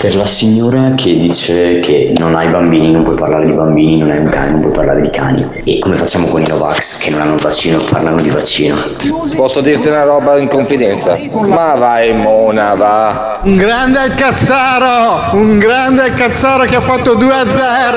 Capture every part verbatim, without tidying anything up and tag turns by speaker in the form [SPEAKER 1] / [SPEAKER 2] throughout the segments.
[SPEAKER 1] Per la signora che dice che non hai bambini, non puoi parlare di bambini, non hai un cane, non puoi parlare di cani. E come facciamo con i Novax che non hanno il vaccino, parlano di vaccino?
[SPEAKER 2] Posso dirti una roba in confidenza? Ma vai Mona, va.
[SPEAKER 3] Un grande al Cazzaro, un grande al Cazzaro che ha fatto due a zero.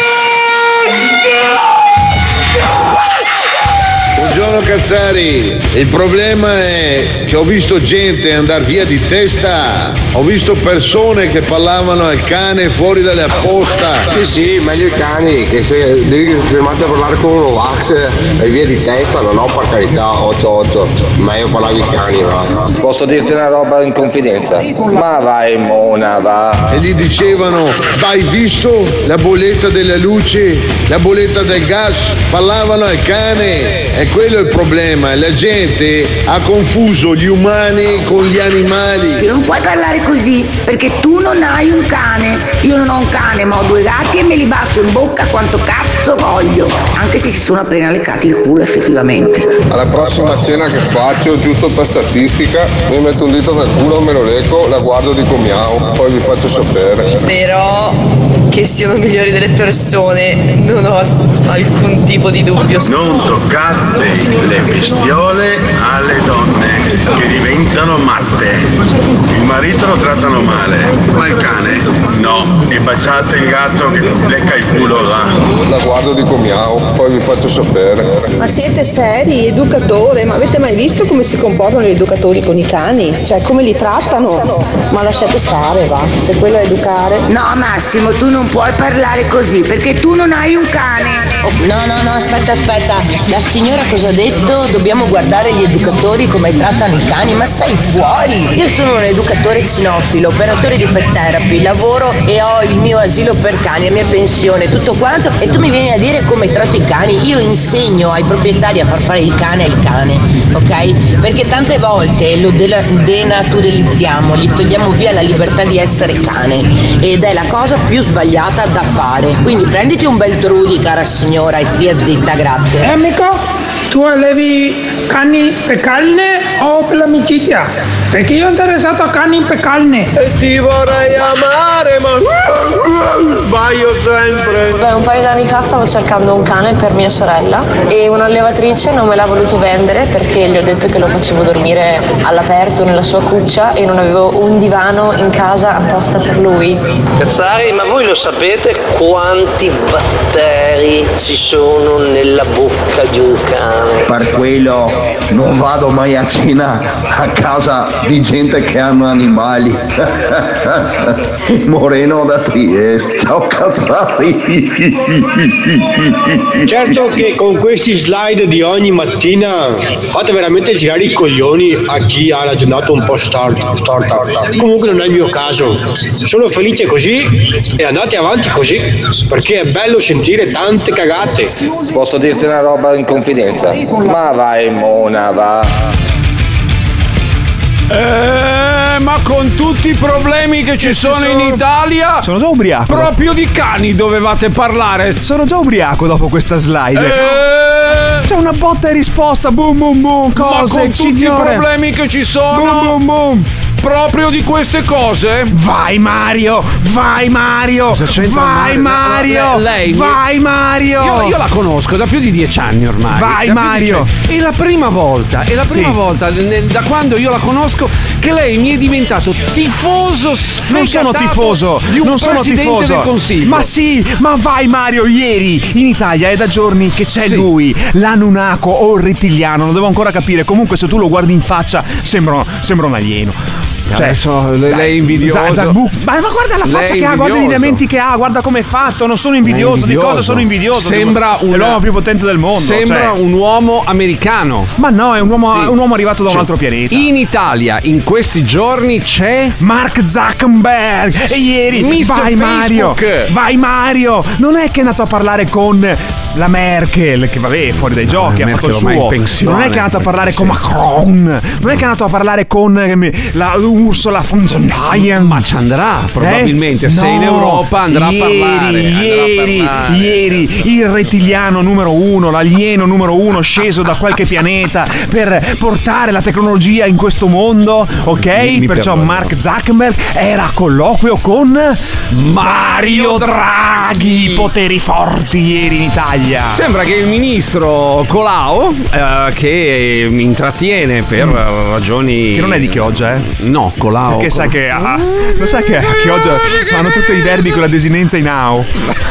[SPEAKER 4] Buongiorno Cazzari, il problema è che ho visto gente andare via di testa, ho visto persone che parlavano al cane fuori dalle apposta.
[SPEAKER 5] Sì sì, meglio i cani, che se devi fermarti a parlare con uno Vax e via di testa, no no, per carità, otto otto, ma io parlavo i cani, va.
[SPEAKER 2] Posso dirti una roba in confidenza? Ma vai Mona, va.
[SPEAKER 4] E gli dicevano, hai visto la bolletta della luce, la bolletta del gas, parlavano al cane. E quello è il problema, la gente ha confuso gli umani con gli animali.
[SPEAKER 6] Non puoi parlare così perché tu non hai un cane. Io non ho un cane, ma ho due gatti e me li bacio in bocca quanto cazzo voglio. Anche se si sono appena leccati il culo effettivamente.
[SPEAKER 7] Alla prossima cena che faccio, giusto per statistica, mi metto un dito nel culo, me lo lecco, la guardo, dico miau, poi vi faccio sapere.
[SPEAKER 8] Però che siano migliori delle persone non ho alcun tipo di dubbio.
[SPEAKER 9] Non toccate le bestiole alle donne che diventano matte. Il marito lo trattano male, ma il cane no. E baciate il gatto che lecca il culo là.
[SPEAKER 7] La guardo, dico miau, poi vi faccio sapere.
[SPEAKER 10] Ma siete seri, educatore? Ma avete mai visto come si comportano gli educatori con i cani? Cioè come li trattano? Ma lasciate stare, va, se quello è educare.
[SPEAKER 6] No Massimo, tu non puoi parlare così perché tu non hai un cane.
[SPEAKER 11] No, no, no, aspetta, aspetta. La signora cosa ha detto? Dobbiamo guardare gli educatori come trattano i cani, ma sei fuori! Io sono un educatore cinofilo, operatore di pet therapy, lavoro e ho il mio asilo per cani, la mia pensione, tutto quanto, e tu mi vieni a dire come tratto i cani? Io insegno ai proprietari a far fare il cane al cane, ok? Perché tante volte lo de- denaturalizziamo, gli togliamo via la libertà di essere cane ed è la cosa più sbagliata da fare. Quindi prenditi un bel Trudy, cara signora, e stia zitta, grazie.
[SPEAKER 12] Eh amico, tu allevi cani per carne o per l'amicizia? Perché io ho interessato a cani per carne.
[SPEAKER 3] E ti vorrei amare, ma sbaglio sempre.
[SPEAKER 13] Beh, un paio d'anni fa stavo cercando un cane per mia sorella e un'allevatrice non me l'ha voluto vendere perché gli ho detto che lo facevo dormire all'aperto nella sua cuccia e non avevo un divano in casa apposta per lui.
[SPEAKER 14] Cazzari, ma voi lo sapete quanti batteri ci sono nella bocca di un cane?
[SPEAKER 15] Per quello non vado mai a cena a casa di gente che hanno animali. Moreno da Trieste, ciao Cazzari.
[SPEAKER 3] Certo che con questi slide di ogni mattina fate veramente girare i coglioni a chi ha la giornata un po' storta. storta. Comunque non è il mio caso, sono felice così e andate avanti così perché è bello sentire tante cagate.
[SPEAKER 2] Posso dirti una roba in confidenza? Ma vai Mona, va.
[SPEAKER 16] Eh, ma con tutti i problemi che ci sono, sono in Italia,
[SPEAKER 17] sono già ubriaco.
[SPEAKER 16] Proprio di cani dovevate parlare.
[SPEAKER 17] Sono già ubriaco dopo questa slide.
[SPEAKER 16] Eh...
[SPEAKER 17] C'è una botta e risposta, boom boom boom, cose,
[SPEAKER 16] ma con tutti
[SPEAKER 17] signore.
[SPEAKER 16] i problemi che ci sono,
[SPEAKER 17] boom boom boom.
[SPEAKER 16] Proprio di queste cose?
[SPEAKER 17] Vai Mario, vai Mario, vai Mario,
[SPEAKER 16] lei,
[SPEAKER 17] vai Mario.
[SPEAKER 16] Io, io la conosco da più di dieci anni ormai.
[SPEAKER 17] Vai Mario.
[SPEAKER 16] È la prima volta, è la prima sì. volta nel, da quando io la conosco che lei mi è diventato tifoso sfegatato.
[SPEAKER 17] Non sono tifoso,
[SPEAKER 16] di un
[SPEAKER 17] non sono tifoso
[SPEAKER 16] del Consiglio.
[SPEAKER 17] Ma sì, ma vai Mario, ieri in Italia è da giorni che c'è sì. lui, l'Anunnako o il rettiliano, non devo ancora capire. Comunque se tu lo guardi in faccia sembra, sembra un alieno.
[SPEAKER 16] Cioè, adesso lei è invidioso.
[SPEAKER 17] Z- Z- ma, ma guarda la faccia che ha, guarda i lineamenti che ha, guarda come è fatto. Non sono invidioso, invidioso. Di cosa sono invidioso?
[SPEAKER 16] Sembra
[SPEAKER 17] una, è l'uomo più potente del mondo.
[SPEAKER 16] Sembra
[SPEAKER 17] cioè.
[SPEAKER 16] un uomo americano.
[SPEAKER 17] Ma no, è un uomo,
[SPEAKER 16] sì.
[SPEAKER 17] un uomo arrivato da
[SPEAKER 16] cioè,
[SPEAKER 17] un altro pianeta.
[SPEAKER 16] In Italia, in questi giorni c'è
[SPEAKER 17] Mark Zuckerberg. E ieri
[SPEAKER 16] mister
[SPEAKER 17] vai
[SPEAKER 16] Facebook.
[SPEAKER 17] Mario, vai Mario. Non è che è andato a parlare con la Merkel, che vabbè, fuori dai giochi,
[SPEAKER 16] Ah,
[SPEAKER 17] ha fatto il
[SPEAKER 16] Merkel ormai
[SPEAKER 17] suo.
[SPEAKER 16] in pensione.
[SPEAKER 17] Non è che è andato a parlare con
[SPEAKER 16] Sì.
[SPEAKER 17] Macron, non è che è andato a parlare con eh, la Ursula von der Leyen.
[SPEAKER 16] Ma ci andrà, probabilmente.
[SPEAKER 17] Eh?
[SPEAKER 16] Se in
[SPEAKER 17] No,
[SPEAKER 16] Europa andrà a
[SPEAKER 17] ieri,
[SPEAKER 16] parlare. andrà a
[SPEAKER 17] Ieri,
[SPEAKER 16] parlare.
[SPEAKER 17] ieri, il rettiliano numero uno, l'alieno numero uno sceso da qualche pianeta per portare la tecnologia in questo mondo, ok?
[SPEAKER 16] Mi- mi
[SPEAKER 17] Perciò
[SPEAKER 16] perdono.
[SPEAKER 17] Mark Zuckerberg era a colloquio con Mario Draghi, poteri forti ieri in Italia.
[SPEAKER 16] Sembra che il ministro Colau, eh, che intrattiene per
[SPEAKER 17] Mm.
[SPEAKER 16] ragioni.
[SPEAKER 17] Che non è di Chioggia, eh?
[SPEAKER 16] No, Colau.
[SPEAKER 17] Perché sa che ha, lo sa che a Chioggia hanno tutti i verbi con la desinenza in ao.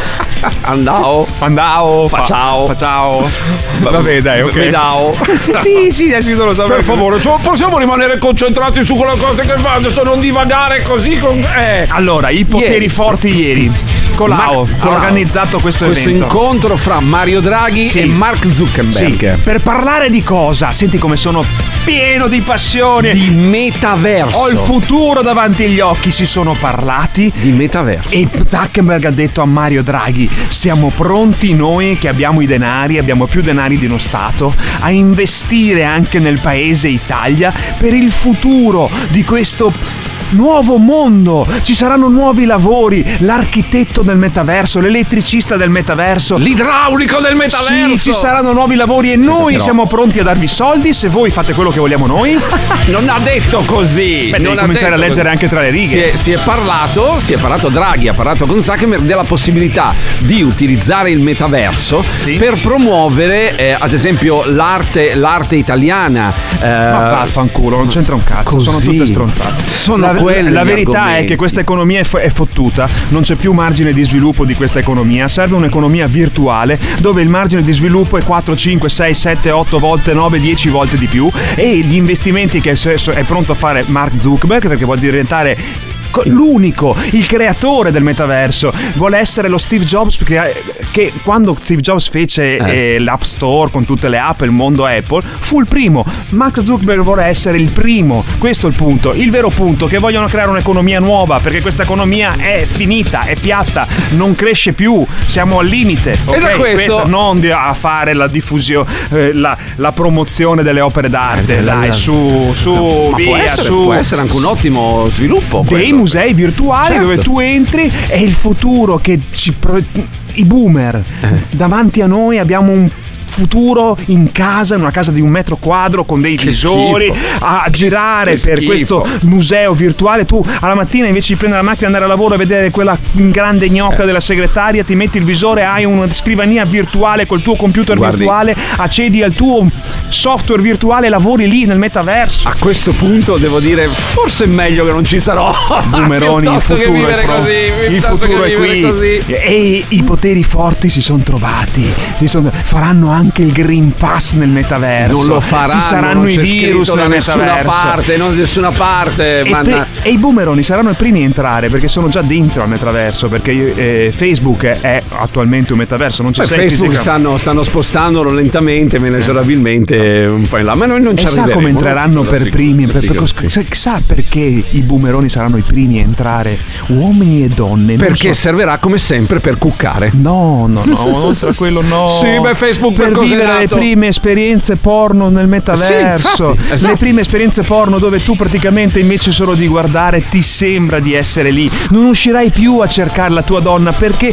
[SPEAKER 16] Andao.
[SPEAKER 17] Andao. fa-
[SPEAKER 16] Facciao.
[SPEAKER 17] Facciao. Vabbè, dai, ok.
[SPEAKER 16] Medao.
[SPEAKER 17] Sì, sì, adesso io lo so.
[SPEAKER 16] Per favore, cioè, possiamo rimanere concentrati su quella cosa che fa, adesso non divagare così con. Eh.
[SPEAKER 17] Allora, i poteri
[SPEAKER 16] Ieri.
[SPEAKER 17] forti ieri. Colau
[SPEAKER 16] Ma-
[SPEAKER 17] ha
[SPEAKER 16] Colau.
[SPEAKER 17] organizzato questo,
[SPEAKER 16] Questo
[SPEAKER 17] evento.
[SPEAKER 16] incontro fra Mario Draghi
[SPEAKER 17] Sì.
[SPEAKER 16] e Mark Zuckerberg.
[SPEAKER 17] Sì, per parlare di cosa? Senti come sono pieno di passione.
[SPEAKER 16] Di metaverso.
[SPEAKER 17] Ho il futuro davanti agli occhi, si sono parlati.
[SPEAKER 16] Di metaverso.
[SPEAKER 17] E Zuckerberg ha detto a Mario Draghi: siamo pronti noi che abbiamo i denari, abbiamo più denari di uno Stato, a investire anche nel paese Italia per il futuro di questo nuovo mondo. Ci saranno nuovi lavori, l'architetto del metaverso, l'elettricista del metaverso,
[SPEAKER 16] l'idraulico del metaverso.
[SPEAKER 17] Sì, ci saranno nuovi lavori e noi
[SPEAKER 16] però-
[SPEAKER 17] siamo pronti a darvi soldi se voi fate quello che vogliamo noi.
[SPEAKER 16] Non ha detto così.
[SPEAKER 17] Beh,
[SPEAKER 16] non
[SPEAKER 17] devi
[SPEAKER 16] ha
[SPEAKER 17] cominciare
[SPEAKER 16] detto
[SPEAKER 17] a leggere
[SPEAKER 16] così.
[SPEAKER 17] anche tra le righe.
[SPEAKER 16] Si è, si è parlato, si è parlato Draghi, ha parlato con Zuckerberg della possibilità di utilizzare il metaverso per promuovere, eh, ad esempio, l'arte, l'arte italiana. Eh,
[SPEAKER 17] Ma vaffanculo, non c'entra un cazzo,
[SPEAKER 16] così.
[SPEAKER 17] sono tutte stronzate.
[SPEAKER 16] Sono
[SPEAKER 17] la,
[SPEAKER 16] quelli
[SPEAKER 17] la
[SPEAKER 16] gli
[SPEAKER 17] verità è
[SPEAKER 16] argomenti.
[SPEAKER 17] che questa economia è, f- è fottuta, non c'è più margine di sviluppo di questa economia, serve un'economia virtuale dove il margine di sviluppo è quattro, cinque, sei, sette, otto volte, nove, dieci volte di più, e gli investimenti che è pronto a fare Mark Zuckerberg, perché vuole diventare co- l'unico, il creatore del metaverso, vuole essere lo Steve Jobs, che, che quando Steve Jobs fece
[SPEAKER 16] Eh.
[SPEAKER 17] eh, l'App Store con tutte le app, il mondo Apple, fu il primo. Mark Zuckerberg vuole essere il primo, questo è il punto, il vero punto, che vogliono creare un'economia nuova, perché questa economia è finita, è piatta, non cresce più, siamo al limite, ok?
[SPEAKER 16] da questo-
[SPEAKER 17] Questa non di- a fare la diffusione, eh, la, la promozione delle opere d'arte,
[SPEAKER 16] Eh,
[SPEAKER 17] dai,
[SPEAKER 16] la-
[SPEAKER 17] su, su,
[SPEAKER 16] Ma
[SPEAKER 17] via,
[SPEAKER 16] può essere,
[SPEAKER 17] su.
[SPEAKER 16] può essere anche un ottimo sviluppo.
[SPEAKER 17] Dei
[SPEAKER 16] quello.
[SPEAKER 17] musei virtuali,
[SPEAKER 16] Certo.
[SPEAKER 17] dove tu entri, è il futuro che ci pro- i boomer
[SPEAKER 16] Eh.
[SPEAKER 17] davanti a noi abbiamo un futuro in casa, in una casa di un metro quadro con dei
[SPEAKER 16] Che
[SPEAKER 17] visori
[SPEAKER 16] schifo.
[SPEAKER 17] a girare
[SPEAKER 16] che
[SPEAKER 17] per
[SPEAKER 16] schifo.
[SPEAKER 17] questo museo virtuale. Tu alla mattina, invece di prendere la macchina e andare a lavoro e vedere quella grande gnocca
[SPEAKER 16] Eh.
[SPEAKER 17] della segretaria, ti metti il visore, hai una scrivania virtuale col tuo computer
[SPEAKER 16] Guardi.
[SPEAKER 17] virtuale, accedi al tuo software virtuale e lavori lì nel metaverso.
[SPEAKER 16] A questo punto devo dire, forse è meglio che non ci sarò.
[SPEAKER 17] Boomeroni, il
[SPEAKER 16] Piuttosto che
[SPEAKER 17] futuro,
[SPEAKER 16] vivere
[SPEAKER 17] è pro-
[SPEAKER 16] così,
[SPEAKER 17] il
[SPEAKER 16] piuttosto
[SPEAKER 17] futuro
[SPEAKER 16] che
[SPEAKER 17] è
[SPEAKER 16] vivere
[SPEAKER 17] qui
[SPEAKER 16] così.
[SPEAKER 17] e i poteri forti si sono trovati, si son- faranno anche il Green Pass nel metaverso,
[SPEAKER 16] Non lo faranno,
[SPEAKER 17] ci saranno
[SPEAKER 16] non
[SPEAKER 17] i
[SPEAKER 16] c'è
[SPEAKER 17] virus
[SPEAKER 16] scritto da
[SPEAKER 17] nel
[SPEAKER 16] nessuna
[SPEAKER 17] metaverso
[SPEAKER 16] parte, non da nessuna parte.
[SPEAKER 17] e,
[SPEAKER 16] ma
[SPEAKER 17] pe- e i boomeroni saranno i primi a entrare perché sono già dentro al metaverso, perché eh, Facebook è attualmente un metaverso, non c'è
[SPEAKER 16] Beh,
[SPEAKER 17] sei
[SPEAKER 16] Facebook
[SPEAKER 17] fisica-
[SPEAKER 16] stanno, stanno spostandolo lentamente, inesorabilmente un po' in là, ma noi non ci
[SPEAKER 17] e sa
[SPEAKER 16] arriveremo.
[SPEAKER 17] come entreranno per
[SPEAKER 16] Sì,
[SPEAKER 17] primi per,
[SPEAKER 16] sì,
[SPEAKER 17] per-
[SPEAKER 16] sì.
[SPEAKER 17] sa- sa perché i boomeroni saranno i primi a entrare, uomini e donne, non
[SPEAKER 16] Perché
[SPEAKER 17] so-
[SPEAKER 16] servirà come sempre per cuccare.
[SPEAKER 17] No, no, no, oltre a quello no.
[SPEAKER 16] Sì, beh, Facebook
[SPEAKER 17] per
[SPEAKER 16] per cos'è
[SPEAKER 17] vivere le
[SPEAKER 16] nato?
[SPEAKER 17] prime esperienze porno nel metaverso.
[SPEAKER 16] Sì, infatti, esatto.
[SPEAKER 17] Le prime esperienze porno dove tu praticamente invece solo di guardare ti sembra di essere lì. Non uscirai più a cercare la tua donna perché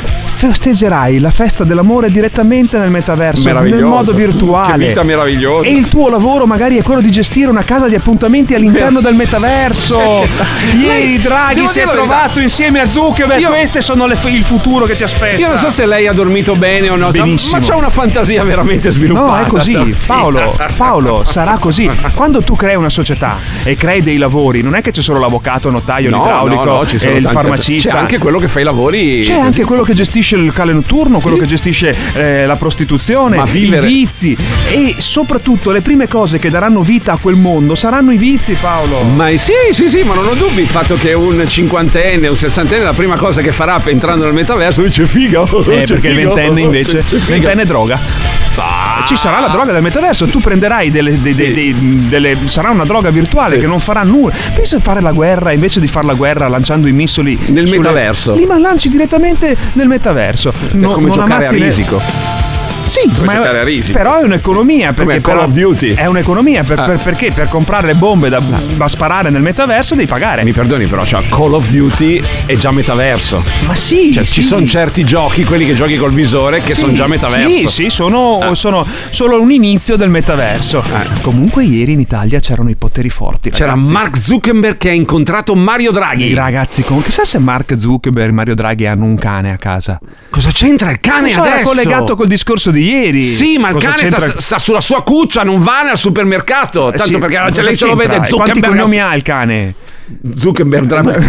[SPEAKER 17] festeggerai la festa dell'amore direttamente nel metaverso, nel
[SPEAKER 16] Meraviglioso.
[SPEAKER 17] modo virtuale.
[SPEAKER 16] Che vita meravigliosa.
[SPEAKER 17] E il tuo lavoro magari è quello di gestire una casa di appuntamenti all'interno del metaverso. Ieri Draghi
[SPEAKER 16] devo
[SPEAKER 17] si è
[SPEAKER 16] dire la
[SPEAKER 17] trovato
[SPEAKER 16] verità.
[SPEAKER 17] insieme a Zuckerberg.
[SPEAKER 16] Io-
[SPEAKER 17] Queste sono le, il futuro che ci aspetta.
[SPEAKER 16] Io non so se lei ha dormito bene o no,
[SPEAKER 17] Benissimo.
[SPEAKER 16] ma c'ha una fantasia veramente sviluppata.
[SPEAKER 17] No, è così,
[SPEAKER 16] stamattina.
[SPEAKER 17] Paolo, Paolo, sarà così. Quando tu crei una società e crei dei lavori, non è che c'è solo l'avvocato, il notaio,
[SPEAKER 16] No,
[SPEAKER 17] l'idraulico,
[SPEAKER 16] no, no, ci sono
[SPEAKER 17] e il
[SPEAKER 16] tante-
[SPEAKER 17] farmacista.
[SPEAKER 16] C'è anche quello che fa i lavori.
[SPEAKER 17] C'è
[SPEAKER 16] così.
[SPEAKER 17] anche quello che gestisce il locale notturno, quello che gestisce eh, la prostituzione,
[SPEAKER 16] Ma vivere-
[SPEAKER 17] i vizi e soprattutto le prime cose che daranno vita a quel mondo saranno i vizi, Paolo.
[SPEAKER 16] Ma sì, sì, sì, ma non ho dubbi il fatto che un cinquantenne, un sessantenne, la prima cosa che farà entrando nel metaverso dice figa.
[SPEAKER 17] Eh, perché il ventenne invece,
[SPEAKER 16] C'è figa.
[SPEAKER 17] ventenne è droga. Ci sarà la droga del metaverso, tu prenderai delle, dei- dei- dei- delle, sarà una droga virtuale
[SPEAKER 16] Sì.
[SPEAKER 17] che non farà nulla. Pensa a fare la guerra, invece di fare la guerra lanciando i missili
[SPEAKER 16] Nel
[SPEAKER 17] sulle-
[SPEAKER 16] metaverso.
[SPEAKER 17] li ma lanci direttamente nel metaverso.
[SPEAKER 16] È come giocare a
[SPEAKER 17] ne-
[SPEAKER 16] risico.
[SPEAKER 17] Sì,
[SPEAKER 16] Puoi
[SPEAKER 17] ma
[SPEAKER 16] giocare a risi.
[SPEAKER 17] però è un'economia perché
[SPEAKER 16] Come Call
[SPEAKER 17] però
[SPEAKER 16] of Duty.
[SPEAKER 17] è un'economia per,
[SPEAKER 16] Ah.
[SPEAKER 17] per- perché per comprare le bombe da, da sparare nel metaverso devi pagare.
[SPEAKER 16] Mi perdoni, però, cioè, Call of Duty è già metaverso.
[SPEAKER 17] Ma sì,
[SPEAKER 16] Cioè,
[SPEAKER 17] sì.
[SPEAKER 16] ci sono certi giochi, quelli che giochi col visore, che
[SPEAKER 17] Sì,
[SPEAKER 16] sono già metaverso.
[SPEAKER 17] Sì, sì, sono,
[SPEAKER 16] Ah.
[SPEAKER 17] sono solo un inizio del metaverso.
[SPEAKER 16] Eh.
[SPEAKER 17] Comunque ieri in Italia c'erano i poteri forti.
[SPEAKER 16] C'era
[SPEAKER 17] ragazzi.
[SPEAKER 16] Mark Zuckerberg che ha incontrato Mario Draghi.
[SPEAKER 17] Ragazzi, com- chissà se Mark Zuckerberg e Mario Draghi hanno un cane a casa.
[SPEAKER 16] Cosa c'entra il cane
[SPEAKER 17] Non so,
[SPEAKER 16] adesso?
[SPEAKER 17] era collegato col discorso di ieri.
[SPEAKER 16] Sì, ma il
[SPEAKER 17] Cosa
[SPEAKER 16] cane
[SPEAKER 17] c'entra-
[SPEAKER 16] sta, sta sulla sua cuccia, non va al supermercato. Tanto
[SPEAKER 17] Sì,
[SPEAKER 16] perché
[SPEAKER 17] cosa
[SPEAKER 16] lei se lo
[SPEAKER 17] c'entra?
[SPEAKER 16] vede
[SPEAKER 17] E Quanti
[SPEAKER 16] Zuckerberg.
[SPEAKER 17] cognomi ha il cane?
[SPEAKER 16] Zuckerberg.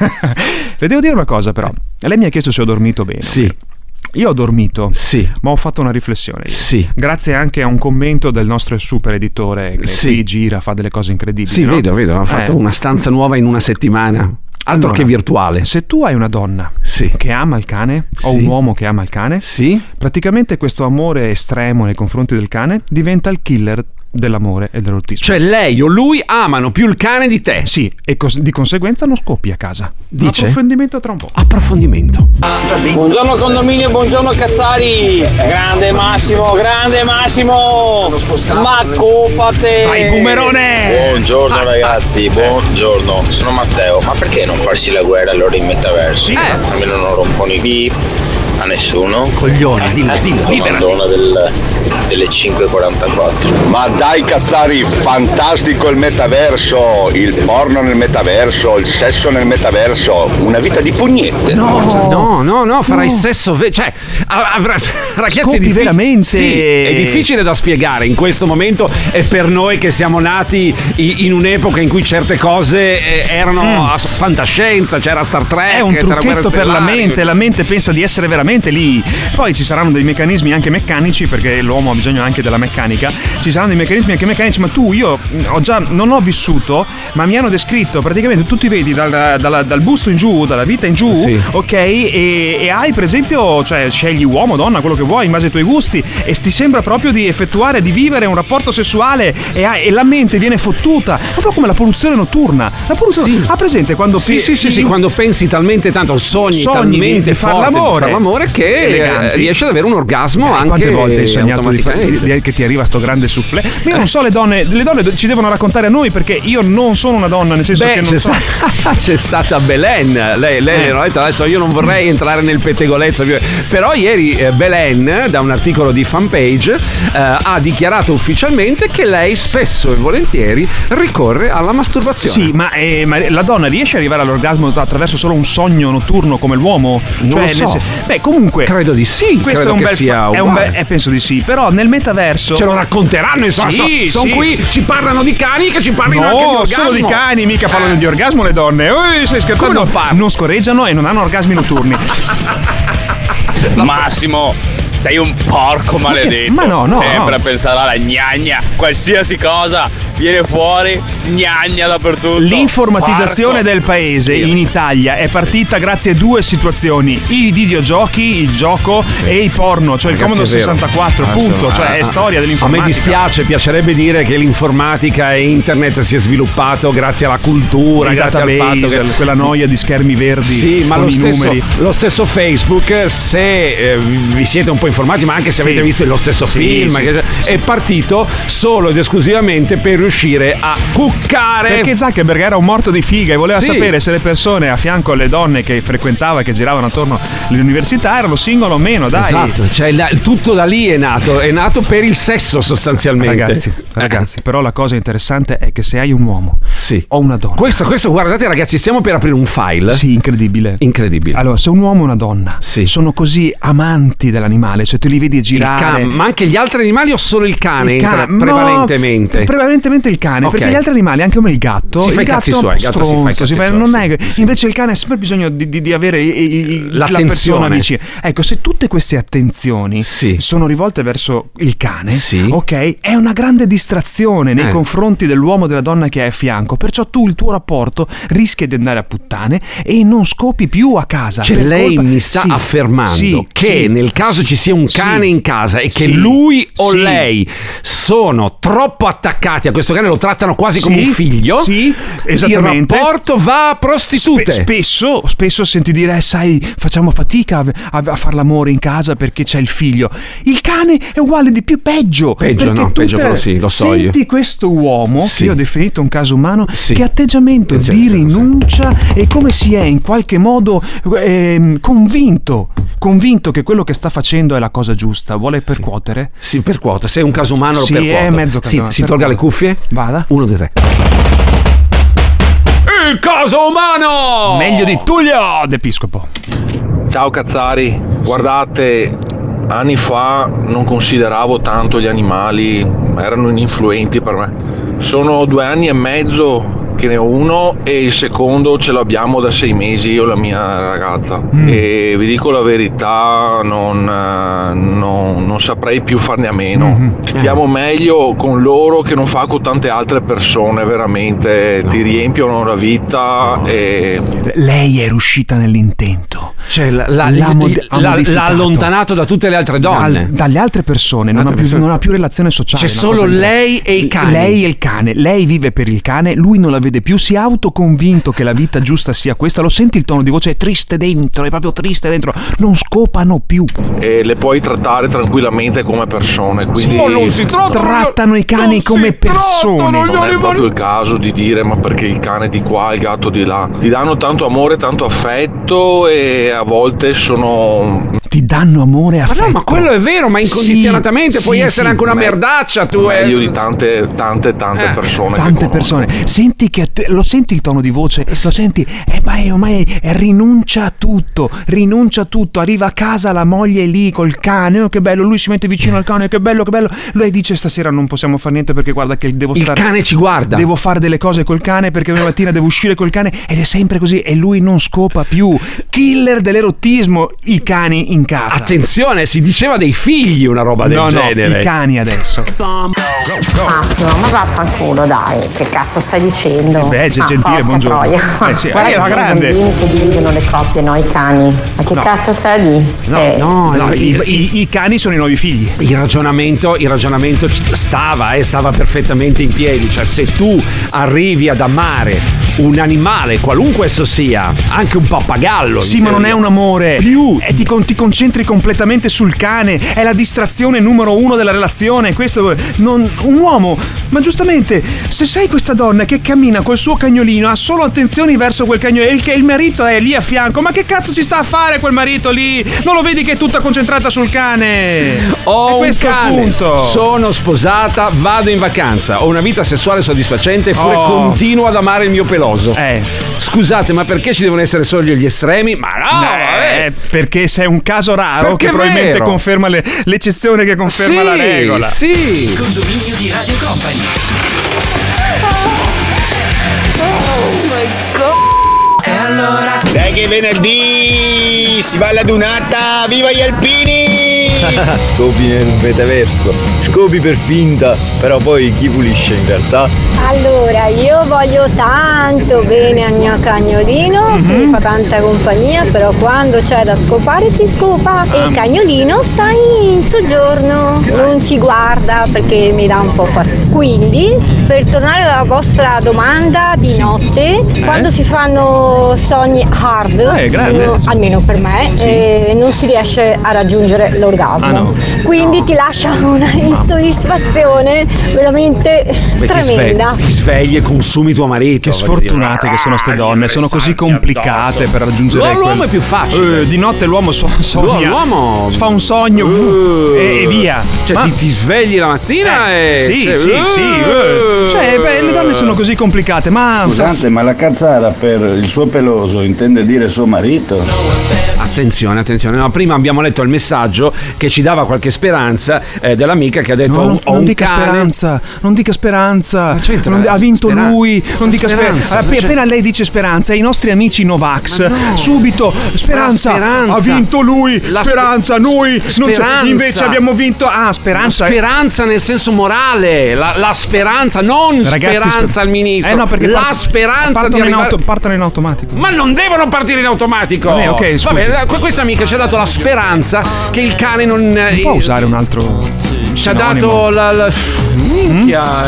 [SPEAKER 17] Le devo dire una cosa però. Lei mi ha chiesto se ho dormito bene.
[SPEAKER 16] Sì.
[SPEAKER 17] Io ho dormito,
[SPEAKER 16] sì,
[SPEAKER 17] ma ho fatto una riflessione. Io.
[SPEAKER 16] Sì.
[SPEAKER 17] Grazie anche a un commento del nostro super editore che
[SPEAKER 16] Sì.
[SPEAKER 17] qui gira, fa delle cose incredibili.
[SPEAKER 16] Sì,
[SPEAKER 17] no?
[SPEAKER 16] vedo, vedo. Ha fatto
[SPEAKER 17] Eh.
[SPEAKER 16] una stanza nuova in una settimana. Altro
[SPEAKER 17] Allora,
[SPEAKER 16] che virtuale.
[SPEAKER 17] Se tu hai una donna
[SPEAKER 16] Sì.
[SPEAKER 17] che ama il cane o
[SPEAKER 16] Sì.
[SPEAKER 17] un uomo che ama il cane,
[SPEAKER 16] Sì.
[SPEAKER 17] praticamente questo amore estremo nei confronti del cane diventa il killer dell'amore e dell'autismo.
[SPEAKER 16] Cioè lei o lui amano più il cane di te.
[SPEAKER 17] Sì, e cos- di conseguenza non scoppi a casa.
[SPEAKER 16] Dice?
[SPEAKER 17] Approfondimento tra un po'.
[SPEAKER 16] Approfondimento.
[SPEAKER 18] Buongiorno condominio, buongiorno Cazzari. Grande Massimo, grande Massimo. Ma copate.
[SPEAKER 17] Vai Bumerone.
[SPEAKER 19] Buongiorno ragazzi, buongiorno. Sono Matteo. Ma perché non farsi la guerra allora in metaverso?
[SPEAKER 16] Eh.
[SPEAKER 19] Almeno non rompono i beep a nessuno.
[SPEAKER 16] Coglione, dillo, dillo, liberati.
[SPEAKER 19] Donna del, delle cinque e quarantaquattro.
[SPEAKER 4] Ma dai Cazzari, fantastico il metaverso, il porno nel metaverso, il sesso nel metaverso, una vita di pugnette.
[SPEAKER 16] No, no, no, no, farai sesso. Ve- cioè, a- avrà- ragazzi, è
[SPEAKER 17] Scopi
[SPEAKER 16] diffi-
[SPEAKER 17] veramente.
[SPEAKER 16] Sì, è difficile da spiegare in questo momento. E per noi che siamo nati i- in un'epoca in cui certe cose eh, erano
[SPEAKER 17] Mm.
[SPEAKER 16] a fantascienza, c'era Star Trek.
[SPEAKER 17] È un
[SPEAKER 16] c'era Guerre
[SPEAKER 17] trucchetto per la
[SPEAKER 16] Stellari.
[SPEAKER 17] mente, la mente pensa di essere veramente lì. Poi ci saranno dei meccanismi anche meccanici, perché l'uomo ha bisogno anche della meccanica. Ci saranno dei meccanismi anche meccanici, ma tu, io ho già non ho vissuto, ma mi hanno descritto praticamente, tu ti vedi dal, dal, dal busto in giù, dalla vita in giù,
[SPEAKER 16] Sì.
[SPEAKER 17] ok? E, e hai per esempio, cioè scegli uomo, donna, quello che vuoi in base ai tuoi gusti, e ti sembra proprio di effettuare, di vivere un rapporto sessuale, e, hai- e la mente viene fottuta, un po' come la poluzione notturna. La poluzione,
[SPEAKER 16] Sì.
[SPEAKER 17] ha presente quando
[SPEAKER 16] Sì,
[SPEAKER 17] pe-
[SPEAKER 16] sì, sì, sì, quando pensi talmente tanto, sogni,
[SPEAKER 17] Sogni di-
[SPEAKER 16] talmente
[SPEAKER 17] di far
[SPEAKER 16] forte
[SPEAKER 17] l'amore.
[SPEAKER 16] di far l'amore che
[SPEAKER 17] Eleganti.
[SPEAKER 16] eh, riesci ad avere un orgasmo
[SPEAKER 17] Eh,
[SPEAKER 16] anche
[SPEAKER 17] quante volte hai sognato di,
[SPEAKER 16] automaticamente.
[SPEAKER 17] di- che ti arriva sto grande soufflé? Ma io non so, le donne, le donne ci devono raccontare a noi, perché io non sono una donna, nel senso
[SPEAKER 16] Beh,
[SPEAKER 17] che non
[SPEAKER 16] c'è,
[SPEAKER 17] so.
[SPEAKER 16] sta- c'è stata Belen, lei, lei
[SPEAKER 17] Eh.
[SPEAKER 16] l'ho detto, adesso io non vorrei entrare nel pettegolezzo, però ieri eh, Belen, da un articolo di Fanpage, eh, ha dichiarato ufficialmente che lei spesso e volentieri ricorre alla masturbazione.
[SPEAKER 17] Sì, ma, eh, ma la donna riesce ad arrivare all'orgasmo attraverso solo un sogno notturno come l'uomo?
[SPEAKER 16] Non
[SPEAKER 17] Cioè,
[SPEAKER 16] lo so.
[SPEAKER 17] nel sen- beh, comunque.
[SPEAKER 16] Credo di sì,
[SPEAKER 17] Questo
[SPEAKER 16] credo
[SPEAKER 17] è un
[SPEAKER 16] che
[SPEAKER 17] bel
[SPEAKER 16] sia
[SPEAKER 17] fa- è un
[SPEAKER 16] uguale.
[SPEAKER 17] bel- eh, penso di sì, però nel metaverso.
[SPEAKER 16] Ce lo racconteranno, insomma,
[SPEAKER 17] Sì,
[SPEAKER 16] sono
[SPEAKER 17] sì.
[SPEAKER 16] qui, ci parlano di cani che ci parlino anche di
[SPEAKER 17] No,
[SPEAKER 16] orgasmo.
[SPEAKER 17] solo di cani, mica parlano
[SPEAKER 16] Eh.
[SPEAKER 17] di orgasmo le donne. Eh, stai scherzando?
[SPEAKER 16] Come non parli?
[SPEAKER 17] Non scorreggiano e non hanno orgasmi notturni.
[SPEAKER 20] Massimo, sei un porco maledetto.
[SPEAKER 17] Ma no, no,
[SPEAKER 20] Sempre
[SPEAKER 17] no.
[SPEAKER 20] a pensare alla gnagna. Qualsiasi cosa viene fuori, gnagna dappertutto.
[SPEAKER 17] L'informatizzazione
[SPEAKER 20] Porco.
[SPEAKER 17] del paese in Italia è partita grazie a due situazioni: i videogiochi, il gioco, e i porno, cioè il
[SPEAKER 16] Ragazzi,
[SPEAKER 17] Commodore
[SPEAKER 16] è vero.
[SPEAKER 17] sessantaquattro,
[SPEAKER 16] Ah,
[SPEAKER 17] punto.
[SPEAKER 16] sì.
[SPEAKER 17] Cioè
[SPEAKER 16] Ah,
[SPEAKER 17] è
[SPEAKER 16] ah.
[SPEAKER 17] storia
[SPEAKER 16] A
[SPEAKER 17] dell'informatica.
[SPEAKER 16] me dispiace, piacerebbe dire che l'informatica e internet si è sviluppato grazie alla cultura,
[SPEAKER 17] I
[SPEAKER 16] grazie al fatto
[SPEAKER 17] database,
[SPEAKER 16] che
[SPEAKER 17] quella noia di schermi verdi
[SPEAKER 16] sì, ma
[SPEAKER 17] con
[SPEAKER 16] lo
[SPEAKER 17] i
[SPEAKER 16] stesso,
[SPEAKER 17] numeri.
[SPEAKER 16] lo stesso Facebook, se eh, vi siete un po' informati, ma anche se
[SPEAKER 17] Sì.
[SPEAKER 16] avete visto lo stesso
[SPEAKER 17] Sì,
[SPEAKER 16] film,
[SPEAKER 17] sì.
[SPEAKER 16] che- è partito solo ed esclusivamente per riuscire a cuccare.
[SPEAKER 17] Perché Zuckerberg era un morto di figa e voleva
[SPEAKER 16] Sì.
[SPEAKER 17] sapere se le persone a fianco alle donne che frequentava, che giravano attorno alle università, erano single o meno, dai.
[SPEAKER 16] Esatto, cioè la- tutto da lì è nato, è nato per il sesso sostanzialmente.
[SPEAKER 17] Ragazzi, ragazzi, però la cosa interessante è che se hai un uomo
[SPEAKER 16] Sì.
[SPEAKER 17] o una donna.
[SPEAKER 16] Questo, questo, guardate ragazzi, stiamo per aprire un file.
[SPEAKER 17] Sì, incredibile.
[SPEAKER 16] Incredibile.
[SPEAKER 17] Allora, se un uomo e una donna
[SPEAKER 16] Sì.
[SPEAKER 17] sono così amanti dell'animale, cioè te li vedi
[SPEAKER 16] Il
[SPEAKER 17] girare.
[SPEAKER 16] can- ma anche gli altri animali o solo il cane?
[SPEAKER 17] Il
[SPEAKER 16] entra
[SPEAKER 17] cane-
[SPEAKER 16] prevalentemente.
[SPEAKER 17] no, prevalentemente il cane,
[SPEAKER 16] Ok.
[SPEAKER 17] perché gli altri animali, anche come il gatto,
[SPEAKER 16] Si fa
[SPEAKER 17] il
[SPEAKER 16] i
[SPEAKER 17] gatto
[SPEAKER 16] cazzi
[SPEAKER 17] è un
[SPEAKER 16] suoi,
[SPEAKER 17] po'
[SPEAKER 16] il gatto si fa i
[SPEAKER 17] stronzo,
[SPEAKER 16] cazzi
[SPEAKER 17] si fa-
[SPEAKER 16] suoi,
[SPEAKER 17] non
[SPEAKER 16] sì.
[SPEAKER 17] è,
[SPEAKER 16] Sì.
[SPEAKER 17] invece il cane ha sempre bisogno di, di- di avere i- i- la
[SPEAKER 16] L'attenzione.
[SPEAKER 17] persona vicina. Ecco, se tutte queste attenzioni
[SPEAKER 16] Sì.
[SPEAKER 17] sono rivolte verso il cane,
[SPEAKER 16] Sì.
[SPEAKER 17] ok, è una grande distrazione nei
[SPEAKER 16] Eh.
[SPEAKER 17] confronti dell'uomo o della donna che hai a fianco, perciò tu il tuo rapporto rischia di andare a puttane e non scopi più a casa.
[SPEAKER 16] Cioè
[SPEAKER 17] per
[SPEAKER 16] lei
[SPEAKER 17] colpa-
[SPEAKER 16] mi sta
[SPEAKER 17] Sì,
[SPEAKER 16] affermando
[SPEAKER 17] sì,
[SPEAKER 16] che
[SPEAKER 17] sì.
[SPEAKER 16] nel caso ci sia un
[SPEAKER 17] Sì.
[SPEAKER 16] cane in casa e che
[SPEAKER 17] Sì.
[SPEAKER 16] lui o
[SPEAKER 17] Sì.
[SPEAKER 16] lei sono troppo attaccati a questo questo cane lo trattano quasi
[SPEAKER 17] Sì,
[SPEAKER 16] come un figlio.
[SPEAKER 17] Sì, esattamente.
[SPEAKER 16] Il rapporto va a prostitute.
[SPEAKER 17] Spe- spesso, spesso senti dire, eh, sai, facciamo fatica a, a, a far l'amore in casa perché c'è il figlio. Il cane è uguale di più, peggio.
[SPEAKER 16] Peggio,
[SPEAKER 17] perché
[SPEAKER 16] no,
[SPEAKER 17] tutte-
[SPEAKER 16] peggio però sì, lo so io.
[SPEAKER 17] Senti questo uomo,
[SPEAKER 16] Sì.
[SPEAKER 17] che io ho definito un caso umano,
[SPEAKER 16] Sì.
[SPEAKER 17] che atteggiamento
[SPEAKER 16] Attenzione,
[SPEAKER 17] di
[SPEAKER 16] lo so.
[SPEAKER 17] rinuncia e come si è in qualche modo ehm, convinto, convinto che quello che sta facendo è la cosa giusta. Vuole percuotere?
[SPEAKER 16] Sì, percuoto. Se è un caso umano
[SPEAKER 17] Sì,
[SPEAKER 16] lo percuoto.
[SPEAKER 17] è mezzo caso
[SPEAKER 16] Sì,
[SPEAKER 17] umano.
[SPEAKER 16] si tolga le cuffie?
[SPEAKER 17] Vada.
[SPEAKER 16] Uno, due, tre. Il caso umano!
[SPEAKER 17] Meglio di Tullio d'Episcopo.
[SPEAKER 21] Ciao Cazzari, guardate, anni fa non consideravo tanto gli animali, erano ininfluenti per me. Sono due anni e mezzo che ne ho uno e il secondo ce l'abbiamo da sei mesi io e la mia ragazza.
[SPEAKER 17] Mm.
[SPEAKER 21] E vi dico la verità, non, eh, non- non saprei più farne a meno.
[SPEAKER 17] Mm-hmm.
[SPEAKER 21] Stiamo meglio con loro che non fa con tante altre persone, veramente ti riempiono la vita e...
[SPEAKER 17] Lei è riuscita nell'intento.
[SPEAKER 16] Cioè, la- la-
[SPEAKER 17] L'ha
[SPEAKER 16] il-
[SPEAKER 17] mod- ha
[SPEAKER 16] l'ha-
[SPEAKER 17] modificato.
[SPEAKER 16] l'ha allontanato da tutte le altre donne.
[SPEAKER 17] Dal- dalle altre persone, non ha,
[SPEAKER 16] Altre
[SPEAKER 17] più,
[SPEAKER 16] persone.
[SPEAKER 17] non ha più relazione sociale.
[SPEAKER 16] C'è
[SPEAKER 17] una
[SPEAKER 16] solo
[SPEAKER 17] cosa incredibile.
[SPEAKER 16] lei e i cani.
[SPEAKER 17] Lei e il cane. Lei vive per il cane, lui non la vede più, si è autoconvinto che la vita giusta sia questa. Lo senti il tono di voce? È triste dentro, è proprio triste dentro. Non scopano più.
[SPEAKER 21] e le puoi trattare tranquillamente come persone, quindi
[SPEAKER 17] Trattano i cani come persone.
[SPEAKER 21] non è proprio il caso di dire ma perché il cane di qua, il gatto di là. Ti danno tanto amore, tanto affetto e a volte sono...
[SPEAKER 17] Ti danno amore e
[SPEAKER 16] Ma
[SPEAKER 17] affetto.
[SPEAKER 16] no, ma quello è vero, ma incondizionatamente.
[SPEAKER 17] Sì,
[SPEAKER 16] puoi
[SPEAKER 17] sì,
[SPEAKER 16] essere
[SPEAKER 17] sì.
[SPEAKER 16] anche una
[SPEAKER 21] Me-
[SPEAKER 16] merdaccia. Tu è...
[SPEAKER 21] meglio di tante, tante, tante
[SPEAKER 16] Eh,
[SPEAKER 21] persone che
[SPEAKER 17] Tante
[SPEAKER 21] conosco.
[SPEAKER 17] persone, senti che te- lo senti il tono di voce, lo senti, eh, ma è- ormai è- rinuncia a tutto, rinuncia a tutto, arriva a casa la moglie lì col cane, oh, che bello, lui si mette vicino al cane, che bello, che bello, lei dice stasera non possiamo fare niente perché guarda che devo
[SPEAKER 16] Il
[SPEAKER 17] stare,
[SPEAKER 16] cane ci guarda.
[SPEAKER 17] devo fare delle cose col cane perché domani mattina devo uscire col cane ed è sempre così e lui non scopa più, killer dell'erotismo, i cani in casa.
[SPEAKER 16] Attenzione, si diceva dei figli una roba del
[SPEAKER 17] no,
[SPEAKER 16] genere.
[SPEAKER 17] no, i cani adesso.
[SPEAKER 22] Massimo, ma vaffanculo dai, che cazzo stai dicendo?
[SPEAKER 17] Beh, c'è
[SPEAKER 22] Ah,
[SPEAKER 17] Gentile,
[SPEAKER 22] porca
[SPEAKER 17] buongiorno.
[SPEAKER 22] troia.
[SPEAKER 17] Eh sì,
[SPEAKER 22] Guarda
[SPEAKER 17] eh,
[SPEAKER 22] che
[SPEAKER 17] la
[SPEAKER 22] sono
[SPEAKER 17] grande.
[SPEAKER 22] bambini che dividono le coppie, no, i cani. Ma che
[SPEAKER 17] No.
[SPEAKER 22] cazzo stai a dire?
[SPEAKER 16] No,
[SPEAKER 22] Eh,
[SPEAKER 16] no, no,
[SPEAKER 17] I,
[SPEAKER 16] il,
[SPEAKER 17] i- i cani sono i nuovi figli.
[SPEAKER 16] il ragionamento, il ragionamento ci- stava e stava perfettamente in piedi. Cioè, se tu arrivi ad amare un animale, qualunque esso sia, anche un pappagallo.
[SPEAKER 17] Sì,
[SPEAKER 16] in
[SPEAKER 17] ma non è
[SPEAKER 16] teoria.
[SPEAKER 17] un amore.
[SPEAKER 16] Più.
[SPEAKER 17] E ti, con- ti concentri completamente sul cane. È la distrazione numero uno della relazione. Questo non. Un uomo. Ma giustamente, se sei questa donna che cammina col suo cagnolino, ha solo attenzioni verso quel cagnolino. E il, il marito è lì a fianco. Ma che cazzo ci sta a fare quel marito lì? Non lo vedi che è tutta concentrata sul cane?
[SPEAKER 16] Ho
[SPEAKER 17] E
[SPEAKER 16] un
[SPEAKER 17] questo è il
[SPEAKER 16] cane,
[SPEAKER 17] punto.
[SPEAKER 16] sono sposata, vado in vacanza, ho una vita sessuale soddisfacente eppure
[SPEAKER 17] Oh.
[SPEAKER 16] continuo ad amare il mio peloso.
[SPEAKER 17] Eh.
[SPEAKER 16] Scusate, ma perché ci devono essere solo gli estremi? Ma no, vabbè.
[SPEAKER 17] Eh, perché sei un caso raro
[SPEAKER 16] Perché
[SPEAKER 17] che
[SPEAKER 16] è
[SPEAKER 17] probabilmente
[SPEAKER 16] vero.
[SPEAKER 17] conferma le- l'eccezione che conferma
[SPEAKER 16] Sì,
[SPEAKER 17] la regola.
[SPEAKER 16] sì.
[SPEAKER 23] Condominio di Radio Company. E allora
[SPEAKER 3] Dai che è venerdì si va alla dunata, viva gli alpini!
[SPEAKER 24] Scopi nel metaverso, scopi per finta, però poi chi pulisce in realtà?
[SPEAKER 25] Allora, io voglio tanto bene al mio cagnolino, che mi fa tanta compagnia, però quando c'è da scopare si scopa e il cagnolino sta in soggiorno, non ci guarda perché mi dà un po' fastidio. Quindi, per tornare alla vostra domanda di notte, quando si fanno sogni hard,
[SPEAKER 17] Eh, grande.
[SPEAKER 25] almeno, almeno per me,
[SPEAKER 17] Sì.
[SPEAKER 25] eh, non si riesce a raggiungere l'orgasmo.
[SPEAKER 17] Ah, no.
[SPEAKER 25] Quindi ti lascia una insoddisfazione veramente
[SPEAKER 16] Beh, ti, sve-
[SPEAKER 25] tremenda.
[SPEAKER 16] ti svegli e consumi tuo marito.
[SPEAKER 17] Che sfortunate che sono ste donne, sono così complicate per raggiungere
[SPEAKER 16] L'uomo
[SPEAKER 17] quel-
[SPEAKER 16] è più facile.
[SPEAKER 17] Eh, di notte l'uomo so- sogna,
[SPEAKER 16] L'uomo
[SPEAKER 17] fa un sogno vuh, e, e via.
[SPEAKER 16] Cioè
[SPEAKER 17] Ma-
[SPEAKER 16] ti, ti svegli la mattina
[SPEAKER 17] Eh,
[SPEAKER 16] e
[SPEAKER 17] sì,
[SPEAKER 16] cioè,
[SPEAKER 17] sì, sì, eh. Cioè, beh, le donne sono così complicate, ma
[SPEAKER 26] Scusate, ma la cazzara per il suo peloso intende dire suo marito?
[SPEAKER 16] Attenzione, attenzione. No, prima abbiamo letto il messaggio che ci dava qualche speranza eh, dell'amica che ha detto
[SPEAKER 17] No,
[SPEAKER 16] ho,
[SPEAKER 17] non,
[SPEAKER 16] ho
[SPEAKER 17] non
[SPEAKER 16] un
[SPEAKER 17] dica
[SPEAKER 16] cane.
[SPEAKER 17] speranza, non dica speranza.
[SPEAKER 16] c'entra?
[SPEAKER 17] Non- ha vinto
[SPEAKER 16] Speran-
[SPEAKER 17] lui, non dica speranza.
[SPEAKER 16] Speranza,
[SPEAKER 17] Appena,
[SPEAKER 16] cioè-
[SPEAKER 17] appena lei dice speranza, i nostri amici Novax,
[SPEAKER 16] no.
[SPEAKER 17] subito speranza,
[SPEAKER 16] La speranza.
[SPEAKER 17] ha vinto lui,
[SPEAKER 16] La spe-
[SPEAKER 17] speranza, noi non c'è-
[SPEAKER 16] Speranza.
[SPEAKER 17] invece abbiamo vinto. Ah, speranza.
[SPEAKER 16] Speranza nel senso morale, la, la speranza, non
[SPEAKER 17] Ragazzi,
[SPEAKER 16] speranza
[SPEAKER 17] sper-
[SPEAKER 16] al ministro.
[SPEAKER 17] Eh no, perché
[SPEAKER 16] la
[SPEAKER 17] part-
[SPEAKER 16] speranza
[SPEAKER 17] partono
[SPEAKER 16] di
[SPEAKER 17] in
[SPEAKER 16] arrivare.
[SPEAKER 17] auto- partono in automatico.
[SPEAKER 16] Ma non devono partire in automatico.
[SPEAKER 17] Vabbè, ok, scusi.
[SPEAKER 16] Vabbè, la- questa amica ci ha dato la speranza che il cane non.
[SPEAKER 17] Non può usare un altro
[SPEAKER 16] Ci ha
[SPEAKER 17] sinonimo?
[SPEAKER 16] dato la. la minchia.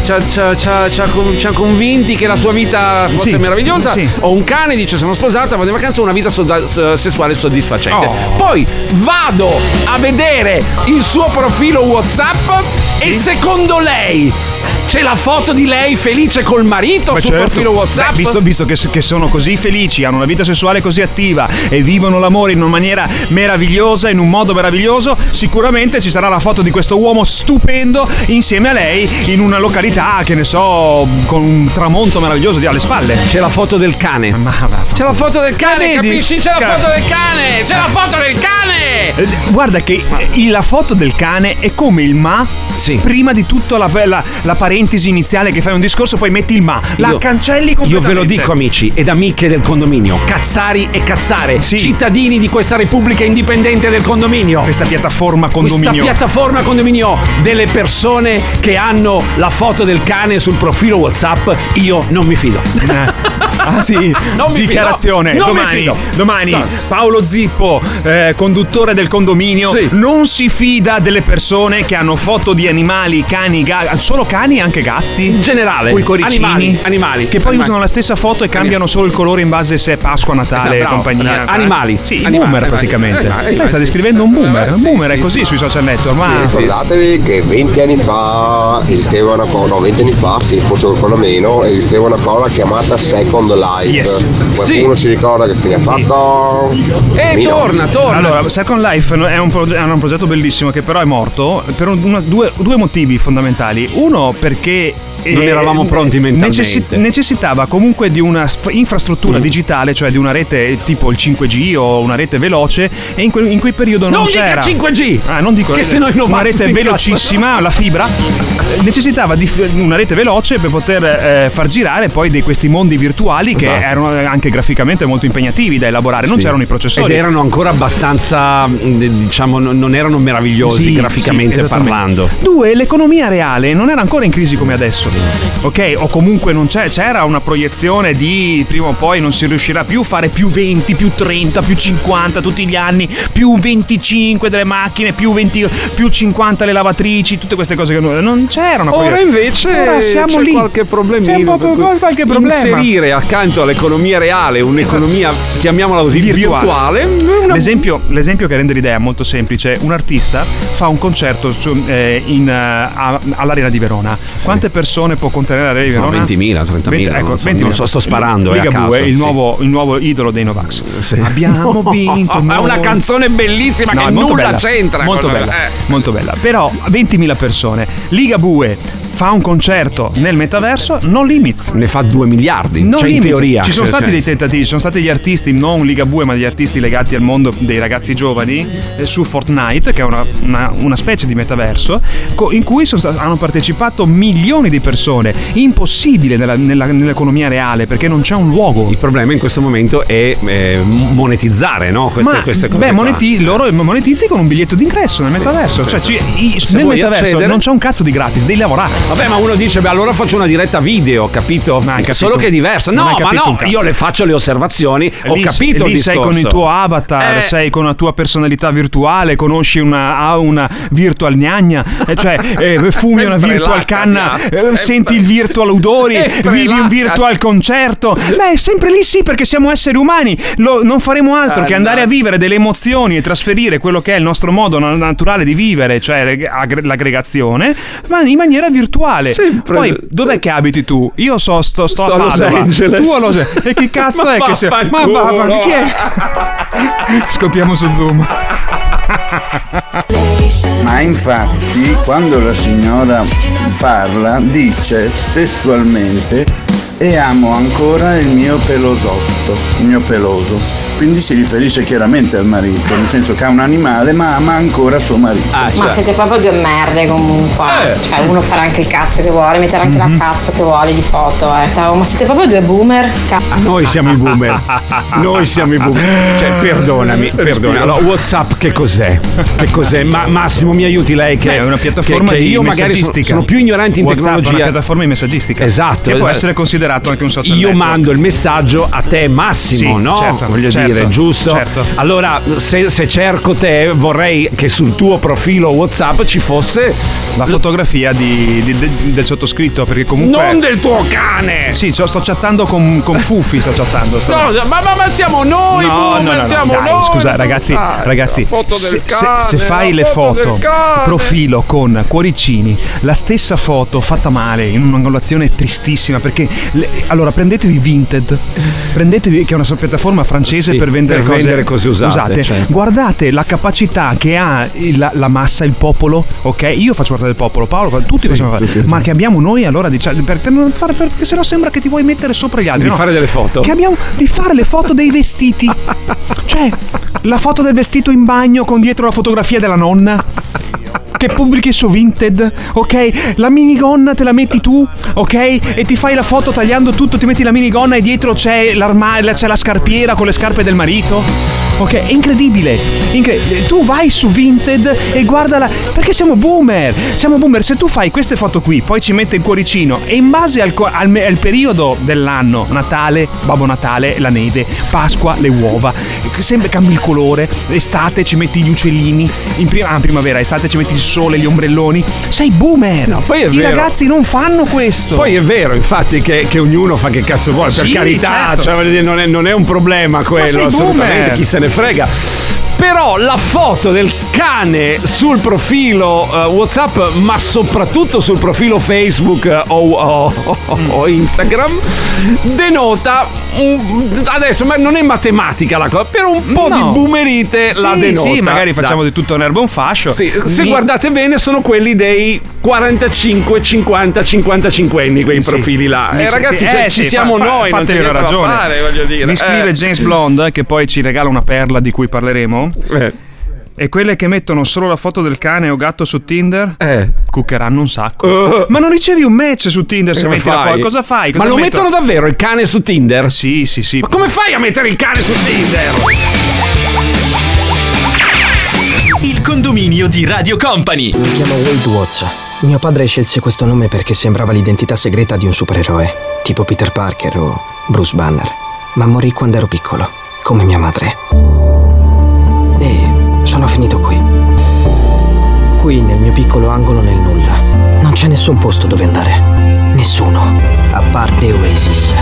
[SPEAKER 16] ci ha, ci ha, ci ha, ci ha, ci ha convinti che la sua vita fosse
[SPEAKER 17] Sì,
[SPEAKER 16] meravigliosa.
[SPEAKER 17] sì.
[SPEAKER 16] Ho un cane, dice sono sposata, vado in vacanza, ho una vita soda- sessuale soddisfacente.
[SPEAKER 17] Oh.
[SPEAKER 16] Poi vado a vedere il suo profilo WhatsApp e secondo lei c'è la foto di lei felice col marito
[SPEAKER 17] Beh,
[SPEAKER 16] sul
[SPEAKER 17] certo.
[SPEAKER 16] profilo WhatsApp?
[SPEAKER 17] Beh, visto, visto che, che sono così felici, hanno una vita sessuale così attiva e vivono l'amore in una maniera meravigliosa, in un modo meraviglioso, sicuramente ci sarà la foto di questo uomo stupendo insieme a lei in una località, che ne so, con un tramonto meraviglioso di alle spalle.
[SPEAKER 16] C'è la foto del cane.
[SPEAKER 17] Ma
[SPEAKER 16] C'è la foto del cane,
[SPEAKER 17] vedi?
[SPEAKER 16] capisci? C'è la
[SPEAKER 17] Ca-
[SPEAKER 16] foto del cane! C'è la foto del cane!
[SPEAKER 17] Eh, Guarda che eh, la foto del cane è come il ma prima di tutto la, la, la parentesi iniziale che fai un discorso, poi metti il ma, la
[SPEAKER 16] Io-
[SPEAKER 17] cancelli
[SPEAKER 16] Io
[SPEAKER 17] completamente.
[SPEAKER 16] ve lo dico, amici ed amiche del condominio, cazzari e cazzare, cittadini di questa Repubblica Indipendente del condominio,
[SPEAKER 17] questa piattaforma condominio,
[SPEAKER 16] questa piattaforma condominio delle persone che hanno la foto del cane sul profilo WhatsApp, io non mi fido.
[SPEAKER 17] Ah sì,
[SPEAKER 16] Non mi
[SPEAKER 17] dichiarazione
[SPEAKER 16] fido. Non mi
[SPEAKER 17] domani,
[SPEAKER 16] fido.
[SPEAKER 17] domani
[SPEAKER 16] No.
[SPEAKER 17] Paolo Zippo, eh, conduttore del condominio, non si fida delle persone che hanno foto di animali, cani, gatti, solo cani e anche gatti
[SPEAKER 16] In generale,
[SPEAKER 17] coi coricini,
[SPEAKER 16] animali, animali,
[SPEAKER 17] che poi
[SPEAKER 16] animali.
[SPEAKER 17] usano la stessa foto e cambiano solo il colore in base se è Pasqua, Natale e
[SPEAKER 16] Esatto, bravo.
[SPEAKER 17] compagnia.
[SPEAKER 16] Animali.
[SPEAKER 17] Sì, i
[SPEAKER 16] Animali,
[SPEAKER 17] boomer
[SPEAKER 16] animali.
[SPEAKER 17] praticamente.
[SPEAKER 16] Animali,
[SPEAKER 17] Lei sta
[SPEAKER 16] sì.
[SPEAKER 17] descrivendo un boomer, un
[SPEAKER 16] Sì,
[SPEAKER 17] boomer è
[SPEAKER 16] sì,
[SPEAKER 17] così
[SPEAKER 16] sì.
[SPEAKER 17] sui social network, ma
[SPEAKER 1] Ricordatevi che venti anni fa esisteva una cosa, no venti anni fa, sì, forse qualcosa meno, esisteva una cosa chiamata Second Life.
[SPEAKER 17] Yes.
[SPEAKER 1] Qualcuno si ricorda che fine ha fatto?
[SPEAKER 16] E
[SPEAKER 1] Mio.
[SPEAKER 16] torna, torna.
[SPEAKER 17] Allora, Second Life è un, proge- è un progetto bellissimo che però è morto per un- una- due, due motivi fondamentali. Uno perché
[SPEAKER 16] Non eravamo pronti mentalmente.
[SPEAKER 17] necessitava comunque di una sf- infrastruttura digitale, cioè di una rete tipo il cinque G o una rete veloce, e in, que- in quel periodo non,
[SPEAKER 16] Non dica
[SPEAKER 17] c'era
[SPEAKER 16] cinque G!
[SPEAKER 17] Ah, non dico
[SPEAKER 16] Che se no i
[SPEAKER 17] una
[SPEAKER 16] Novax
[SPEAKER 17] rete
[SPEAKER 16] si
[SPEAKER 17] velocissima, la fibra. Necessitava di f- una rete veloce per poter eh, far girare poi di questi mondi virtuali che
[SPEAKER 16] Esatto.
[SPEAKER 17] erano anche graficamente molto impegnativi da elaborare. Non
[SPEAKER 16] Sì.
[SPEAKER 17] c'erano i processori.
[SPEAKER 16] Ed erano ancora abbastanza, mh, diciamo, non non erano meravigliosi
[SPEAKER 17] Sì,
[SPEAKER 16] graficamente
[SPEAKER 17] sì, esattamente.
[SPEAKER 16] parlando.
[SPEAKER 17] Due, l'economia reale non era ancora in crisi come adesso. Ok, o comunque non c'è, c'era una proiezione di prima o poi non si riuscirà più a fare più venti, più trenta, più cinquanta tutti gli anni, più venticinque delle macchine, più venti, più cinquanta le lavatrici, tutte queste cose che non, non c'era una
[SPEAKER 16] Ora
[SPEAKER 17] proiezione.
[SPEAKER 16] invece
[SPEAKER 17] Ora siamo
[SPEAKER 16] c'è
[SPEAKER 17] lì.
[SPEAKER 16] qualche problemino.
[SPEAKER 17] C'è proprio
[SPEAKER 16] per cui
[SPEAKER 17] qualche problema.
[SPEAKER 16] Inserire accanto all'economia reale un'economia, chiamiamola così, virtuale. una-
[SPEAKER 17] L'esempio, l'esempio che rende l'idea molto semplice: un artista fa un concerto su- eh, in, eh, a- all'Arena di Verona. Quante persone può contenere l'Arena di
[SPEAKER 16] No,
[SPEAKER 17] Verona?
[SPEAKER 16] ventimila, trentamila,
[SPEAKER 17] venti, ecco,
[SPEAKER 16] non so,
[SPEAKER 17] ventimila.
[SPEAKER 16] non so, sto sparando, eh, a
[SPEAKER 17] Ligabue,
[SPEAKER 16] caso,
[SPEAKER 17] il,
[SPEAKER 16] sì.
[SPEAKER 17] nuovo, il nuovo idolo dei Novax.
[SPEAKER 16] Sì.
[SPEAKER 17] Abbiamo vinto.
[SPEAKER 16] È una
[SPEAKER 17] noi.
[SPEAKER 16] canzone bellissima
[SPEAKER 17] No,
[SPEAKER 16] che
[SPEAKER 17] è molto
[SPEAKER 16] nulla
[SPEAKER 17] bella,
[SPEAKER 16] c'entra
[SPEAKER 17] molto
[SPEAKER 16] con-
[SPEAKER 17] bella,
[SPEAKER 16] eh.
[SPEAKER 17] molto bella. Però ventimila persone. Ligabue fa un concerto nel metaverso, no limits.
[SPEAKER 16] Ne fa due miliardi,
[SPEAKER 17] No
[SPEAKER 16] cioè in
[SPEAKER 17] limits.
[SPEAKER 16] teoria.
[SPEAKER 17] Ci sono
[SPEAKER 16] Cioè,
[SPEAKER 17] stati
[SPEAKER 16] cioè.
[SPEAKER 17] dei tentativi, ci sono stati gli artisti, non Ligabue, ma degli artisti legati al mondo dei ragazzi giovani eh, su Fortnite, che è una, una, una specie di metaverso, co- in cui sono sta- hanno partecipato milioni di persone. Impossibile nella, nella- nell'economia reale, perché non c'è un luogo.
[SPEAKER 16] Il problema in questo momento è eh, monetizzare, no? Queste,
[SPEAKER 17] Ma
[SPEAKER 16] queste cose.
[SPEAKER 17] beh,
[SPEAKER 16] qua.
[SPEAKER 17] moneti- loro monetizzi con un biglietto d'ingresso nel metaverso.
[SPEAKER 16] sì,
[SPEAKER 17] Cioè,
[SPEAKER 16] sì.
[SPEAKER 17] ci- i-
[SPEAKER 16] Se
[SPEAKER 17] nel
[SPEAKER 16] vuoi
[SPEAKER 17] metaverso
[SPEAKER 16] accedere-
[SPEAKER 17] non c'è un cazzo di gratis, devi lavorare.
[SPEAKER 16] Vabbè, ma uno dice, beh, allora faccio una diretta video, capito?
[SPEAKER 17] capito.
[SPEAKER 16] Solo che è diversa.
[SPEAKER 17] Non
[SPEAKER 16] No,
[SPEAKER 17] hai
[SPEAKER 16] ma
[SPEAKER 17] capito un
[SPEAKER 16] no,
[SPEAKER 17] cazzo.
[SPEAKER 16] io le faccio le osservazioni, ho
[SPEAKER 17] Lì-
[SPEAKER 16] capito
[SPEAKER 17] lì
[SPEAKER 16] il
[SPEAKER 17] sei
[SPEAKER 16] discorso.
[SPEAKER 17] con il tuo avatar,
[SPEAKER 16] Eh.
[SPEAKER 17] sei con la tua personalità virtuale, conosci una, ah, una virtual gnagna, eh, cioè eh, fumi una
[SPEAKER 16] Sempre
[SPEAKER 17] virtual
[SPEAKER 16] là,
[SPEAKER 17] canna,
[SPEAKER 16] Capià.
[SPEAKER 17] eh,
[SPEAKER 16] Sempre-
[SPEAKER 17] senti il virtual odori,
[SPEAKER 16] Sempre
[SPEAKER 17] vivi
[SPEAKER 16] là,
[SPEAKER 17] un virtual concerto. Beh, è sempre lì sì, perché siamo esseri umani. Lo- non faremo altro
[SPEAKER 16] Eh,
[SPEAKER 17] che andare
[SPEAKER 16] no.
[SPEAKER 17] a vivere delle emozioni e trasferire quello che è il nostro modo na- naturale di vivere, cioè reg- aggre- l'aggregazione, ma in maniera virtuale.
[SPEAKER 16] Sempre-
[SPEAKER 17] Poi dov'è che abiti tu? Io so, sto, sto,
[SPEAKER 16] Sto
[SPEAKER 17] a
[SPEAKER 16] a Los
[SPEAKER 17] Padova.
[SPEAKER 16] Angeles.
[SPEAKER 17] Tu a Los Angeles. E chi cazzo
[SPEAKER 16] Ma
[SPEAKER 17] è che sei? Ma
[SPEAKER 16] vaffanculo.
[SPEAKER 17] vaffanculo, chi è? Scopriamo su Zoom.
[SPEAKER 26] Ma infatti quando la signora parla dice testualmente e amo ancora il mio pelosotto, il mio peloso. Quindi si riferisce chiaramente al marito, nel senso che ha un animale ma ama ancora suo marito.
[SPEAKER 22] Ma siete proprio due merde comunque.
[SPEAKER 16] Eh.
[SPEAKER 22] Cioè, uno farà anche il cazzo che vuole, metterà anche la cazzo che vuole di foto, eh. Stavo- Ma siete proprio due boomer. Ca-
[SPEAKER 16] Noi siamo i boomer. Noi siamo i boomer. Cioè, perdonami, perdonami. Allora, WhatsApp che cos'è? Che cos'è? Ma Massimo, mi aiuti lei che
[SPEAKER 17] Beh, è una piattaforma
[SPEAKER 16] che, che
[SPEAKER 17] di
[SPEAKER 16] io magari sono,
[SPEAKER 17] messaggistica.
[SPEAKER 16] sono più ignorante in
[SPEAKER 17] WhatsApp è
[SPEAKER 16] tecnologia.
[SPEAKER 17] una piattaforma di messaggistica.
[SPEAKER 16] Esatto.
[SPEAKER 17] Che può
[SPEAKER 16] Eh,
[SPEAKER 17] essere considerato anche un social
[SPEAKER 16] Io
[SPEAKER 17] network.
[SPEAKER 16] mando il messaggio a te Massimo,
[SPEAKER 17] Sì,
[SPEAKER 16] no?
[SPEAKER 17] certo,
[SPEAKER 16] Voglio
[SPEAKER 17] certo.
[SPEAKER 16] dire, giusto?
[SPEAKER 17] certo.
[SPEAKER 16] Allora, se, se cerco te, vorrei che sul tuo profilo WhatsApp ci fosse
[SPEAKER 17] la fotografia di, di- di- del sottoscritto, perché comunque
[SPEAKER 16] non del tuo cane.
[SPEAKER 17] Sì, sto, sto chattando con, con Fufi, sto chattando. Sto...
[SPEAKER 16] No, ma, ma, ma siamo noi,
[SPEAKER 17] No,
[SPEAKER 16] boomer,
[SPEAKER 17] no, no, no,
[SPEAKER 16] siamo
[SPEAKER 17] dai,
[SPEAKER 16] noi.
[SPEAKER 17] scusa, ragazzi,
[SPEAKER 16] Dai,
[SPEAKER 17] ragazzi,
[SPEAKER 16] la foto
[SPEAKER 17] se,
[SPEAKER 16] del
[SPEAKER 17] se-
[SPEAKER 16] cane,
[SPEAKER 17] se fai
[SPEAKER 16] la
[SPEAKER 17] le
[SPEAKER 16] foto
[SPEAKER 17] foto
[SPEAKER 16] del cane.
[SPEAKER 17] profilo con cuoricini, la stessa foto fatta male in un'angolazione tristissima, perché le- allora prendetevi Vinted, prendetevi, che è una piattaforma francese
[SPEAKER 16] Sì,
[SPEAKER 17] per vendere
[SPEAKER 16] per
[SPEAKER 17] cose,
[SPEAKER 16] vendere cose usate, certo.
[SPEAKER 17] Guardate la capacità che ha il- la, la massa, il popolo, ok? Io faccio parte del popolo, Paolo, tutti facciamo parte, ma che abbiamo noi allora diciamo, per, per non fare, perché sennò sembra che ti vuoi mettere sopra gli altri,
[SPEAKER 16] Di
[SPEAKER 17] no?
[SPEAKER 16] fare delle foto?
[SPEAKER 17] Che abbiamo di fare le foto dei vestiti. Cioè, la foto del vestito in bagno con dietro la fotografia della nonna che pubblichi su Vinted, ok? La minigonna te la metti tu, ok? E ti fai la foto tagliando tutto, ti metti la minigonna e dietro c'è l'armadio, c'è la scarpiera con le scarpe del marito. Ok, è incredibile. Incre- tu vai su Vinted e guardala, perché siamo boomer. Siamo boomer. Se tu fai queste foto qui, poi ci metti il cuoricino e in base al, co- al, me- al periodo dell'anno, Natale, Babbo Natale, la neve, Pasqua, le uova, sempre cambi il colore, estate ci metti gli uccellini, in prima- ah, primavera, estate ci metti il sole, gli ombrelloni. Sei boomer.
[SPEAKER 16] No, poi è
[SPEAKER 17] I
[SPEAKER 16] vero.
[SPEAKER 17] ragazzi non fanno questo.
[SPEAKER 16] Poi è vero, infatti, che, che ognuno fa che cazzo vuole, per
[SPEAKER 17] Sì,
[SPEAKER 16] carità,
[SPEAKER 17] certo.
[SPEAKER 16] cioè, voglio dire, non, è, non è un problema quello,
[SPEAKER 17] sei
[SPEAKER 16] assolutamente,
[SPEAKER 17] boomer.
[SPEAKER 16] chi se ne frega. Però la foto del cane sul profilo uh, WhatsApp, ma soprattutto sul profilo Facebook uh, o, o- o- o Instagram, denota un- adesso, ma non è matematica la cosa, però un po'
[SPEAKER 17] No.
[SPEAKER 16] di boomerite la
[SPEAKER 17] Sì,
[SPEAKER 16] denota.
[SPEAKER 17] sì, magari facciamo
[SPEAKER 16] Dai.
[SPEAKER 17] di tutto un erba un fascio.
[SPEAKER 16] Sì, se
[SPEAKER 17] Mi-
[SPEAKER 16] guardate bene sono quelli dei quarantacinque, cinquanta, cinquantacinque anni, quei
[SPEAKER 17] Sì.
[SPEAKER 16] profili là.
[SPEAKER 17] Mi
[SPEAKER 16] E
[SPEAKER 17] sì,
[SPEAKER 16] ragazzi,
[SPEAKER 17] sì,
[SPEAKER 16] cioè,
[SPEAKER 17] eh,
[SPEAKER 16] ci
[SPEAKER 17] sì,
[SPEAKER 16] siamo
[SPEAKER 17] fa- fa-
[SPEAKER 16] noi, non c'è
[SPEAKER 17] fatemi
[SPEAKER 16] niente da
[SPEAKER 17] ragione.
[SPEAKER 16] fare, voglio dire.
[SPEAKER 17] Mi scrive
[SPEAKER 16] Eh.
[SPEAKER 17] James Blonde, che poi ci regala una perla di cui parleremo.
[SPEAKER 16] Eh.
[SPEAKER 17] E quelle che mettono solo la foto del cane o gatto su Tinder
[SPEAKER 16] Eh.
[SPEAKER 17] cuccheranno un sacco.
[SPEAKER 16] Uh.
[SPEAKER 17] Ma non ricevi un match su Tinder se
[SPEAKER 16] Come
[SPEAKER 17] metti la
[SPEAKER 16] fai?
[SPEAKER 17] foto? Cosa fai? Cosa
[SPEAKER 16] Ma lo
[SPEAKER 17] mettono?
[SPEAKER 16] mettono davvero il cane su Tinder?
[SPEAKER 17] Sì, sì, sì.
[SPEAKER 16] Ma come fai a mettere il cane su Tinder?
[SPEAKER 23] Il condominio di Radio Company.
[SPEAKER 5] Mi chiamo Wade Watts. Mio padre scelse questo nome perché sembrava l'identità segreta di un supereroe, tipo Peter Parker o Bruce Banner. Ma morì quando ero piccolo, come mia madre. E sono finito qui. Qui, nel mio piccolo angolo nel nulla. Non c'è nessun posto dove andare. Nessuno, a parte Oasis.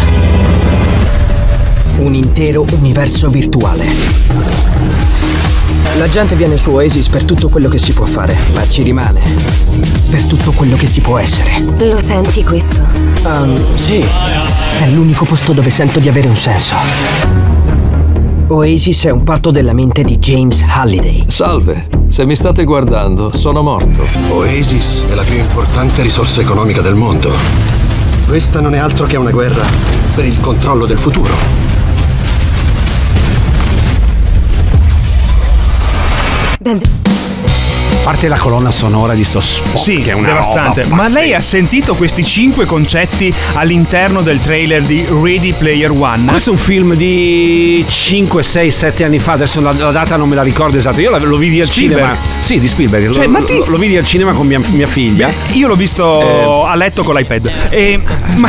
[SPEAKER 5] Un intero universo virtuale. La gente viene su Oasis per tutto quello che si può fare, ma ci rimane per tutto quello che si può essere.
[SPEAKER 6] Lo senti questo?
[SPEAKER 5] Um, sì, è l'unico posto dove sento di avere un senso. Oasis è un parto della mente di James Halliday.
[SPEAKER 7] Salve, se mi state guardando, sono morto.
[SPEAKER 8] Oasis è la più importante risorsa economica del mondo. Questa non è altro che una guerra per il controllo del futuro.
[SPEAKER 16] A parte la colonna sonora di sto spot,
[SPEAKER 17] Sì,
[SPEAKER 16] che è una
[SPEAKER 17] devastante.
[SPEAKER 16] roba
[SPEAKER 17] Ma lei
[SPEAKER 16] pazzesca.
[SPEAKER 17] ha sentito questi cinque concetti all'interno del trailer di Ready Player One?
[SPEAKER 16] Questo è un film di cinque, sei, sette anni fa, adesso la, la data non me la ricordo esatto. Io la- lo vidi al
[SPEAKER 17] Spielberg.
[SPEAKER 16] cinema. Sì, di Spielberg.
[SPEAKER 17] Cioè,
[SPEAKER 16] lo,
[SPEAKER 17] ma ti-
[SPEAKER 16] lo, lo vidi al cinema con mia, mia figlia.
[SPEAKER 17] Io l'ho visto
[SPEAKER 16] Eh.
[SPEAKER 17] a letto con l'iPad. E... ma...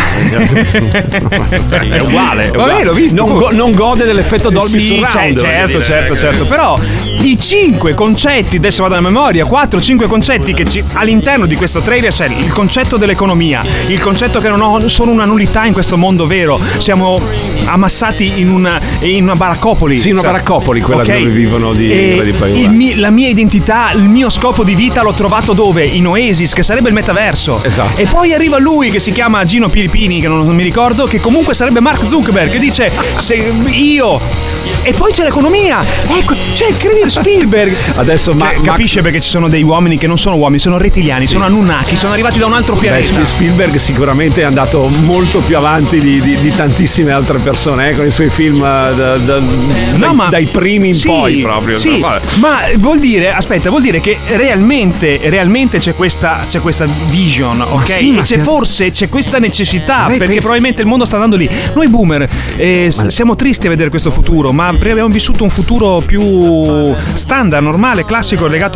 [SPEAKER 16] È uguale. è
[SPEAKER 17] Vabbè,
[SPEAKER 16] uguale.
[SPEAKER 17] l'ho visto.
[SPEAKER 16] Non, go- non gode dell'effetto Dolby
[SPEAKER 17] Sì,
[SPEAKER 16] Surround.
[SPEAKER 17] cioè,
[SPEAKER 16] voglio
[SPEAKER 17] certo,
[SPEAKER 16] dire.
[SPEAKER 17] certo, certo. Però i cinque concetti, adesso vado alla memoria, quattro cinque concetti che ci, all'interno di questo trailer c'è il concetto dell'economia, il concetto che non ho, sono una nullità in questo mondo vero. Siamo ammassati in una, in una baraccopoli.
[SPEAKER 16] Sì, una baraccopoli, quella
[SPEAKER 17] Ok?
[SPEAKER 16] dove vivono di
[SPEAKER 17] E
[SPEAKER 16] Ready Player
[SPEAKER 17] il
[SPEAKER 16] One.
[SPEAKER 17] mi- la mia identità, il mio scopo di vita l'ho trovato dove? In Oasis, che sarebbe il metaverso.
[SPEAKER 16] Esatto.
[SPEAKER 17] E poi arriva lui che si chiama Gino Piripini, che non, non mi ricordo, che comunque sarebbe Mark Zuckerberg, che dice se io. E poi c'è l'economia. Ecco, cioè, incredibile, Spielberg.
[SPEAKER 16] Adesso ma,
[SPEAKER 17] Cioè,
[SPEAKER 16] Max-
[SPEAKER 17] capisce perché ci sono dei uomini che non sono uomini, sono rettiliani, sono Anunnaki, sono arrivati da un altro
[SPEAKER 16] Beh,
[SPEAKER 17] pianeta.
[SPEAKER 16] Spielberg sicuramente è andato molto più avanti di, di- di tantissime altre persone eh, con i suoi film eh, da- da- dai,
[SPEAKER 17] ma-
[SPEAKER 16] dai primi in
[SPEAKER 17] sì,
[SPEAKER 16] poi proprio.
[SPEAKER 17] sì,
[SPEAKER 16] Vabbè.
[SPEAKER 17] ma vuol dire, aspetta, vuol dire che realmente, realmente c'è questa, c'è questa vision, ok?
[SPEAKER 16] sì, ma
[SPEAKER 17] e c'è
[SPEAKER 16] se-
[SPEAKER 17] forse c'è questa necessità,
[SPEAKER 16] Ma lei
[SPEAKER 17] perché
[SPEAKER 16] pensa-
[SPEAKER 17] probabilmente il mondo sta andando lì. Noi boomer eh, s- siamo tristi a vedere questo futuro, ma abbiamo vissuto un futuro più standard, normale, classico, legato agli anni ottanta,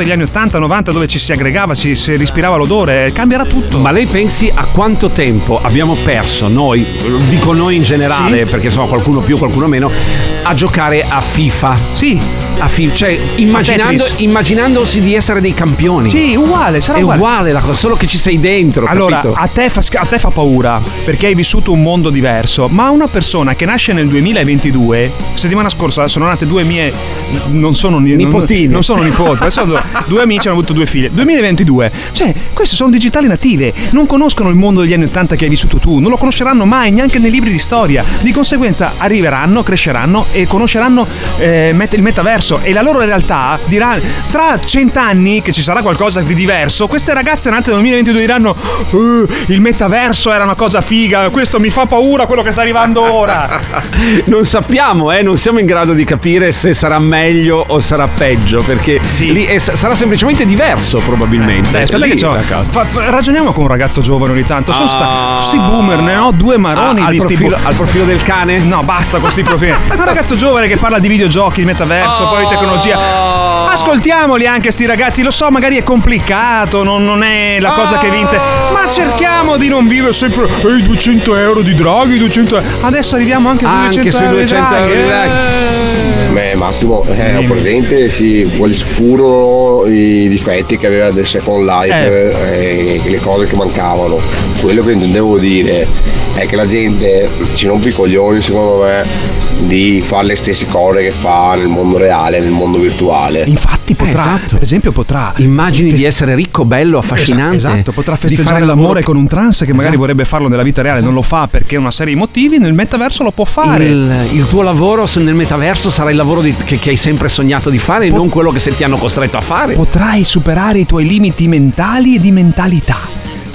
[SPEAKER 17] ottanta novanta dove ci si aggregava, si, si respirava l'odore, cambierà tutto.
[SPEAKER 16] Ma lei pensi a quanto tempo abbiamo perso noi, dico noi in generale, sì, perché insomma qualcuno più, qualcuno meno, a giocare a FIFA?
[SPEAKER 17] Sì.
[SPEAKER 16] A FIFA, cioè immaginando, immaginandosi di essere dei campioni.
[SPEAKER 17] Sì, uguale, sarà
[SPEAKER 16] è
[SPEAKER 17] uguale.
[SPEAKER 16] uguale la cosa, solo che ci sei dentro.
[SPEAKER 17] Allora,
[SPEAKER 16] capito?
[SPEAKER 17] a te, fa, a te fa paura perché hai vissuto un mondo diverso, ma una persona che nasce nel duemilaventidue, settimana scorsa sono nate due mie, non sono
[SPEAKER 16] nipotini,
[SPEAKER 17] non, non sono nipoti, sono due amici, hanno avuto due figlie. duemilaventidue, cioè queste sono digitali native, non conoscono il mondo degli anni ottanta che hai vissuto tu, non lo conosceranno mai neanche nei libri di storia. Di conseguenza arriveranno, cresceranno e conosceranno eh, il metaverso, e la loro realtà diranno tra cent'anni che ci sarà qualcosa di diverso. Queste ragazze nate nel duemilaventidue diranno uh, il metaverso era una cosa figa, questo mi fa paura, quello che sta arrivando ora.
[SPEAKER 16] Non sappiamo, eh, non siamo in grado di capire se sarà meglio o sarà peggio, perché sì, lì è, sarà semplicemente diverso probabilmente.
[SPEAKER 17] Beh, aspetta
[SPEAKER 16] lì,
[SPEAKER 17] che c'ho, fa, fa, ragioniamo con un ragazzo giovane ogni tanto. Sono
[SPEAKER 16] ah,
[SPEAKER 17] sti boomer, ne ho due maroni
[SPEAKER 16] ah,
[SPEAKER 17] di
[SPEAKER 16] al,
[SPEAKER 17] sti
[SPEAKER 16] profilo,
[SPEAKER 17] bu-
[SPEAKER 16] al profilo del cane?
[SPEAKER 17] No, basta con sti profili. Un ragazzo giovane che parla di videogiochi, di metaverso, oh, poi di tecnologia. Ascoltiamoli anche sti ragazzi, lo so, magari è complicato, non, non è la cosa che vinte, ma cerchiamo di non vivere sempre i duecento euro di Draghi, duecento euro. Adesso arriviamo anche a duecento euro di Draghi.
[SPEAKER 1] Beh, Massimo, eh, ho presente sì, quel sfuro, i difetti che aveva del Second Life, eh. eh, le cose che mancavano. Quello che intendevo dire è che la gente ci rompe i coglioni, secondo me, di fare le stesse cose che fa nel mondo reale, nel mondo virtuale.
[SPEAKER 17] Infatti potrà,
[SPEAKER 16] eh, esatto.
[SPEAKER 17] per esempio potrà
[SPEAKER 16] immagini fest- di essere ricco, bello, affascinante.
[SPEAKER 17] Esatto, esatto. Potrà festeggiare
[SPEAKER 16] fare
[SPEAKER 17] l'amore
[SPEAKER 16] lavoro...
[SPEAKER 17] con un trans che magari
[SPEAKER 16] esatto.
[SPEAKER 17] vorrebbe farlo nella vita reale, esatto. non lo fa perché una serie di motivi, nel metaverso lo può fare.
[SPEAKER 16] Il, il tuo lavoro nel metaverso sarà il lavoro di, che, che hai sempre sognato di fare, Pot- e non quello che se ti hanno costretto a fare.
[SPEAKER 17] Potrai superare i tuoi limiti mentali e di mentalità.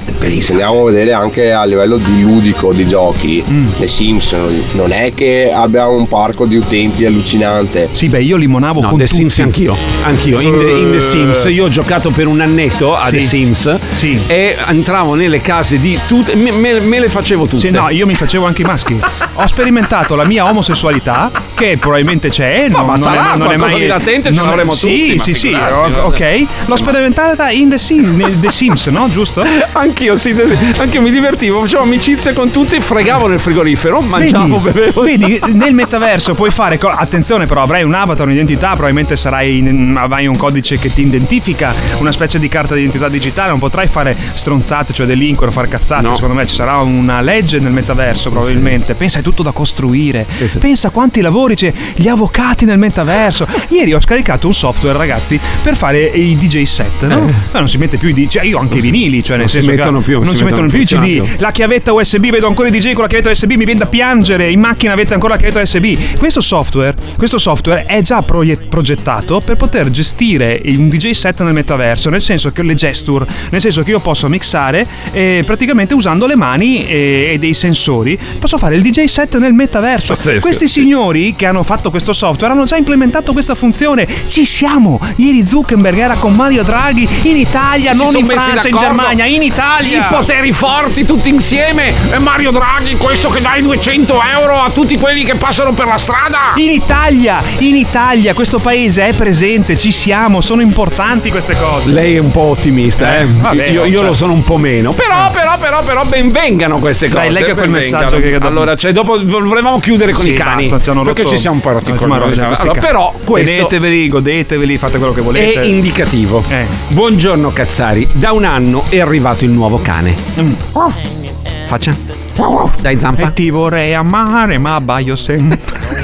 [SPEAKER 1] Se andiamo a vedere anche a livello di ludico di giochi, mm. The Sims non è che abbia un parco di utenti allucinante.
[SPEAKER 17] Sì, beh, io limonavo
[SPEAKER 16] no,
[SPEAKER 17] con
[SPEAKER 16] The
[SPEAKER 17] tutti.
[SPEAKER 16] Sims anch'io, anch'io. In, the, in The Sims io ho giocato per un annetto a sì. The Sims
[SPEAKER 17] sì.
[SPEAKER 16] e entravo nelle case di tutte, me, me, me le facevo tutte.
[SPEAKER 17] Sì, no, io mi facevo anche i maschi. Ho sperimentato la mia omosessualità, che probabilmente c'è,
[SPEAKER 16] no,
[SPEAKER 17] non,
[SPEAKER 16] ma
[SPEAKER 17] non
[SPEAKER 16] sarà
[SPEAKER 17] è, non è mai
[SPEAKER 16] di latente,
[SPEAKER 17] non,
[SPEAKER 16] ce l'avremo
[SPEAKER 17] sì,
[SPEAKER 16] tutti.
[SPEAKER 17] Sì, sì, sì,
[SPEAKER 16] no?
[SPEAKER 17] ok. L'ho sperimentata in The Sims, The Sims, no? Giusto?
[SPEAKER 16] Anch'io, sì, anche io mi divertivo, facevo amicizia con tutti, fregavo nel frigorifero, mangiavo,
[SPEAKER 17] vedi,
[SPEAKER 16] bevevo.
[SPEAKER 17] Vedi, nel metaverso puoi fare, attenzione però, avrai un avatar, un'identità, probabilmente sarai, avrai un codice che ti identifica, una specie di carta d'identità digitale, non potrai fare stronzate, cioè delinquere o fare cazzate, no. Secondo me ci sarà una legge nel metaverso probabilmente, sì. Pensa, è tutto da costruire, sì, sì. Pensa quanti lavori c'è, gli avvocati nel metaverso. Ieri ho scaricato un software, ragazzi, per fare i D J set, no? Eh. Ma non si mette più i D J, cioè io ho anche i vinili, cioè nel
[SPEAKER 16] non
[SPEAKER 17] senso
[SPEAKER 16] si mettono
[SPEAKER 17] che
[SPEAKER 16] più,
[SPEAKER 17] non si,
[SPEAKER 16] si
[SPEAKER 17] mettono più i C D, la chiavetta U S B, vedo ancora i D J con la chiavetta U S B, mi viene da piangere, in macchina avete ancora la chiavetta U S B. Questo software, questo software è già proiet- progettato per poter gestire un D J set nel metaverso, nel senso che le gesture, nel senso che io posso mixare eh, praticamente usando le mani e, e dei sensori, posso fare il D J set nel metaverso. Pazzesco. Questi signori che hanno fatto questo software hanno già implementato questa funzione. Ci siamo. Ieri Zuckerberg era con Mario Draghi in Italia, non in Francia, in Germania, in Italia.
[SPEAKER 16] I poteri forti tutti insieme, e Mario Draghi, questo che dà i duecento euro a tutti quelli che passano per la strada.
[SPEAKER 17] In Italia, in Italia, questo paese è presente, ci siamo, sono importanti queste cose.
[SPEAKER 16] Lei è un po' ottimista, eh? Vabbè, io io cioè... lo sono un po' meno. Però, però, però, però, ben vengano queste cose.
[SPEAKER 17] Dai, legga quel messaggio che
[SPEAKER 16] allora, cioè, dopo volevamo chiudere con
[SPEAKER 17] sì,
[SPEAKER 16] i cani,
[SPEAKER 17] basta,
[SPEAKER 16] perché
[SPEAKER 17] rotto...
[SPEAKER 16] ci siamo un po' rotti con noi. Allora, però questo
[SPEAKER 17] godeteveli, godeteveli, fate quello che volete.
[SPEAKER 16] È indicativo.
[SPEAKER 17] Eh.
[SPEAKER 16] Buongiorno Cazzari, da un anno è arrivato il nuovo cane. Mm. Oh. Faccia. Dai zampa.
[SPEAKER 17] E ti vorrei amare, ma abbaio sempre.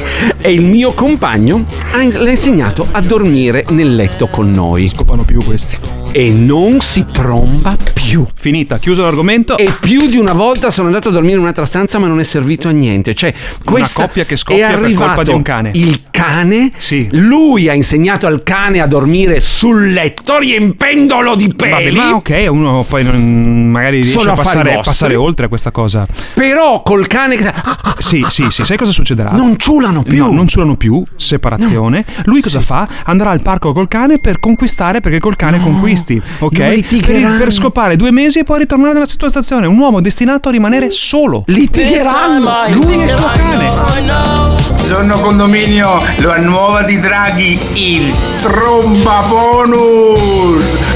[SPEAKER 16] E il mio compagno l'ha insegnato a dormire nel letto con noi.
[SPEAKER 17] Scopano più questi.
[SPEAKER 16] E non si tromba più.
[SPEAKER 17] Finita, chiuso l'argomento.
[SPEAKER 16] E più di una volta sono andato a dormire in un'altra stanza, ma non è servito a niente. Cioè, questa
[SPEAKER 17] una coppia che scoppia per colpa di un cane.
[SPEAKER 16] Il cane,
[SPEAKER 17] sì.
[SPEAKER 16] Lui ha insegnato al cane a dormire sul letto, riempendolo di peli.
[SPEAKER 17] Vabbè, ma ok, uno poi non, magari riesce
[SPEAKER 16] sono
[SPEAKER 17] a passare, passare oltre a questa cosa.
[SPEAKER 16] Però col cane che...
[SPEAKER 17] Sì, sì, sì, sai cosa succederà?
[SPEAKER 16] Non ciulano più.
[SPEAKER 17] No, non ciulano più, separazione. No. Lui cosa sì. fa? Andrà al parco col cane per conquistare, perché col cane no. conquisti, ok? Per, per scopare due mesi e poi ritornare nella sua stazione. Un uomo destinato a rimanere solo.
[SPEAKER 16] Litigheranno.
[SPEAKER 17] Lui e il suo cane.
[SPEAKER 6] Buongiorno condominio, la nuova di Draghi, il tromba bonus.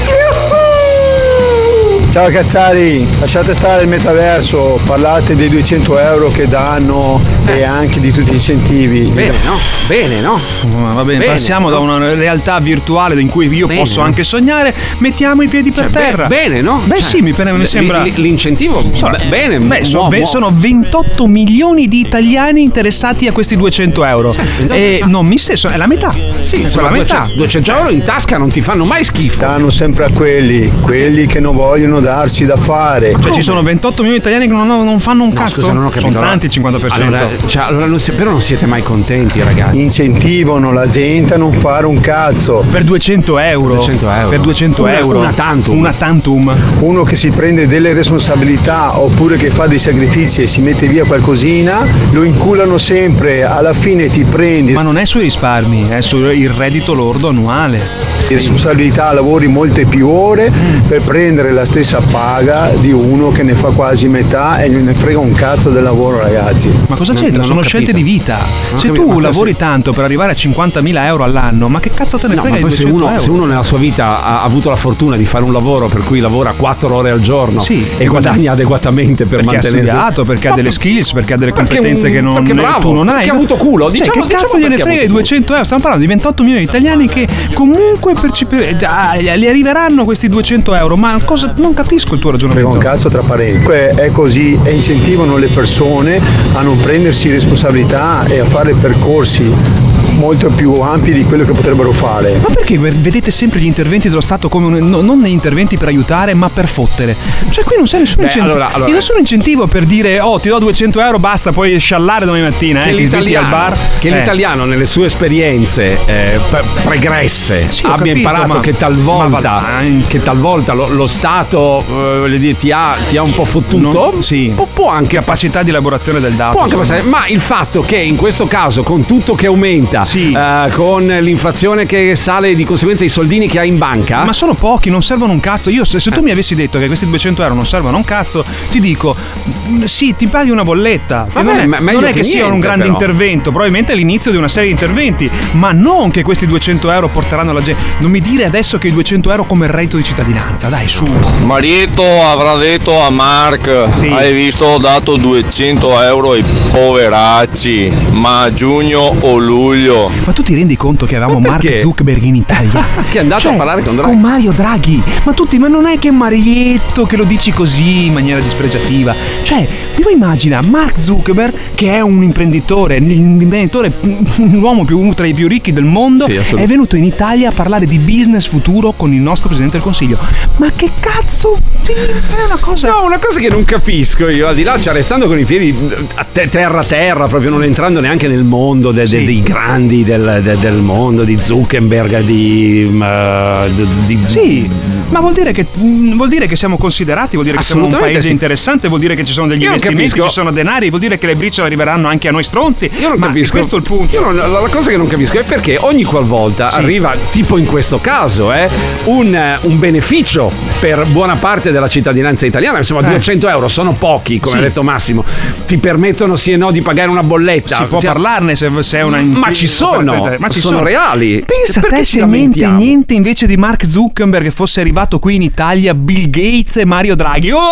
[SPEAKER 9] Ciao Cazzari, lasciate stare il metaverso, parlate dei duecento euro che danno eh. e anche di tutti gli incentivi.
[SPEAKER 16] Bene, no? Bene, no?
[SPEAKER 17] Va bene, bene passiamo no? da una realtà virtuale in cui io bene, posso no? anche sognare, mettiamo i piedi per cioè, terra.
[SPEAKER 16] Bene, no?
[SPEAKER 17] Beh cioè, sì, mi, mi sembra...
[SPEAKER 16] L- l'incentivo, so, b- bene.
[SPEAKER 17] Beh, so, be- sono ventotto milioni di italiani interessati a questi duecento euro. Sì, e non mi stesso, è la metà.
[SPEAKER 16] Sì, è la metà. duecento euro in tasca non ti fanno mai schifo.
[SPEAKER 9] Danno sempre a quelli, quelli che non vogliono darsi da fare.
[SPEAKER 17] Cioè Come? Ci sono ventotto milioni di italiani che non, non fanno un no, cazzo?
[SPEAKER 16] Scusa, non ho capito.
[SPEAKER 17] Sono tanti il cinquanta per cento.
[SPEAKER 16] Allora, cioè, allora non si, però non siete mai contenti, ragazzi.
[SPEAKER 9] Incentivano la gente a non fare un cazzo.
[SPEAKER 17] Per duecento euro.
[SPEAKER 16] duecento euro.
[SPEAKER 17] Per duecento
[SPEAKER 16] una,
[SPEAKER 17] euro.
[SPEAKER 16] Una tantum.
[SPEAKER 17] Una tantum.
[SPEAKER 9] Uno che si prende delle responsabilità oppure che fa dei sacrifici e si mette via qualcosina, lo inculano sempre, alla fine ti prendi.
[SPEAKER 17] Ma non è sui risparmi, è sul reddito lordo annuale.
[SPEAKER 9] Di responsabilità, lavori molte più ore per prendere la stessa paga di uno che ne fa quasi metà e non ne frega un cazzo del lavoro, ragazzi.
[SPEAKER 17] Ma cosa c'entra? Non Sono scelte di vita. Non se tu lavori se... tanto per arrivare a cinquantamila euro all'anno, ma che cazzo te ne
[SPEAKER 16] no,
[SPEAKER 17] frega?
[SPEAKER 16] Ma poi
[SPEAKER 17] di
[SPEAKER 16] se uno,
[SPEAKER 17] euro?
[SPEAKER 16] se uno nella sua vita ha avuto la fortuna di fare un lavoro per cui lavora quattro ore al giorno
[SPEAKER 17] sì,
[SPEAKER 16] e guadagna adeguatamente per
[SPEAKER 17] perché
[SPEAKER 16] mantenersi,
[SPEAKER 17] ha studiato, perché ha delle skills, perché ha delle
[SPEAKER 16] perché
[SPEAKER 17] competenze
[SPEAKER 16] un,
[SPEAKER 17] che non
[SPEAKER 16] bravo,
[SPEAKER 17] tu non hai,
[SPEAKER 16] perché ha avuto culo.
[SPEAKER 17] Cioè,
[SPEAKER 16] diciamo,
[SPEAKER 17] che cazzo
[SPEAKER 16] diciamo
[SPEAKER 17] gliene frega i duecento euro? Stiamo parlando di ventotto milioni di italiani che comunque percepire, ah, gli arriveranno questi duecento euro, ma cosa, non capisco il tuo ragionamento.
[SPEAKER 9] Un cazzo tra parenti. È così e incentivano le persone a non prendersi responsabilità e a fare percorsi molto più ampi di quello che potrebbero fare.
[SPEAKER 17] Ma perché vedete sempre gli interventi dello Stato come un, no, non interventi per aiutare ma per fottere? Cioè qui non c'è nessun, Beh, incentivo, allora, allora, nessun incentivo per dire oh ti do duecento euro basta puoi sciallare domani mattina eh, che, ti al bar.
[SPEAKER 16] Che eh. l'italiano nelle sue esperienze eh, pregresse sì, abbia
[SPEAKER 17] capito,
[SPEAKER 16] imparato
[SPEAKER 17] ma,
[SPEAKER 16] che talvolta che talvolta lo, lo Stato eh, dire, ti, ha, ti ha un po' fottuto
[SPEAKER 17] non, sì.
[SPEAKER 16] o può anche
[SPEAKER 17] capacità pass- di elaborazione del dato
[SPEAKER 16] può anche passare, ma il fatto che in questo caso con tutto che aumenta
[SPEAKER 17] sì.
[SPEAKER 16] uh, con l'inflazione che sale e di conseguenza i soldini che hai in banca,
[SPEAKER 17] ma sono pochi, non servono un cazzo. Io se, se tu mi avessi detto che questi duecento euro non servono un cazzo, ti dico sì, ti paghi una bolletta.
[SPEAKER 16] Vabbè,
[SPEAKER 17] non è,
[SPEAKER 16] ma
[SPEAKER 17] non è che, che sia
[SPEAKER 16] niente,
[SPEAKER 17] un grande
[SPEAKER 16] però.
[SPEAKER 17] intervento, probabilmente è l'inizio di una serie di interventi, ma non che questi duecento euro porteranno la gente. Non mi dire adesso che i duecento euro come il reddito di cittadinanza, dai su.
[SPEAKER 10] Marito avrà detto a Mark sì. Hai visto ho dato duecento euro ai poveracci, ma a giugno o luglio.
[SPEAKER 17] Ma tu ti rendi conto che avevamo Mark Zuckerberg in Italia
[SPEAKER 16] che è andato
[SPEAKER 17] cioè,
[SPEAKER 16] a parlare con Draghi,
[SPEAKER 17] con Mario Draghi, ma tutti, ma non è che Marietto che lo dici così in maniera dispregiativa, cioè mi immagina Mark Zuckerberg che è un imprenditore l'imprenditore l'uomo più, tra i più ricchi del mondo sì, è venuto in Italia a parlare di business futuro con il nostro Presidente del Consiglio. Ma che cazzo, sì, è una cosa
[SPEAKER 16] no una cosa che non capisco io, al di là, cioè restando con i piedi a te, terra terra, proprio non entrando neanche nel mondo de, de, sì. dei grandi del, de, del mondo di Zuckerberg, di, uh, di, di
[SPEAKER 17] sì, ma vuol dire che vuol dire che siamo considerati, vuol dire che siamo un paese sì. interessante, vuol dire che ci sono degli io investimenti, ci sono denari, vuol dire che le briciole arriveranno anche a noi stronzi.
[SPEAKER 16] Io non
[SPEAKER 17] ma
[SPEAKER 16] capisco.
[SPEAKER 17] Questo è il punto.
[SPEAKER 16] Io non, la, la cosa che non capisco è perché ogni qualvolta sì. arriva, tipo in questo caso, eh, un, un beneficio per buona parte della cittadinanza italiana. Insomma, eh. duecento euro sono pochi, come sì. ha detto Massimo. Ti permettono sì e no di pagare una bolletta.
[SPEAKER 17] Si può cioè, parlarne se, se è una.
[SPEAKER 16] Ma ci sono, ma ci sono, sono reali.
[SPEAKER 17] Pensa a te se niente, niente invece di Mark Zuckerberg che fosse arrivato qui in Italia, Bill Gates e Mario Draghi. Oh!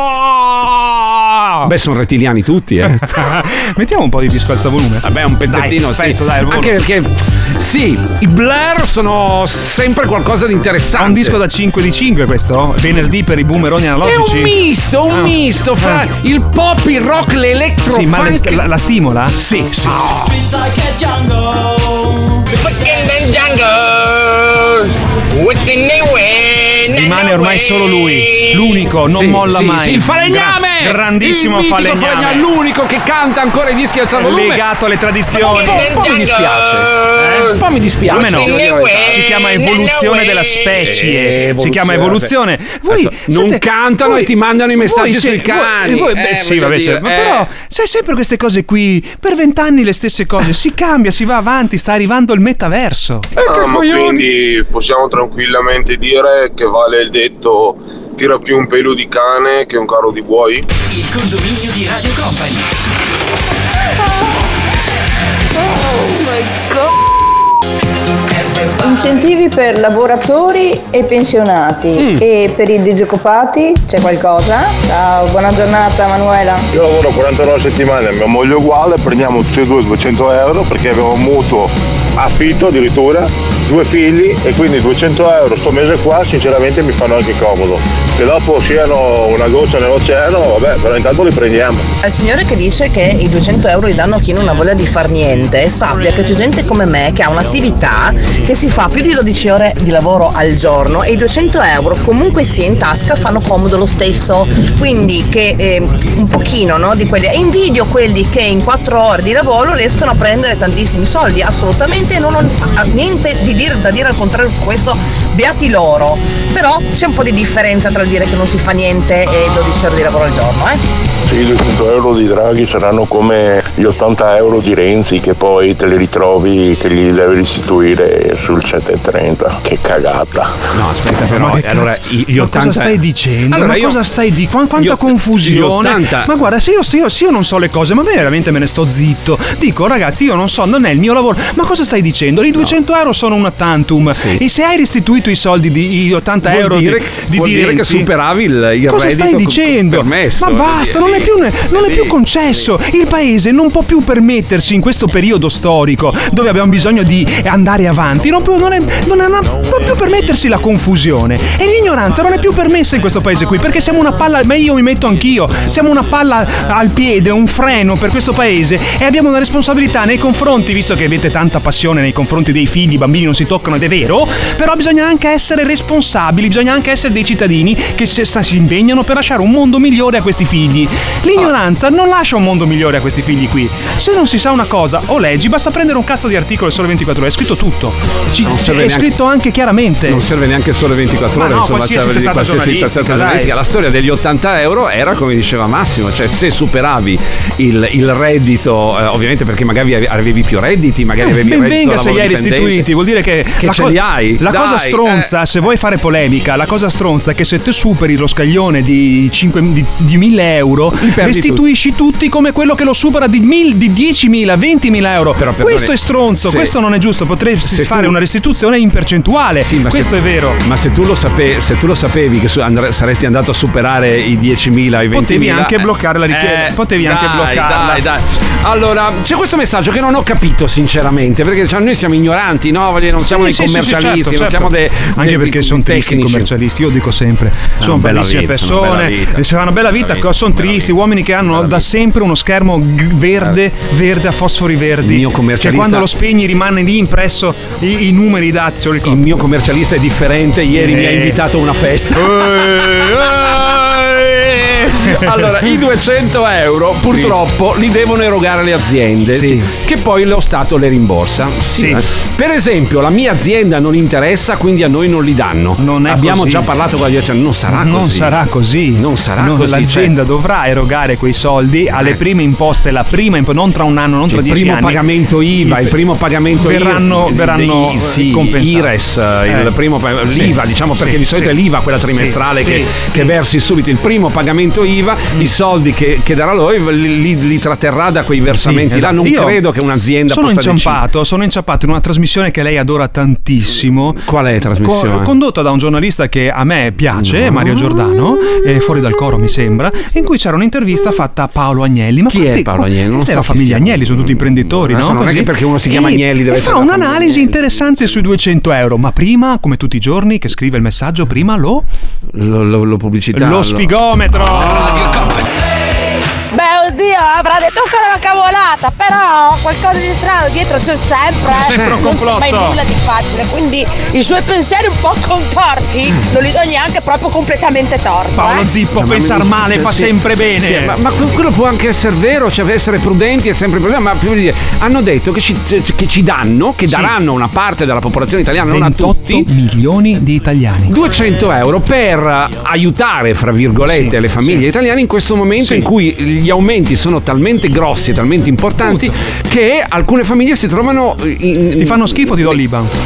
[SPEAKER 16] Beh, sono rettiliani tutti, eh.
[SPEAKER 17] Mettiamo un po' di disco alza volume.
[SPEAKER 16] Vabbè, un pezzettino,
[SPEAKER 17] dai,
[SPEAKER 16] sì.
[SPEAKER 17] pezzo, dai,
[SPEAKER 16] anche perché sì, i Blair sono sempre qualcosa di interessante.
[SPEAKER 17] È un disco da cinque di cinque questo, venerdì per i boomeroni analogici.
[SPEAKER 16] È un misto, un ah. misto fra ah. il pop, il rock, l'electro,
[SPEAKER 17] sì,
[SPEAKER 16] funk.
[SPEAKER 17] Ma la, la stimola?
[SPEAKER 16] Sì, sì,
[SPEAKER 17] oh.
[SPEAKER 16] sì.
[SPEAKER 17] Rimane ormai solo lui, l'unico, non
[SPEAKER 16] sì,
[SPEAKER 17] molla
[SPEAKER 16] sì,
[SPEAKER 17] mai.
[SPEAKER 16] Sì, il falegname!
[SPEAKER 17] Gra- grandissimo
[SPEAKER 16] il
[SPEAKER 17] falegname.
[SPEAKER 16] falegname, l'unico che canta ancora i dischi alza volume.
[SPEAKER 17] Legato alle tradizioni.
[SPEAKER 16] Un po', un po' mi dispiace. Eh? Un po' mi dispiace.
[SPEAKER 17] Come no? Si chiama evoluzione della specie. Eh, si chiama evoluzione. Voi
[SPEAKER 16] non
[SPEAKER 17] siete,
[SPEAKER 16] cantano
[SPEAKER 17] voi,
[SPEAKER 16] e ti mandano i messaggi
[SPEAKER 17] voi,
[SPEAKER 16] sui cani.
[SPEAKER 17] Voi, beh,
[SPEAKER 16] eh,
[SPEAKER 17] sì, vabbè,
[SPEAKER 16] dire,
[SPEAKER 17] ma
[SPEAKER 16] eh.
[SPEAKER 17] però c'è sempre queste cose qui. Per vent'anni le stesse cose. Si cambia, si va avanti, sta arrivando il metaverso.
[SPEAKER 11] Ah, ma quindi possiamo tranquillamente dire che vale il detto tira più un pelo di cane che un carro di buoi?
[SPEAKER 23] Il condominio di Radio Company.
[SPEAKER 25] Oh my god.
[SPEAKER 2] Incentivi per lavoratori e pensionati mm. e per i disoccupati c'è qualcosa? Ciao, buona giornata Manuela.
[SPEAKER 11] Io lavoro quaranta ore a settimana, mia moglie è uguale, prendiamo tutti e due duecento euro perché abbiamo un mutuo affitto addirittura, due figli e quindi duecento euro sto mese qua sinceramente mi fanno anche comodo. Che dopo siano una goccia nell'oceano, vabbè, però intanto li prendiamo.
[SPEAKER 2] Il signore che dice che i duecento euro li danno a chi non ha voglia di far niente, sappia che c'è gente come me che ha un'attività che si fa più di dodici ore di lavoro al giorno e i duecento euro comunque sia in tasca fanno comodo lo stesso, quindi che eh, un pochino, no, di quelli. E invidio quelli che in quattro ore di lavoro riescono a prendere tantissimi soldi, assolutamente non ho niente di dire, da dire al contrario su questo, beati loro, però c'è un po' di differenza tra il dire che non si fa niente e dodici ore di lavoro al giorno, eh?
[SPEAKER 11] Sì, i duecento euro di Draghi saranno come gli ottanta euro di Renzi che poi te li ritrovi che gli devi restituire sul centotrenta. Che cagata.
[SPEAKER 16] No, aspetta però,
[SPEAKER 17] ma
[SPEAKER 16] allora gli ottanta...
[SPEAKER 17] Ma cosa stai dicendo?
[SPEAKER 16] Allora,
[SPEAKER 17] ma
[SPEAKER 16] io...
[SPEAKER 17] cosa stai di quanta
[SPEAKER 16] io...
[SPEAKER 17] confusione?
[SPEAKER 16] ottanta...
[SPEAKER 17] Ma guarda, se io, se, io, se io non so le cose, ma veramente me ne sto zitto. Dico, ragazzi, io non so, non è il mio lavoro. Ma cosa stai dicendo? I duecento no. euro sono una tantum.
[SPEAKER 16] Sì.
[SPEAKER 17] E se hai restituito i soldi di i ottanta
[SPEAKER 16] vuol
[SPEAKER 17] euro
[SPEAKER 16] dire,
[SPEAKER 17] di, di
[SPEAKER 16] vuol dire
[SPEAKER 17] Renzi,
[SPEAKER 16] che superavi il, il
[SPEAKER 17] cosa
[SPEAKER 16] reddito
[SPEAKER 17] stai dicendo?
[SPEAKER 16] permesso.
[SPEAKER 17] Ma basta, non è più, non è più concesso. Il paese non può più permettersi in questo periodo storico dove abbiamo bisogno di andare avanti, non può, non è, non è, non può più permettersi la confusione e l'ignoranza non è più permessa in questo paese qui, perché siamo una palla, ma io mi metto anch'io, siamo una palla al piede, un freno per questo paese e abbiamo una responsabilità nei confronti, visto che avete tanta passione nei confronti dei figli, i bambini non si toccano ed è vero, però bisogna anche essere responsabili, bisogna anche essere dei cittadini che si, si impegnano per lasciare un mondo migliore a questi figli. L'ignoranza non lascia un mondo migliore a questi figli qui. Se non si sa una cosa o leggi, basta prendere un cazzo di articolo del Sole ventiquattro ore, è scritto tutto. Ci, è neanche, scritto anche chiaramente.
[SPEAKER 16] Non serve neanche il Sole ventiquattro ore,
[SPEAKER 17] no,
[SPEAKER 16] insomma,
[SPEAKER 17] qualsiasi
[SPEAKER 16] cioè,
[SPEAKER 17] testata
[SPEAKER 16] giornalistica.
[SPEAKER 17] giornalistica.
[SPEAKER 16] La storia degli ottanta euro era come diceva Massimo, cioè se superavi il, il reddito, eh, ovviamente perché magari avevi più redditi, magari avevi
[SPEAKER 17] ben
[SPEAKER 16] il reddito
[SPEAKER 17] venga se li hai restituiti, vuol dire che,
[SPEAKER 16] che
[SPEAKER 17] la,
[SPEAKER 16] ce
[SPEAKER 17] co-
[SPEAKER 16] li hai.
[SPEAKER 17] La
[SPEAKER 16] Dai,
[SPEAKER 17] cosa stronza,
[SPEAKER 16] eh.
[SPEAKER 17] se vuoi fare polemica, la cosa stronza è che se te superi lo scaglione di, cinque, di, di mille euro, restituisci tutti. tutti come quello che lo supera di, mil, di diecimila, ventimila euro. Però, questo è stronzo, se, questo non è giusto. Potresti fare tu, una restituzione in percentuale. Sì, questo
[SPEAKER 16] se,
[SPEAKER 17] è vero.
[SPEAKER 16] Ma se tu lo sapevi, se tu lo sapevi che su, andre, saresti andato a superare i diecimila, i ventimila,
[SPEAKER 17] potevi anche bloccare la richiesta. Eh, potevi dai, anche bloccarla.
[SPEAKER 16] Dai, dai. Allora, c'è questo messaggio che non ho capito sinceramente, perché cioè, noi siamo ignoranti, no? Non siamo
[SPEAKER 17] sì,
[SPEAKER 16] dei
[SPEAKER 17] sì,
[SPEAKER 16] commercialisti,
[SPEAKER 17] sì, certo,
[SPEAKER 16] non
[SPEAKER 17] certo.
[SPEAKER 16] siamo dei
[SPEAKER 17] anche
[SPEAKER 16] dei,
[SPEAKER 17] perché sono tristi i commercialisti. Io dico sempre, sono bellissime vita, persone, si fanno una bella vita, vita sono tristi, vita. Uomini che hanno da sempre uno schermo verde, verde a fosfori verdi. Il mio commercialista, che quando lo spegni rimane lì impresso i, i numeri dati.
[SPEAKER 16] Il mio commercialista è differente. Ieri eh. mi ha invitato a una festa. Allora, i duecento euro purtroppo li devono erogare le aziende, sì. che poi lo Stato le rimborsa. Sì. Sì. Per esempio, la mia azienda non interessa, quindi a noi non li danno. Non è Abbiamo
[SPEAKER 17] così.
[SPEAKER 16] già parlato con la direzione, non sarà così.
[SPEAKER 17] Non sarà così.
[SPEAKER 16] Non sarà
[SPEAKER 17] no,
[SPEAKER 16] così.
[SPEAKER 17] L'azienda
[SPEAKER 16] cioè...
[SPEAKER 17] dovrà erogare quei soldi alle eh. prime imposte, la prima imp- non tra un anno, non tra
[SPEAKER 16] il
[SPEAKER 17] dieci
[SPEAKER 16] primo
[SPEAKER 17] anni.
[SPEAKER 16] Pagamento I V A, il primo pagamento
[SPEAKER 17] verranno,
[SPEAKER 16] I V A,
[SPEAKER 17] verranno
[SPEAKER 16] I, sì,
[SPEAKER 17] compensati.
[SPEAKER 16] I R E S,
[SPEAKER 17] eh.
[SPEAKER 16] il primo l'I V A, diciamo, perché
[SPEAKER 17] sì,
[SPEAKER 16] di solito
[SPEAKER 17] sì.
[SPEAKER 16] è l'I V A quella trimestrale
[SPEAKER 17] sì,
[SPEAKER 16] che,
[SPEAKER 17] sì,
[SPEAKER 16] che
[SPEAKER 17] sì.
[SPEAKER 16] versi subito il primo pagamento I V A, mm. i soldi che, che darà lui li, li, li tratterrà da quei versamenti sì, esatto. là. Non
[SPEAKER 17] Io
[SPEAKER 16] credo che un'azienda
[SPEAKER 17] sono
[SPEAKER 16] possa
[SPEAKER 17] inciampato,
[SPEAKER 16] decidere.
[SPEAKER 17] sono inciampato in una trasmissione che lei adora tantissimo.
[SPEAKER 16] Qual è la trasmissione?
[SPEAKER 17] Co- condotta da un giornalista che a me piace, no. Mario Giordano, eh, fuori dal coro mi sembra, in cui c'era un'intervista fatta a Paolo Agnelli. Ma
[SPEAKER 16] chi
[SPEAKER 17] quanti,
[SPEAKER 16] è Paolo Agnelli? Non
[SPEAKER 17] questa
[SPEAKER 16] so
[SPEAKER 17] è la famiglia Agnelli, sono tutti imprenditori, no?
[SPEAKER 16] Non è che perché uno si chiama
[SPEAKER 17] e,
[SPEAKER 16] Agnelli deve
[SPEAKER 17] e
[SPEAKER 16] essere
[SPEAKER 17] fa un'analisi interessante sui duecento euro, ma prima, come tutti i giorni che scrive il messaggio, prima lo
[SPEAKER 16] lo, lo, lo pubblicità
[SPEAKER 17] lo sfigometro.
[SPEAKER 16] Radio Company.
[SPEAKER 12] Beh, oddio, avrà detto ancora una cavolata, però qualcosa di strano dietro c'è sempre.
[SPEAKER 17] C'è sempre un
[SPEAKER 12] non
[SPEAKER 17] complotto.
[SPEAKER 12] c'è mai nulla di facile, quindi i suoi pensieri un po' contorti non li do neanche proprio completamente torti.
[SPEAKER 17] Paolo
[SPEAKER 12] eh?
[SPEAKER 17] Zippo,
[SPEAKER 16] no,
[SPEAKER 17] pensar
[SPEAKER 16] mi,
[SPEAKER 17] male
[SPEAKER 16] sì,
[SPEAKER 17] fa
[SPEAKER 16] sì,
[SPEAKER 17] sempre
[SPEAKER 16] sì,
[SPEAKER 17] bene.
[SPEAKER 16] Sì, ma, ma quello può anche essere vero, cioè essere prudenti è sempre prudente, ma più di dire, hanno detto che ci, che ci danno, che sì. daranno una parte della popolazione italiana, non a tutti,
[SPEAKER 17] milioni di italiani,
[SPEAKER 16] duecento euro per aiutare, fra virgolette, sì, le famiglie sì. italiane in questo momento sì. in cui gli aumenti sono talmente grossi e talmente importanti Tutto. che alcune famiglie si trovano in...
[SPEAKER 17] ti fanno schifo, ti do l'I B A N.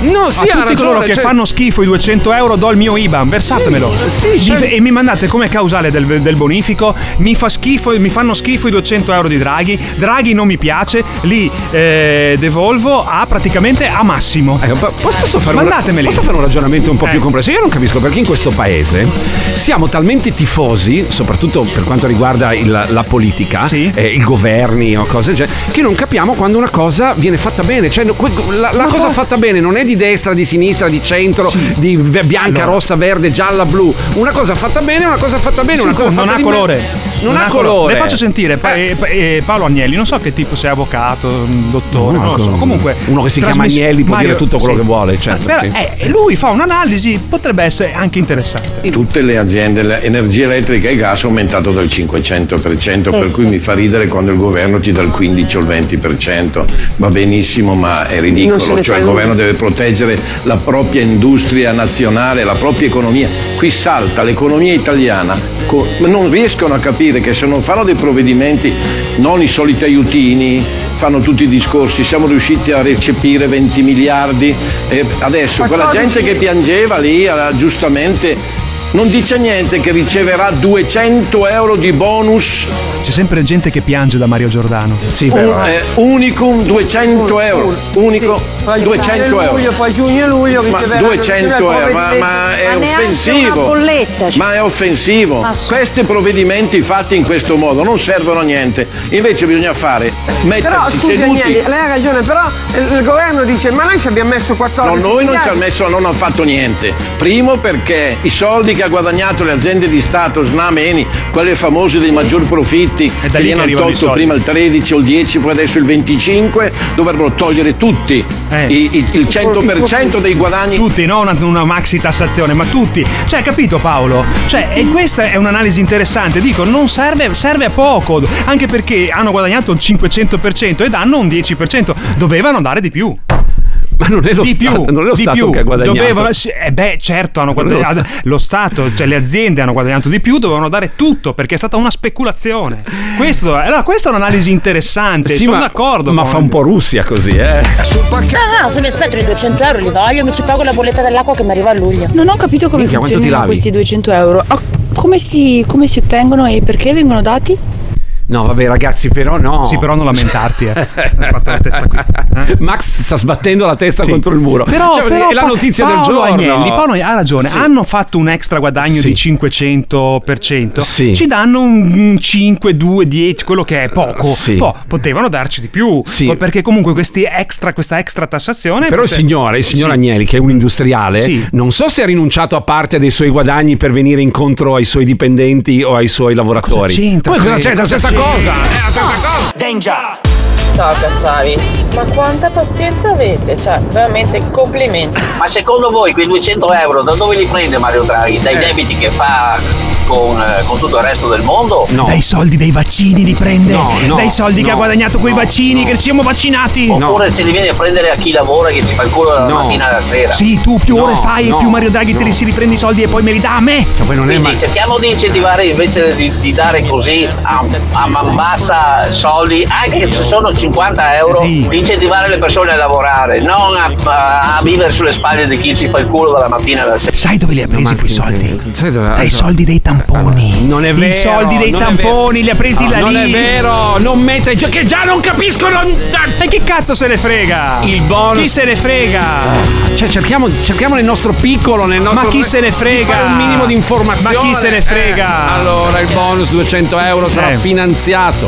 [SPEAKER 16] No, sì,
[SPEAKER 17] a
[SPEAKER 16] ha
[SPEAKER 17] tutti
[SPEAKER 16] ragione,
[SPEAKER 17] coloro che
[SPEAKER 16] cioè...
[SPEAKER 17] fanno schifo i duecento euro do il mio I B A N, versatemelo.
[SPEAKER 16] Sì, sì, cioè...
[SPEAKER 17] E mi mandate come causale del, del bonifico. Mi fa schifo, mi fanno schifo i duecento euro di Draghi. Draghi non mi piace, li eh, devolvo a praticamente a massimo.
[SPEAKER 16] Eh, posso, fare
[SPEAKER 17] Mandatemeli.
[SPEAKER 16] un, posso fare un ragionamento un po'
[SPEAKER 17] eh.
[SPEAKER 16] più complesso? Io non capisco perché in questo paese siamo talmente tifosi, soprattutto per quanto riguarda il, la politica, sì. eh, i governi o cose del genere, che non capiamo quando una cosa viene fatta bene. Cioè, la, la cosa poi... fatta bene non è di destra, di sinistra, di centro, sì. di bianca, allora. rossa, verde, gialla, blu. Una cosa fatta bene, una cosa fatta bene,
[SPEAKER 17] sì,
[SPEAKER 16] una cosa
[SPEAKER 17] non
[SPEAKER 16] fatta
[SPEAKER 17] ha
[SPEAKER 16] di
[SPEAKER 17] colore.
[SPEAKER 16] Me... Non, non ha colore.
[SPEAKER 17] colore. Le faccio sentire pa- eh. Eh, Paolo Agnelli, non so che tipo sei avvocato, dottore, no, non lo so. Comunque
[SPEAKER 16] uno che si
[SPEAKER 17] trasmess-
[SPEAKER 16] chiama Agnelli può
[SPEAKER 17] Mario,
[SPEAKER 16] dire tutto quello
[SPEAKER 17] sì.
[SPEAKER 16] che vuole, certo.
[SPEAKER 17] Però,
[SPEAKER 16] sì.
[SPEAKER 17] eh, lui fa un'analisi, potrebbe essere anche interessante.
[SPEAKER 8] Tutte le aziende, l'energia elettrica e il gas è aumentato del cinquecento per cento, eh, per cui sì. mi fa ridere quando il governo ti dà il quindici o il venti per cento. Va benissimo, ma è ridicolo. Cioè il governo deve proteggere la propria industria nazionale, la propria economia. Qui salta l'economia italiana. Non riescono a capire che se non fanno dei provvedimenti, non i soliti aiutini, fanno tutti i discorsi, siamo riusciti a recepire venti miliardi e adesso quella gente che piangeva lì giustamente non dice niente che riceverà duecento euro di bonus.
[SPEAKER 17] C'è sempre gente che piange da Mario Giordano.
[SPEAKER 8] Sì, però. Un, eh, unicum duecento euro. Unico
[SPEAKER 4] fai
[SPEAKER 8] duecento euro.
[SPEAKER 4] Luglio, fai giugno e luglio,
[SPEAKER 8] ma duecento euro, ma, ma è ma offensivo.
[SPEAKER 4] Bolletta, cioè.
[SPEAKER 8] Ma è offensivo. Ma questi provvedimenti fatti in questo modo non servono a niente. Invece bisogna fare mettersi
[SPEAKER 4] però, scusi,
[SPEAKER 8] seduti.
[SPEAKER 4] Agnelli, lei ha ragione, però il, il governo dice "Ma noi ci abbiamo messo quattordici
[SPEAKER 8] No, noi
[SPEAKER 4] miliardi.
[SPEAKER 8] non ci hanno messo, non hanno fatto niente. Primo perché i soldi che ha guadagnato le aziende di Stato, Snam, Eni, quelle famose dei maggior profitti, che gli hanno tolto prima il tredici o il dieci, poi adesso il venticinque, dovrebbero togliere tutti eh. i, i, il cento per cento dei guadagni.
[SPEAKER 17] Tutti, non una, una maxi tassazione, ma tutti. Cioè, capito Paolo? Cioè, e questa è un'analisi interessante. Dico, non serve, serve a poco, anche perché hanno guadagnato il cinquecento per cento e danno un dieci per cento. Dovevano dare di più.
[SPEAKER 16] Ma non è lo
[SPEAKER 17] di
[SPEAKER 16] Stato,
[SPEAKER 17] più,
[SPEAKER 16] non è lo
[SPEAKER 17] di
[SPEAKER 16] Stato
[SPEAKER 17] più.
[SPEAKER 16] che ha guadagnato.
[SPEAKER 17] Dovevano, eh beh, certo, hanno guadagnato. Lo, lo Stato, cioè le aziende hanno guadagnato di più, dovevano dare tutto perché è stata una speculazione. Questo, allora, questa è un'analisi interessante.
[SPEAKER 16] Sì,
[SPEAKER 17] sono
[SPEAKER 16] ma,
[SPEAKER 17] d'accordo.
[SPEAKER 16] Ma
[SPEAKER 17] con...
[SPEAKER 16] fa un po' Russia così, eh.
[SPEAKER 12] No, no, se mi aspetto i duecento euro li voglio, mi ci pago la bolletta dell'acqua che mi arriva a luglio.
[SPEAKER 13] Non ho capito come
[SPEAKER 16] Minchia,
[SPEAKER 13] funzionano questi duecento euro. Ah, come si, come si ottengono e perché vengono dati?
[SPEAKER 16] No, vabbè, ragazzi, però no.
[SPEAKER 17] Sì, però non lamentarti, eh. Sbatto la testa qui. Eh?
[SPEAKER 16] Max sta sbattendo la testa sì. contro il muro.
[SPEAKER 17] Però,
[SPEAKER 16] cioè,
[SPEAKER 17] però
[SPEAKER 16] è la notizia
[SPEAKER 17] Paolo
[SPEAKER 16] del giorno.
[SPEAKER 17] Agnelli, Paolo ha ragione. Sì. Hanno fatto un extra guadagno sì. di cinquecento per cento. Sì. Ci danno un cinque, due, dieci, quello che è poco. Sì. Poi potevano darci di più. Sì. Perché comunque questi extra, questa extra tassazione.
[SPEAKER 16] Però
[SPEAKER 17] pote...
[SPEAKER 16] il signore, il signor
[SPEAKER 17] sì.
[SPEAKER 16] Agnelli, che è un industriale, sì. non so se ha rinunciato a parte dei suoi guadagni per venire incontro ai suoi dipendenti o ai suoi lavoratori.
[SPEAKER 17] Cosa c'entra?
[SPEAKER 16] Poi cosa c'entra? La stessa
[SPEAKER 17] c'entra?
[SPEAKER 16] cosa. Eh,
[SPEAKER 2] Danger. Ciao Cazzavi, ma quanta pazienza avete? Cioè, veramente complimenti.
[SPEAKER 14] Ma secondo voi quei duecento euro da dove li prende Mario Draghi? Dai eh. debiti che fa con, eh, con tutto il resto del mondo?
[SPEAKER 17] No. Dai soldi dei vaccini li prende?
[SPEAKER 14] No, no,
[SPEAKER 17] Dai soldi
[SPEAKER 14] no,
[SPEAKER 17] che ha guadagnato quei
[SPEAKER 14] no,
[SPEAKER 17] vaccini,
[SPEAKER 14] no.
[SPEAKER 17] che siamo vaccinati?
[SPEAKER 14] Oppure
[SPEAKER 17] no.
[SPEAKER 14] se li viene a prendere a chi lavora e che ci fa il culo dalla no. mattina alla sera?
[SPEAKER 17] Sì, tu più
[SPEAKER 14] no,
[SPEAKER 17] ore fai
[SPEAKER 14] no,
[SPEAKER 17] e più Mario Draghi no. te li si riprende i soldi e poi me li dà a me.
[SPEAKER 16] Cioè, poi non
[SPEAKER 14] Quindi
[SPEAKER 16] è mai...
[SPEAKER 14] cerchiamo di incentivare invece di, di dare così a, a man bassa soldi, anche se sono cinquanta euro, sì. di incentivare le persone a lavorare, non a, a, a vivere sulle spalle di chi ci fa il culo dalla mattina alla sera.
[SPEAKER 17] Sai dove li ha presi no, quei soldi?
[SPEAKER 16] Dove...
[SPEAKER 17] Dai soldi dei tamponi.
[SPEAKER 16] Non è vero.
[SPEAKER 17] I soldi dei tamponi li ha presi
[SPEAKER 16] no,
[SPEAKER 17] da
[SPEAKER 16] non
[SPEAKER 17] lì.
[SPEAKER 16] Non è vero, non mette già che già non capiscono.
[SPEAKER 17] E chi cazzo se ne frega?
[SPEAKER 16] Il bonus.
[SPEAKER 17] Chi se ne frega?
[SPEAKER 16] Cioè cerchiamo, cerchiamo nel nostro piccolo, nel nostro
[SPEAKER 17] Ma chi se ne frega?
[SPEAKER 16] Fare un minimo di informazione.
[SPEAKER 17] Ma chi se ne frega?
[SPEAKER 16] Eh, allora il bonus duecento euro sarà eh. finanziato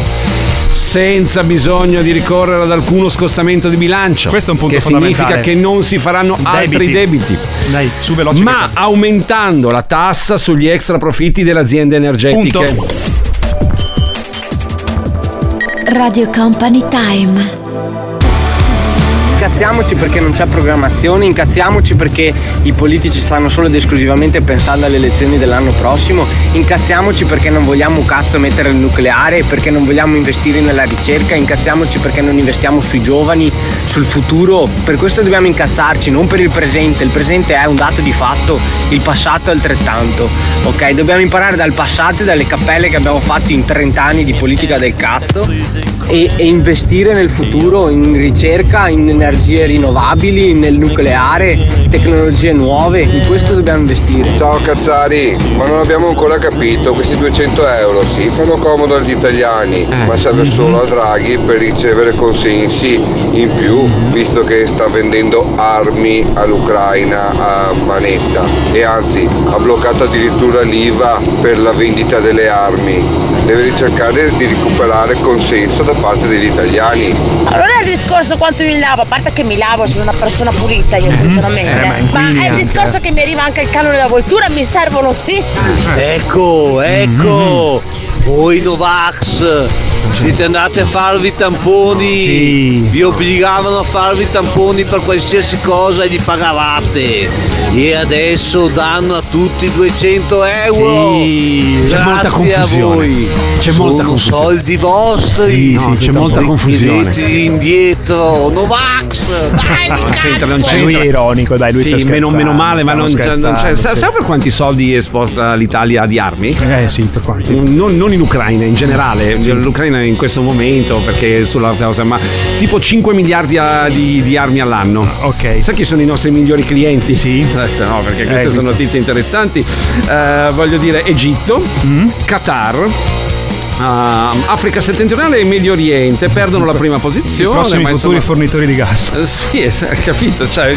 [SPEAKER 16] senza bisogno di ricorrere ad alcuno scostamento di bilancio.
[SPEAKER 17] Questo è un punto
[SPEAKER 16] che
[SPEAKER 17] fondamentale.
[SPEAKER 16] Significa che non si faranno debiti. altri debiti.
[SPEAKER 17] Dai, su veloce.
[SPEAKER 16] Ma aumentando la tassa sugli extra profitti delle aziende energetiche.
[SPEAKER 17] Punto.
[SPEAKER 15] Radio Company Time.
[SPEAKER 18] Incazziamoci perché non c'è programmazione, incazziamoci perché i politici stanno solo ed esclusivamente pensando alle elezioni dell'anno prossimo, incazziamoci perché non vogliamo un cazzo mettere il nucleare, perché non vogliamo investire nella ricerca, incazziamoci perché non investiamo sui giovani, sul futuro. Per questo dobbiamo incazzarci, non per il presente. Il presente è un dato di fatto, il passato è altrettanto, ok? Dobbiamo imparare dal passato e dalle cappelle che abbiamo fatto in trenta anni di politica del cazzo e, e investire nel futuro, in ricerca, in energia, energie rinnovabili, nel nucleare, tecnologie nuove, in questo dobbiamo investire.
[SPEAKER 1] Ciao Cazzari, ma non abbiamo ancora capito, questi duecento euro sì, fanno comodo agli italiani, eh. ma serve solo a Draghi per ricevere consensi in più, visto che sta vendendo armi all'Ucraina a manetta e anzi ha bloccato addirittura l'I V A per la vendita delle armi. Deve cercare di recuperare consenso da parte degli italiani.
[SPEAKER 12] Allora il discorso quanto mi lavo, a parte che mi lavo, sono una persona pulita io sinceramente, eh, ma, ma è il discorso che mi arriva anche il canone della voltura, mi servono sì.
[SPEAKER 3] Ecco, ecco, voi Novax siete andati a farvi i tamponi, sì. vi obbligavano a farvi i tamponi per qualsiasi cosa e li pagavate e adesso danno a tutti duecento euro.
[SPEAKER 16] Sì,
[SPEAKER 3] Grazie
[SPEAKER 16] c'è molta confusione.
[SPEAKER 3] A voi.
[SPEAKER 16] C'è
[SPEAKER 3] Sono
[SPEAKER 16] molta confusione.
[SPEAKER 3] soldi vostri.
[SPEAKER 16] Sì, no, sì, c'è molta confusione.
[SPEAKER 3] Indietro, Novax. Dai,
[SPEAKER 16] non c'entra, non c'entra.
[SPEAKER 17] Lui è ironico, dai, lui
[SPEAKER 16] sì,
[SPEAKER 17] sta
[SPEAKER 16] meno, meno male, ma non c'è, non c'è.
[SPEAKER 17] sì.
[SPEAKER 16] Sai per quanti soldi esporta l'Italia di armi?
[SPEAKER 17] Eh sì, per quanti?
[SPEAKER 16] Non, non in Ucraina, in generale. Sì. L'Ucraina in questo momento, perché sulla cosa, ma tipo cinque miliardi a, di, di armi all'anno.
[SPEAKER 17] Ok.
[SPEAKER 16] Sai chi sono i nostri migliori clienti?
[SPEAKER 17] Sì.
[SPEAKER 16] Adesso no, perché queste
[SPEAKER 17] eh,
[SPEAKER 16] sono notizie interessanti. Uh, voglio dire Egitto, mm. Qatar. Uh, Africa settentrionale e Medio Oriente perdono la prima posizione.
[SPEAKER 17] I prossimi
[SPEAKER 16] ma
[SPEAKER 17] futuri
[SPEAKER 16] insomma,
[SPEAKER 17] fornitori di gas.
[SPEAKER 16] Uh, sì, hai capito. Cioè,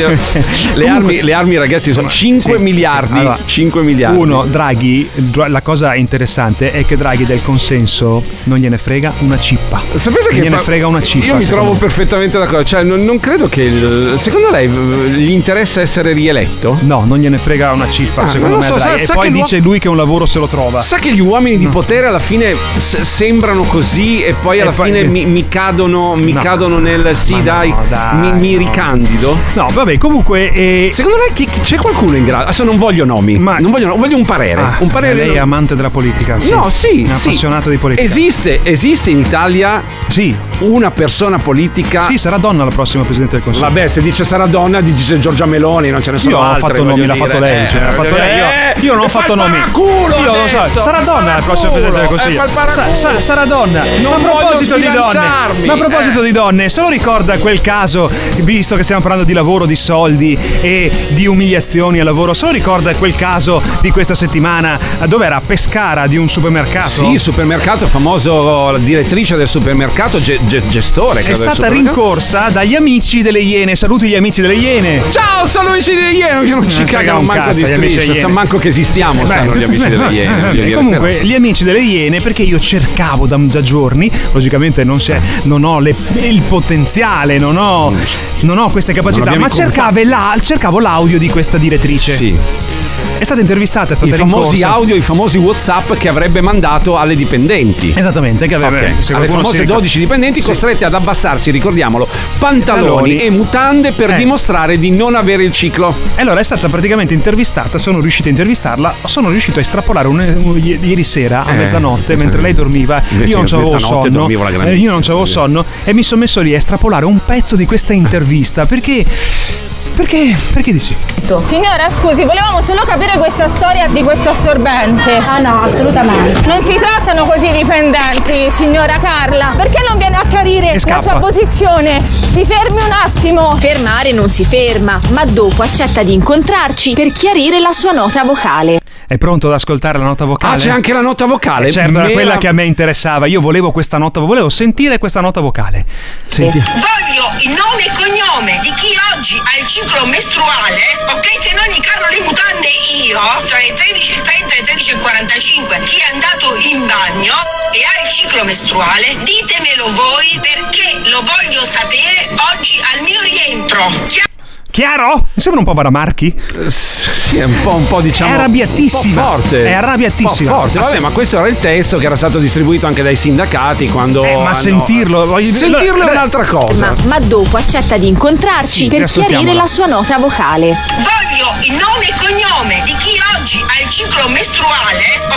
[SPEAKER 16] le, armi, le armi, ragazzi, sono cinque
[SPEAKER 17] sì,
[SPEAKER 16] miliardi.
[SPEAKER 17] Sì. Allora,
[SPEAKER 16] cinque miliardi.
[SPEAKER 17] Uno, Draghi, la cosa interessante è che Draghi del consenso non gliene frega una cippa.
[SPEAKER 16] Sapete
[SPEAKER 17] non
[SPEAKER 16] che
[SPEAKER 17] gliene
[SPEAKER 16] fa...
[SPEAKER 17] frega una cippa.
[SPEAKER 16] Io mi trovo
[SPEAKER 17] me.
[SPEAKER 16] perfettamente d'accordo. Cioè, non, non credo che. Il... Secondo lei gli interessa essere rieletto?
[SPEAKER 17] No, non gliene frega una cippa.
[SPEAKER 16] Ah,
[SPEAKER 17] secondo me.
[SPEAKER 16] So, sa,
[SPEAKER 17] e
[SPEAKER 16] sa
[SPEAKER 17] poi dice lui che un lavoro se lo trova.
[SPEAKER 16] Sa che gli uomini di potere alla fine se, sembrano così e poi alla e fine poi... Mi, mi cadono mi no. cadono nel sì dai,
[SPEAKER 17] no, dai
[SPEAKER 16] mi, mi ricandido.
[SPEAKER 17] No vabbè comunque eh...
[SPEAKER 16] secondo lei chi, c'è qualcuno in grado, adesso non voglio nomi ma non voglio, voglio un parere
[SPEAKER 17] ah,
[SPEAKER 16] un parere
[SPEAKER 17] lei è amante della politica sì.
[SPEAKER 16] no sì,
[SPEAKER 17] è
[SPEAKER 16] sì
[SPEAKER 17] appassionato di politica.
[SPEAKER 16] Esiste esiste in Italia
[SPEAKER 17] sì
[SPEAKER 16] una persona politica.
[SPEAKER 17] Sì, sarà donna la prossima presidente del Consiglio.
[SPEAKER 16] Vabbè, se dice sarà donna dice Giorgia Meloni, non ce ne sono
[SPEAKER 17] io
[SPEAKER 16] altre.
[SPEAKER 17] Io ho fatto nomi, l'ha fatto lei,
[SPEAKER 16] eh,
[SPEAKER 17] cioè, l'ha fatto lei. Io, io non ho fatto nomi.
[SPEAKER 16] Culo
[SPEAKER 17] io lo so, sarà donna la prossima presidente del Consiglio. Sa, sa, sarà donna.
[SPEAKER 16] Non
[SPEAKER 17] a proposito di donne, ma a proposito
[SPEAKER 16] eh.
[SPEAKER 17] di donne, se lo ricorda quel caso, visto che stiamo parlando di lavoro, di soldi e di umiliazioni al lavoro, se lo ricorda quel caso di questa settimana dove era a Pescara di un supermercato?
[SPEAKER 16] Sì, supermercato famoso, la direttrice del supermercato, ge- ge- gestore.
[SPEAKER 17] È stata rincorsa dagli amici delle Iene. Saluti gli amici delle Iene.
[SPEAKER 16] Ciao, sono amici delle Iene. Non ci cagano manco di striscia. Sa manco che esistiamo. Beh, sanno gli amici beh, delle Iene.
[SPEAKER 17] Beh, comunque, però. Gli amici delle Iene, perché io cercavo da, da giorni, logicamente non, c'è, non ho le, il potenziale, non ho, mm. non ho queste capacità, ma cercavo, la, cercavo l'audio di questa direttrice.
[SPEAKER 16] Sì.
[SPEAKER 17] È stata intervistata, è stata
[SPEAKER 16] i famosi
[SPEAKER 17] rincorsa.
[SPEAKER 16] audio, i famosi WhatsApp che avrebbe mandato alle dipendenti.
[SPEAKER 17] Esattamente, che avrebbe
[SPEAKER 16] okay. alle famose ric- dodici dipendenti sì. costrette ad abbassarsi, ricordiamolo, pantaloni Taloni. e mutande per eh. dimostrare di non avere il ciclo.
[SPEAKER 17] E allora è stata praticamente intervistata, sono riuscito a intervistarla, sono riuscito a estrapolare un, un, ieri sera a eh, mezzanotte, mentre lei dormiva, io non c'avevo sonno, eh, io non c'avevo sonno e mi sono messo lì a estrapolare un pezzo di questa intervista, perché Perché? Perché dici?
[SPEAKER 19] Signora, scusi, volevamo solo capire questa storia di questo assorbente.
[SPEAKER 22] Ah no, assolutamente.
[SPEAKER 19] Non si trattano così i dipendenti, signora Carla. Perché non viene a chiarire la sua posizione? Si fermi un attimo.
[SPEAKER 15] Fermare non si ferma, ma dopo accetta di incontrarci per chiarire la sua nota vocale.
[SPEAKER 17] È pronto ad ascoltare la nota vocale?
[SPEAKER 16] Ah, c'è anche la nota vocale?
[SPEAKER 17] Eh certo, era
[SPEAKER 16] Me
[SPEAKER 17] quella
[SPEAKER 16] la...
[SPEAKER 17] che a me interessava. Io volevo questa nota, volevo sentire questa nota vocale. Senti.
[SPEAKER 20] Voglio il nome e cognome di chi oggi ha il ciclo mestruale, ok? Se non gli caro le mutande io, tra le tredici e trenta e le tredici e quarantacinque, chi è andato in bagno e ha il ciclo mestruale, ditemelo voi perché lo voglio sapere oggi al mio rientro. Chiaro?
[SPEAKER 17] Chiaro? Mi sembra un po' Varamarchi?
[SPEAKER 16] Uh, sì, è un po', un po' diciamo.
[SPEAKER 17] È arrabbiatissima.
[SPEAKER 16] Un po' forte.
[SPEAKER 17] È arrabbiatissima.
[SPEAKER 16] Un po' forte. Vabbè, ma questo era il testo che era stato distribuito anche dai sindacati quando.
[SPEAKER 17] Eh, ma
[SPEAKER 16] hanno...
[SPEAKER 17] sentirlo. Voglio...
[SPEAKER 16] Sentirlo è un'altra cosa.
[SPEAKER 15] Ma, ma dopo accetta di incontrarci sì, per chiarire la sua nota vocale.
[SPEAKER 20] Voglio il nome e cognome di chi oggi ha il ciclo mestruale, ok? Se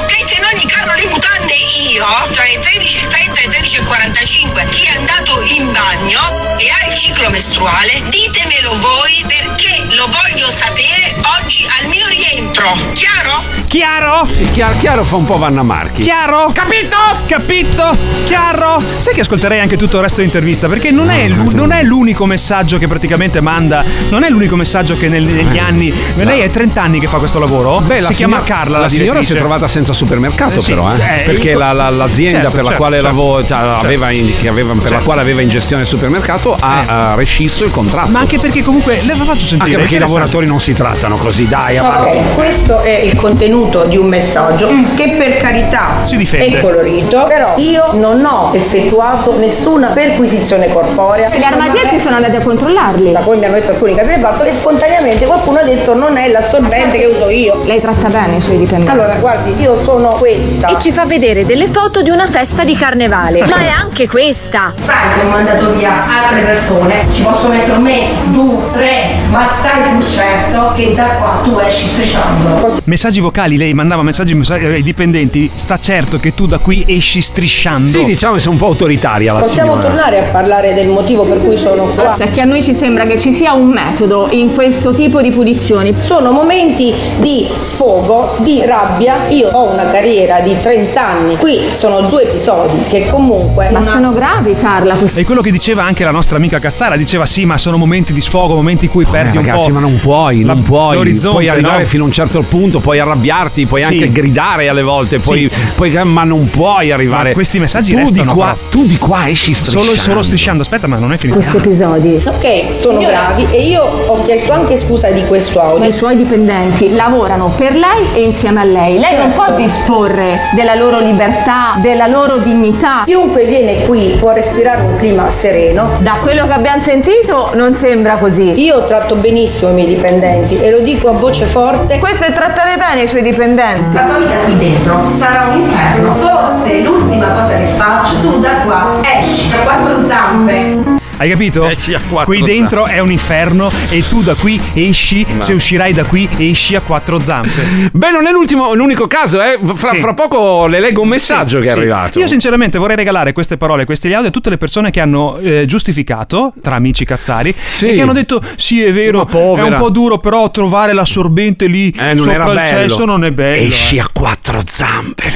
[SPEAKER 20] non gli caro le mutande io, tra le tredici e trenta e tredici e quarantacinque, chi è andato in bagno e ha il ciclo mestruale, ditemelo voi perché lo voglio sapere oggi al mio rientro. Chiaro?
[SPEAKER 17] Chiaro?
[SPEAKER 16] Sì, chiaro, chiaro fa un po' Vanna Marchi.
[SPEAKER 17] Chiaro?
[SPEAKER 16] Capito?
[SPEAKER 17] Capito? Chiaro? Sai che ascolterei anche tutto il resto dell'intervista, perché non è, non è l'unico messaggio che praticamente manda, non è l'unico messaggio che nel, negli anni. Lei è trenta anni che fa questo lavoro.
[SPEAKER 16] Beh,
[SPEAKER 17] si chiama
[SPEAKER 16] signora,
[SPEAKER 17] Carla.
[SPEAKER 16] La,
[SPEAKER 17] La
[SPEAKER 16] signora
[SPEAKER 17] direttrice.
[SPEAKER 16] si è trovata senza supermercato,
[SPEAKER 17] Eh, sì.
[SPEAKER 16] però, eh?
[SPEAKER 17] Eh,
[SPEAKER 16] perché
[SPEAKER 17] io-
[SPEAKER 16] la, la, l'azienda
[SPEAKER 17] certo,
[SPEAKER 16] per la
[SPEAKER 17] certo,
[SPEAKER 16] quale
[SPEAKER 17] certo.
[SPEAKER 16] lavoro, cioè,
[SPEAKER 17] Certo.
[SPEAKER 16] aveva, in- che aveva, per la
[SPEAKER 17] Certo.
[SPEAKER 16] quale aveva in gestione il supermercato ha
[SPEAKER 17] Eh.
[SPEAKER 16] eh, rescisso il contratto.
[SPEAKER 17] Ma anche perché comunque le faccio sentire.
[SPEAKER 16] Anche perché i lavoratori non si trattano così, dai, avanti.
[SPEAKER 5] Ok, questo è il contenuto di un messaggio che per carità
[SPEAKER 17] Si difende.
[SPEAKER 5] è colorito, però io non ho effettuato nessuna perquisizione corporea.
[SPEAKER 19] Gli armadietti sono andati a controllarli.
[SPEAKER 5] Ma poi mi hanno detto alcuni che avrebbe fatto e spontaneamente qualcuno ha detto non è l'assorbente che uso io.
[SPEAKER 19] Lei tratta bene i suoi dipendenti.
[SPEAKER 5] Allora, guardi, io sono questa.
[SPEAKER 15] E ci fa vedere delle foto di una festa di carnevale. Ma è anche questa.
[SPEAKER 5] Sai che ho mandato via altre persone, ci posso mettere un mese, due, tre, ma stai più certo che da qua tu esci strisciando.
[SPEAKER 17] Messaggi vocali, lei mandava messaggi ai dipendenti. Sta certo che tu da qui esci strisciando.
[SPEAKER 16] Sì, diciamo che sei un po' autoritaria la
[SPEAKER 5] Possiamo
[SPEAKER 16] signora.
[SPEAKER 5] tornare a parlare del motivo per cui sono qua?
[SPEAKER 19] Perché a noi ci sembra che ci sia un metodo in questo tipo di punizioni.
[SPEAKER 5] Sono momenti di sfogo, di rabbia. Io ho una carriera di trenta anni. Qui sono due episodi che comunque.
[SPEAKER 19] Ma sono gravi, Carla.
[SPEAKER 17] È quello che diceva anche la nostra amica Cazzara. Diceva sì, ma sono momenti di sfogo, momenti in cui perdi
[SPEAKER 16] Eh,
[SPEAKER 17] un
[SPEAKER 16] ragazzi,
[SPEAKER 17] po'.
[SPEAKER 16] ma non puoi,
[SPEAKER 17] la-
[SPEAKER 16] non puoi.
[SPEAKER 17] l'orizzonte,
[SPEAKER 16] Puoi arrivare
[SPEAKER 17] no?
[SPEAKER 16] fino a un certo punto, puoi arrabbiarti, puoi
[SPEAKER 17] Sì.
[SPEAKER 16] anche gridare alle volte, puoi,
[SPEAKER 17] Sì.
[SPEAKER 16] puoi- ma non puoi arrivare.
[SPEAKER 17] Ma questi messaggi
[SPEAKER 16] tu
[SPEAKER 17] restano,
[SPEAKER 16] di qua,
[SPEAKER 17] però.
[SPEAKER 16] tu di qua esci strisciando.
[SPEAKER 17] Solo, solo strisciando. Aspetta, ma non è finito.
[SPEAKER 19] Questi episodi.
[SPEAKER 5] Ok, sono gravi e io ho chiesto anche scusa di questo audio.
[SPEAKER 19] Ma i suoi dipendenti lavorano per lei e insieme a lei. Lei non può disporre della loro libertà, della loro dignità.
[SPEAKER 5] Chiunque viene qui può respirare un clima sereno.
[SPEAKER 19] Da quello che abbiamo sentito non sembra così.
[SPEAKER 5] Io tratto benissimo i miei dipendenti e lo dico a voce forte.
[SPEAKER 19] Questo è trattare bene i suoi dipendenti.
[SPEAKER 5] La tua vita qui dentro sarà un inferno. Fosse l'ultima cosa che faccio, tu da qua esci a quattro zampe.
[SPEAKER 17] Hai capito?
[SPEAKER 16] Esci a quattro
[SPEAKER 17] Qui dentro è un inferno e tu da qui esci,
[SPEAKER 16] Ma-
[SPEAKER 17] se uscirai da qui esci a quattro zampe.
[SPEAKER 16] Beh, non è l'ultimo, l'unico caso, eh. Fra,
[SPEAKER 17] Sì.
[SPEAKER 16] fra poco le leggo un messaggio
[SPEAKER 17] Sì,
[SPEAKER 16] che è
[SPEAKER 17] sì.
[SPEAKER 16] arrivato.
[SPEAKER 17] Io sinceramente vorrei regalare queste parole, questi audio a tutte le persone che hanno eh, giustificato, tra amici cazzari,
[SPEAKER 16] Sì.
[SPEAKER 17] e che hanno detto sì è vero,
[SPEAKER 16] Ma povera.
[SPEAKER 17] è un po' duro, però trovare l'assorbente lì
[SPEAKER 16] Eh, non
[SPEAKER 17] sopra
[SPEAKER 16] era
[SPEAKER 17] il
[SPEAKER 16] bello.
[SPEAKER 17] cesso non è bello.
[SPEAKER 16] Esci
[SPEAKER 17] eh.
[SPEAKER 16] a quattro zampe.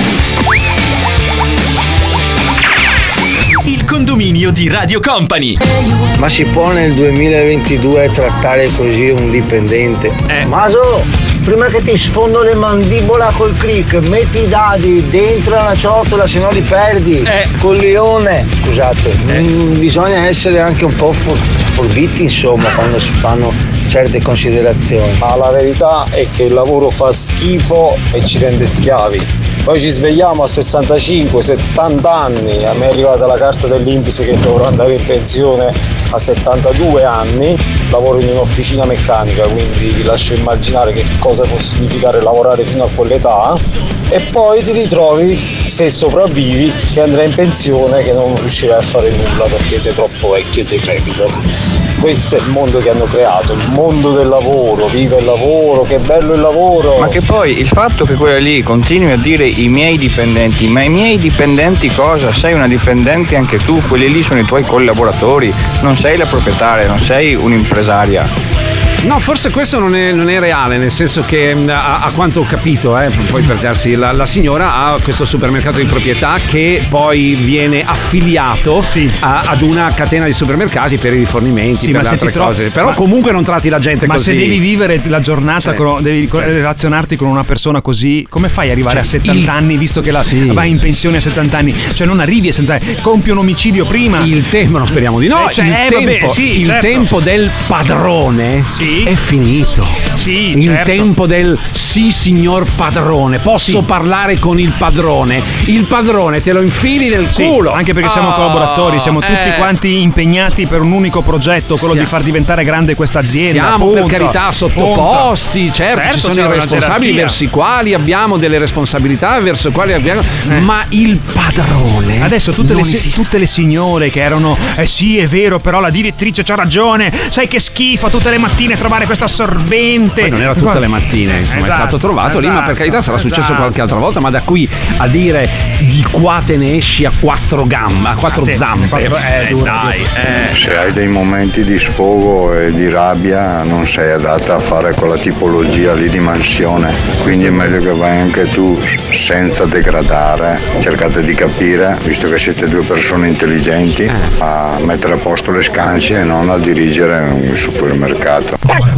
[SPEAKER 23] Il condominio di Radio Company.
[SPEAKER 6] Ma si può nel duemilaventidue trattare così un dipendente?
[SPEAKER 16] Eh.
[SPEAKER 6] Maso, prima che ti sfondo le mandibola col click, metti i dadi dentro una ciotola, se no li perdi.
[SPEAKER 16] Eh.
[SPEAKER 6] Col leone. Scusate, mm, bisogna essere anche un po' for- forbiti, insomma, quando si fanno certe considerazioni.
[SPEAKER 11] Ma la verità è che il lavoro fa schifo e ci rende schiavi. Poi ci svegliamo a sessantacinque settanta anni, a me è arrivata la carta dell'I N P S che dovrò andare in pensione a settantadue anni, lavoro in un'officina meccanica, quindi vi lascio immaginare che cosa può significare lavorare fino a quell'età, e poi ti ritrovi, se sopravvivi, che andrai in pensione, che non riuscirai a fare nulla perché sei troppo vecchio e decrepito. Questo è il mondo che hanno creato, il mondo del lavoro, viva il lavoro, che bello il lavoro.
[SPEAKER 18] Ma che poi il fatto che quella lì continui a dire i miei dipendenti, ma i miei dipendenti cosa? Sei una dipendente anche tu, quelli lì sono i tuoi collaboratori, non sei la proprietaria, non sei un'impresaria.
[SPEAKER 16] No, forse questo non è, non è reale, nel senso che a, a quanto ho capito, eh, poi per darsi, la, la signora ha questo supermercato di proprietà che poi viene affiliato
[SPEAKER 17] Sì.
[SPEAKER 16] a- ad una catena di supermercati per i rifornimenti,
[SPEAKER 17] Sì,
[SPEAKER 16] per
[SPEAKER 17] ma se
[SPEAKER 16] altre
[SPEAKER 17] ti trovi-
[SPEAKER 16] cose. Però
[SPEAKER 17] ma-
[SPEAKER 16] comunque non tratti la gente
[SPEAKER 17] Ma
[SPEAKER 16] così.
[SPEAKER 17] se devi vivere la giornata,
[SPEAKER 16] Cioè,
[SPEAKER 17] con- devi co-
[SPEAKER 16] cioè.
[SPEAKER 17] relazionarti con una persona così, come fai ad arrivare
[SPEAKER 16] Cioè,
[SPEAKER 17] a settanta
[SPEAKER 16] il-
[SPEAKER 17] anni, visto che la,
[SPEAKER 16] Sì.
[SPEAKER 17] vai in pensione a settanta anni? Cioè non arrivi a settanta anni, compi un omicidio prima.
[SPEAKER 16] Il tempo, no, speriamo di no.
[SPEAKER 17] Eh, cioè,
[SPEAKER 16] il
[SPEAKER 17] eh,
[SPEAKER 16] tempo,
[SPEAKER 17] vabbè, sì,
[SPEAKER 16] il
[SPEAKER 17] certo.
[SPEAKER 16] tempo del padrone
[SPEAKER 17] Sì.
[SPEAKER 16] è finito.
[SPEAKER 17] Sì,
[SPEAKER 16] Il
[SPEAKER 17] certo.
[SPEAKER 16] tempo del sì signor padrone, posso
[SPEAKER 17] Sì.
[SPEAKER 16] parlare con il padrone. Il padrone te lo infili nel
[SPEAKER 17] Sì,
[SPEAKER 16] culo.
[SPEAKER 17] anche perché siamo
[SPEAKER 16] Ah,
[SPEAKER 17] collaboratori, siamo tutti
[SPEAKER 16] eh.
[SPEAKER 17] quanti impegnati per un unico progetto, quello
[SPEAKER 16] Sia-
[SPEAKER 17] di far diventare grande questa azienda.
[SPEAKER 16] Siamo per
[SPEAKER 17] punto.
[SPEAKER 16] carità sottoposti,
[SPEAKER 17] Punto.
[SPEAKER 16] certo, ci sono
[SPEAKER 17] c'è
[SPEAKER 16] i
[SPEAKER 17] una
[SPEAKER 16] responsabili
[SPEAKER 17] gerarchia.
[SPEAKER 16] verso i quali abbiamo delle responsabilità, verso i quali abbiamo.
[SPEAKER 17] Eh.
[SPEAKER 16] Ma il padrone.
[SPEAKER 17] Adesso tutte le,
[SPEAKER 16] non
[SPEAKER 17] si-
[SPEAKER 16] esiste.
[SPEAKER 17] tutte le signore che erano eh sì è vero, però la direttrice c'ha ragione, sai che schifo tutte le mattine trovare questo assorbente.
[SPEAKER 16] Poi non era tutte le mattine, insomma, esatto, è stato trovato esatto, lì, ma per carità sarà successo esatto. qualche altra volta, ma da qui a dire di qua te ne esci a quattro gambe, a quattro ah, sì, zampe. Quattro, eh, eh, dura, dai,
[SPEAKER 7] eh. Se hai dei momenti di sfogo e di rabbia non sei adatta a fare quella tipologia lì di mansione, quindi è meglio che vai anche tu senza degradare, cercate di capire, visto che siete due persone intelligenti, eh. a mettere a posto le scance e non a dirigere un supermercato.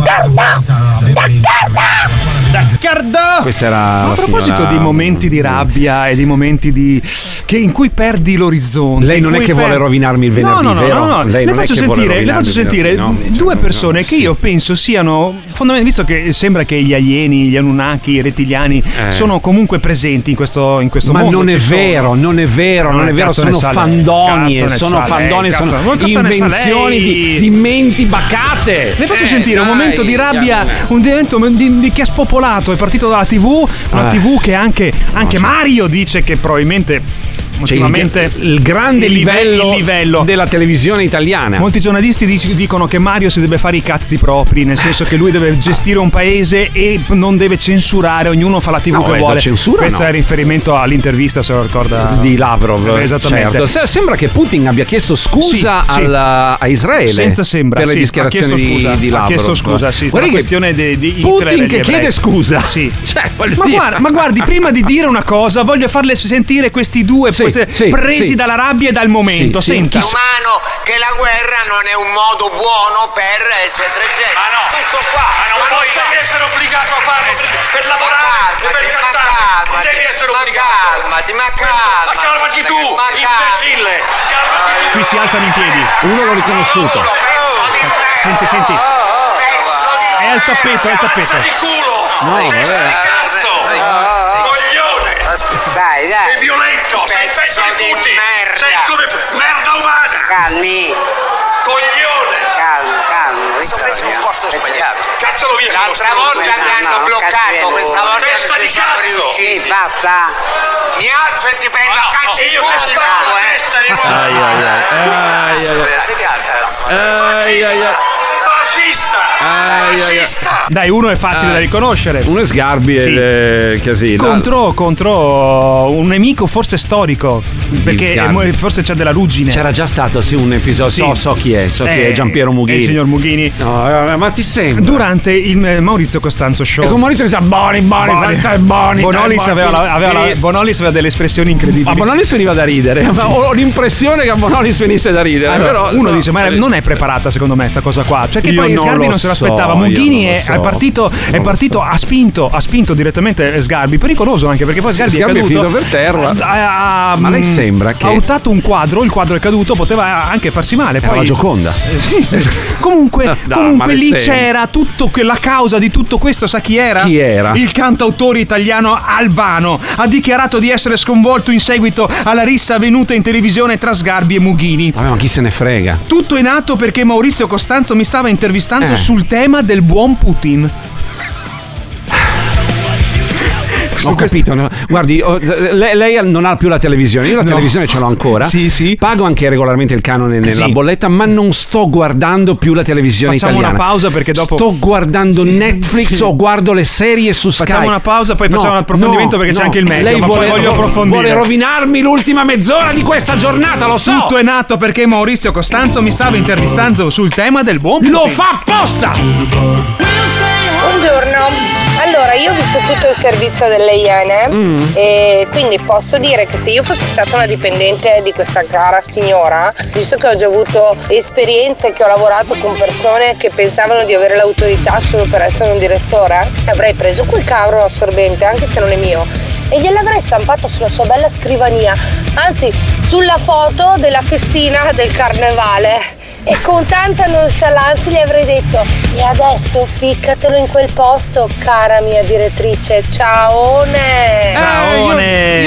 [SPEAKER 17] D'accordo!
[SPEAKER 16] Questa era
[SPEAKER 17] a proposito
[SPEAKER 16] signora...
[SPEAKER 17] di momenti di rabbia e di momenti di che in cui perdi l'orizzonte.
[SPEAKER 16] Lei non è che per... vuole rovinarmi il venerdì,
[SPEAKER 17] no, no,
[SPEAKER 16] vero?
[SPEAKER 17] No, no, no.
[SPEAKER 16] Lei
[SPEAKER 17] le
[SPEAKER 16] non
[SPEAKER 17] faccio
[SPEAKER 16] è che
[SPEAKER 17] sentire, le faccio sentire no? due persone no, che sì. io penso siano fondamentalmente, visto che sembra che gli alieni, gli Anunnaki, i rettiliani eh. sono comunque presenti in questo, in questo
[SPEAKER 16] Ma
[SPEAKER 17] mondo.
[SPEAKER 16] Ma non è vero, non è vero, non è vero, sono fandonie, sono fandonie, sono invenzioni di, di menti bacate.
[SPEAKER 17] Le faccio
[SPEAKER 16] eh,
[SPEAKER 17] sentire
[SPEAKER 16] dai,
[SPEAKER 17] un momento di rabbia, un momento di, di, che ha spopolato, è partito dalla tivù, una eh. tivù che anche, anche no, Mario dice che probabilmente ultimamente
[SPEAKER 16] il, il grande
[SPEAKER 17] il
[SPEAKER 16] livello,
[SPEAKER 17] il livello
[SPEAKER 16] della televisione italiana.
[SPEAKER 17] Molti giornalisti dic- dicono che Mario si deve fare i cazzi propri, nel senso che lui deve gestire un paese e non deve censurare, ognuno fa la tivù no, che vuole.
[SPEAKER 16] Censura,
[SPEAKER 17] questo
[SPEAKER 16] no.
[SPEAKER 17] è riferimento all'intervista, se lo ricorda,
[SPEAKER 16] di Lavrov.
[SPEAKER 17] Esattamente.
[SPEAKER 16] Certo. Sembra che Putin abbia chiesto scusa
[SPEAKER 17] sì,
[SPEAKER 16] alla,
[SPEAKER 17] sì.
[SPEAKER 16] a Israele
[SPEAKER 17] senza sembra
[SPEAKER 16] per le
[SPEAKER 17] sì,
[SPEAKER 16] dichiarazioni
[SPEAKER 17] scusa,
[SPEAKER 16] di, di Lavrov.
[SPEAKER 17] Ha chiesto scusa, sì.
[SPEAKER 16] Guarda
[SPEAKER 17] la questione di, di
[SPEAKER 16] Putin che chiede scusa.
[SPEAKER 17] Sì.
[SPEAKER 16] Cioè,
[SPEAKER 17] ma,
[SPEAKER 16] dire.
[SPEAKER 17] guarda, ma guardi, prima di dire una cosa, voglio farle sentire questi due
[SPEAKER 16] sì,
[SPEAKER 17] queste
[SPEAKER 16] sì,
[SPEAKER 17] presi
[SPEAKER 16] sì.
[SPEAKER 17] dalla rabbia e dal momento.
[SPEAKER 16] Sì,
[SPEAKER 17] Senti.
[SPEAKER 9] È umano che la guerra non è un modo buono per eccetera eccetera.
[SPEAKER 10] Ma no,
[SPEAKER 9] tutto qua.
[SPEAKER 10] Ma non puoi devi essere obbligato a farlo per, per lavorare e per cantare. Non devi essere obbligato.
[SPEAKER 9] Calmati, ma calma.
[SPEAKER 10] Ma calmati tu, imbecille. Calmati tu.
[SPEAKER 17] Qui si alzano in piedi.
[SPEAKER 16] Uno l'ho riconosciuto.
[SPEAKER 17] Senti, senti. È al tappeto, è al tappeto.
[SPEAKER 10] Di culo.
[SPEAKER 16] No, vabbè.
[SPEAKER 10] Cazzo. Coglione.
[SPEAKER 9] Dai, dai.
[SPEAKER 10] Sei violento, sei peggio di tutti. Sei come merda umana.
[SPEAKER 9] Calmi.
[SPEAKER 10] Coglione.
[SPEAKER 9] Calmo, calmo.
[SPEAKER 10] Sono preso in un posto sbagliato. Cazzalo via.
[SPEAKER 9] L'altra volta mi hanno bloccato, questa volta
[SPEAKER 10] testa di cazzo.
[SPEAKER 9] Sì, basta. Mi alzo e ti prendo a calci in
[SPEAKER 10] testa di nuovo.
[SPEAKER 16] Ai ai ai. Ai ai ai.
[SPEAKER 10] Fascista. Fascista.
[SPEAKER 17] Dai, uno è facile da riconoscere.
[SPEAKER 16] Uno è Sgarbi
[SPEAKER 17] sì.
[SPEAKER 16] e Casino.
[SPEAKER 17] Contro, contro un nemico forse storico. Perché Sgarbi. Forse c'è della ruggine.
[SPEAKER 16] C'era già stato sì un episodio.
[SPEAKER 17] Sì.
[SPEAKER 16] So, so chi è, so eh, chi è Giampiero Mughini.
[SPEAKER 17] Il signor Mughini.
[SPEAKER 16] No, ma ti sembra?
[SPEAKER 17] Durante il Maurizio Costanzo Show.
[SPEAKER 16] E con Maurizio si sta Boni, Boni, Boni, Boni.
[SPEAKER 17] Bonolis aveva, la, aveva, la, Bonolis aveva delle espressioni incredibili.
[SPEAKER 16] A Bonolis veniva da ridere. Sì. Ho l'impressione che a Bonolis venisse da ridere.
[SPEAKER 17] Allora,
[SPEAKER 16] però,
[SPEAKER 17] uno
[SPEAKER 16] so,
[SPEAKER 17] dice, ma non è preparata secondo me sta cosa qua. Cioè che
[SPEAKER 16] io
[SPEAKER 17] poi
[SPEAKER 16] non
[SPEAKER 17] Sgarbi non se
[SPEAKER 16] so,
[SPEAKER 17] l'aspettava. Mughini è,
[SPEAKER 16] so.
[SPEAKER 17] è partito, è partito ha spinto, ha spinto direttamente Sgarbi. Pericoloso anche perché poi Sgarbi,
[SPEAKER 16] Sgarbi
[SPEAKER 17] è caduto.
[SPEAKER 16] È finito per terra.
[SPEAKER 17] Ha, ha,
[SPEAKER 16] ma lei sembra che
[SPEAKER 17] ha urtato un quadro, il quadro è caduto, poteva anche farsi male.
[SPEAKER 16] Era
[SPEAKER 17] poi
[SPEAKER 16] la Gioconda.
[SPEAKER 17] Sì. comunque, no, comunque lì
[SPEAKER 16] sembra.
[SPEAKER 17] c'era tutto che la causa di tutto questo, sa chi era?
[SPEAKER 16] Chi era?
[SPEAKER 17] Il cantautore italiano Albano. Ha dichiarato di essere sconvolto in seguito alla rissa avvenuta in televisione tra Sgarbi e Mughini.
[SPEAKER 16] Vabbè, ma chi se ne frega?
[SPEAKER 17] Tutto è nato perché Maurizio Costanzo mi stava intervistando
[SPEAKER 16] eh.
[SPEAKER 17] sul tema del buon Putin.
[SPEAKER 16] Ho capito, no? Guardi, oh, lei, lei non ha più la televisione, io la no. televisione ce l'ho ancora.
[SPEAKER 17] Sì, sì.
[SPEAKER 16] Pago anche regolarmente il canone nella
[SPEAKER 17] sì.
[SPEAKER 16] bolletta, ma non sto guardando più la televisione
[SPEAKER 17] Facciamo
[SPEAKER 16] italiana.
[SPEAKER 17] Facciamo una pausa perché dopo
[SPEAKER 16] sto guardando
[SPEAKER 17] sì,
[SPEAKER 16] Netflix
[SPEAKER 17] sì.
[SPEAKER 16] o guardo le serie su Sky.
[SPEAKER 17] Facciamo una pausa, poi
[SPEAKER 16] no,
[SPEAKER 17] facciamo un approfondimento
[SPEAKER 16] no,
[SPEAKER 17] perché
[SPEAKER 16] no.
[SPEAKER 17] c'è anche il meglio.
[SPEAKER 16] Lei
[SPEAKER 17] ma
[SPEAKER 16] vuole,
[SPEAKER 17] poi voglio approfondire.
[SPEAKER 16] Vuole rovinarmi l'ultima mezz'ora di questa giornata, lo so.
[SPEAKER 17] Tutto è nato perché Maurizio Costanzo mi stava intervistando sul tema del buon Putin.
[SPEAKER 16] Lo fa apposta.
[SPEAKER 21] Buongiorno. Allora, io ho visto tutto il servizio delle Iene mm. e quindi posso dire che se io fossi stata una dipendente di questa cara signora, visto che ho già avuto esperienze che ho lavorato con persone che pensavano di avere l'autorità solo per essere un direttore, avrei preso quel cavolo assorbente, anche se non è mio, e gliel'avrei stampato sulla sua bella scrivania, anzi sulla foto della festina del carnevale. E con tanta nonchalance gli avrei detto: e adesso ficcatelo in quel posto, cara mia direttrice. Ciaone.
[SPEAKER 16] Ciaone. Eh, io,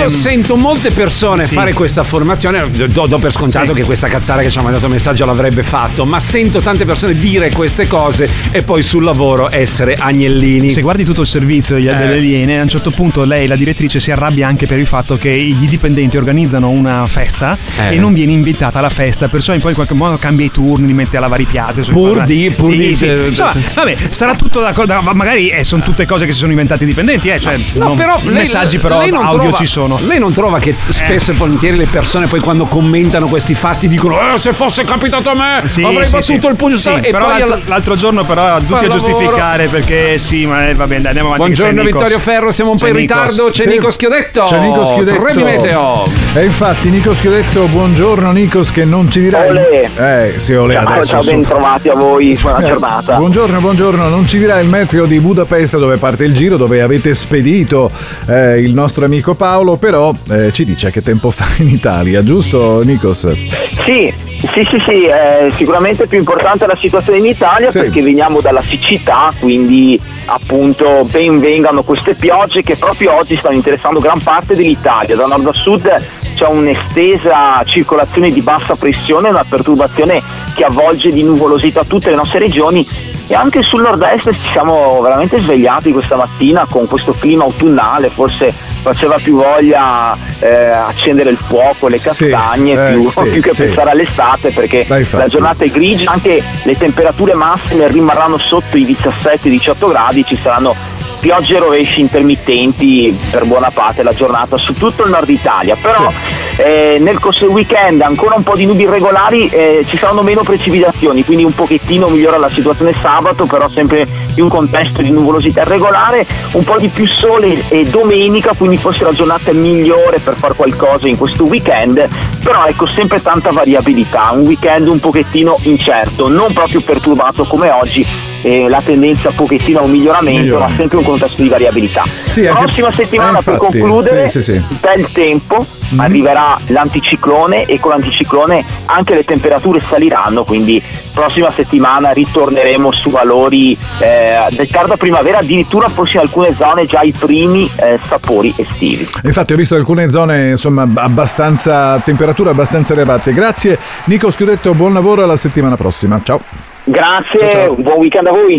[SPEAKER 16] io sento molte persone
[SPEAKER 17] Sì.
[SPEAKER 16] fare questa affermazione, do, do per scontato
[SPEAKER 17] Sì.
[SPEAKER 16] che questa cazzara che ci ha mandato il messaggio l'avrebbe fatto, ma sento tante persone dire queste cose e poi sul lavoro essere agnellini.
[SPEAKER 17] Se guardi tutto il servizio degli-
[SPEAKER 16] Eh.
[SPEAKER 17] delle Iene, a un certo punto lei, la direttrice, si arrabbia anche per il fatto che i dipendenti organizzano una festa
[SPEAKER 16] Eh.
[SPEAKER 17] e non viene invitata alla festa, perciò poi in qualche modo cambia i turni, li mette a lavare i piatti.
[SPEAKER 16] Pur di- pur
[SPEAKER 17] Sì,
[SPEAKER 16] di-
[SPEAKER 17] sì. Insomma, vabbè, sarà tutto da, da- ma magari eh, sono tutte cose che si sono inventate i dipendenti, eh, cioè
[SPEAKER 16] No,
[SPEAKER 17] non-
[SPEAKER 16] però
[SPEAKER 17] i
[SPEAKER 16] lei-
[SPEAKER 17] messaggi però
[SPEAKER 16] lei non
[SPEAKER 17] audio
[SPEAKER 16] trova-
[SPEAKER 17] ci sono.
[SPEAKER 16] Lei non trova che spesso e volentieri le persone poi quando commentano questi fatti dicono eh, se fosse capitato a me
[SPEAKER 17] Sì,
[SPEAKER 16] avrei
[SPEAKER 17] sì,
[SPEAKER 16] battuto
[SPEAKER 17] sì.
[SPEAKER 16] il pugno
[SPEAKER 17] Sì,
[SPEAKER 16] e
[SPEAKER 17] però
[SPEAKER 16] poi
[SPEAKER 17] l'altro,
[SPEAKER 16] alla-
[SPEAKER 17] l'altro giorno però tutti
[SPEAKER 16] Poi
[SPEAKER 17] a
[SPEAKER 16] al
[SPEAKER 17] giustificare perché sì, ma eh, va bene, andiamo avanti.
[SPEAKER 16] Buongiorno
[SPEAKER 17] che c'è Nikos.
[SPEAKER 16] Vittorio Ferro, siamo un po'
[SPEAKER 17] C'è
[SPEAKER 16] in
[SPEAKER 17] Nikos.
[SPEAKER 16] ritardo, c'è
[SPEAKER 4] Sì.
[SPEAKER 16] Nico Schiodetto.
[SPEAKER 4] C'è Nico Schiodetto.
[SPEAKER 16] Tre di meteo.
[SPEAKER 4] E infatti Nico Schiodetto, buongiorno Nikos, che non ci dirai.
[SPEAKER 8] Olè.
[SPEAKER 4] Eh, sì, olè
[SPEAKER 8] Ciao,
[SPEAKER 4] adesso.
[SPEAKER 8] ciao,
[SPEAKER 4] su.
[SPEAKER 8] ben trovati a voi, buona
[SPEAKER 4] Eh,
[SPEAKER 8] giornata.
[SPEAKER 4] Buongiorno, buongiorno, non ci dirà il meteo di Budapest dove parte il giro, dove avete spedito eh, il nostro amico Paolo, però eh, ci dice che tempo fa in Italia, giusto Nikos?
[SPEAKER 8] Sì, sì, sì, sì, eh, sicuramente più importante la situazione in Italia
[SPEAKER 4] Sì.
[SPEAKER 8] perché veniamo dalla siccità, quindi appunto ben vengano queste piogge che proprio oggi stanno interessando gran parte dell'Italia. Da nord a sud c'è un'estesa circolazione di bassa pressione, una perturbazione che avvolge di nuvolosità tutte le nostre regioni e anche sul nord-est ci siamo veramente svegliati questa mattina con questo clima autunnale, forse faceva più voglia eh, accendere il fuoco, le
[SPEAKER 4] Sì,
[SPEAKER 8] castagne,
[SPEAKER 4] eh,
[SPEAKER 8] più,
[SPEAKER 4] sì,
[SPEAKER 8] più che
[SPEAKER 4] sì.
[SPEAKER 8] pensare all'estate perché
[SPEAKER 4] Dai, infatti.
[SPEAKER 8] la giornata è grigia, anche le temperature massime rimarranno sotto i diciassette diciotto gradi, ci saranno piogge e rovesci intermittenti per buona parte della giornata su tutto il nord Italia, però eh, nel corso del weekend ancora un po' di nubi irregolari, eh, ci saranno meno precipitazioni, quindi un pochettino migliora la situazione sabato, però sempre in un contesto di nuvolosità irregolare, un po' di più sole e domenica, quindi forse la giornata migliore per fare qualcosa in questo weekend, però ecco sempre tanta variabilità, un weekend un pochettino incerto, non proprio perturbato come oggi, eh, la tendenza un pochettino a un miglioramento,
[SPEAKER 4] Migliore.
[SPEAKER 8] ma sempre un contesto di variabilità.
[SPEAKER 4] anche-
[SPEAKER 8] Prossima settimana
[SPEAKER 4] eh,
[SPEAKER 8] per
[SPEAKER 4] infatti,
[SPEAKER 8] concludere,
[SPEAKER 4] sì, sì, sì.
[SPEAKER 8] bel tempo, arriverà l'anticiclone e con l'anticiclone anche le temperature saliranno, quindi prossima settimana ritorneremo su valori eh, del tarda primavera, addirittura forse in alcune zone già i primi eh, sapori estivi.
[SPEAKER 4] Infatti ho visto alcune zone insomma abbastanza, temperature abbastanza elevate. Grazie Nico Schiodetto, buon lavoro, alla settimana prossima, ciao.
[SPEAKER 8] Grazie,
[SPEAKER 4] Ciao, ciao.
[SPEAKER 8] un buon weekend a voi.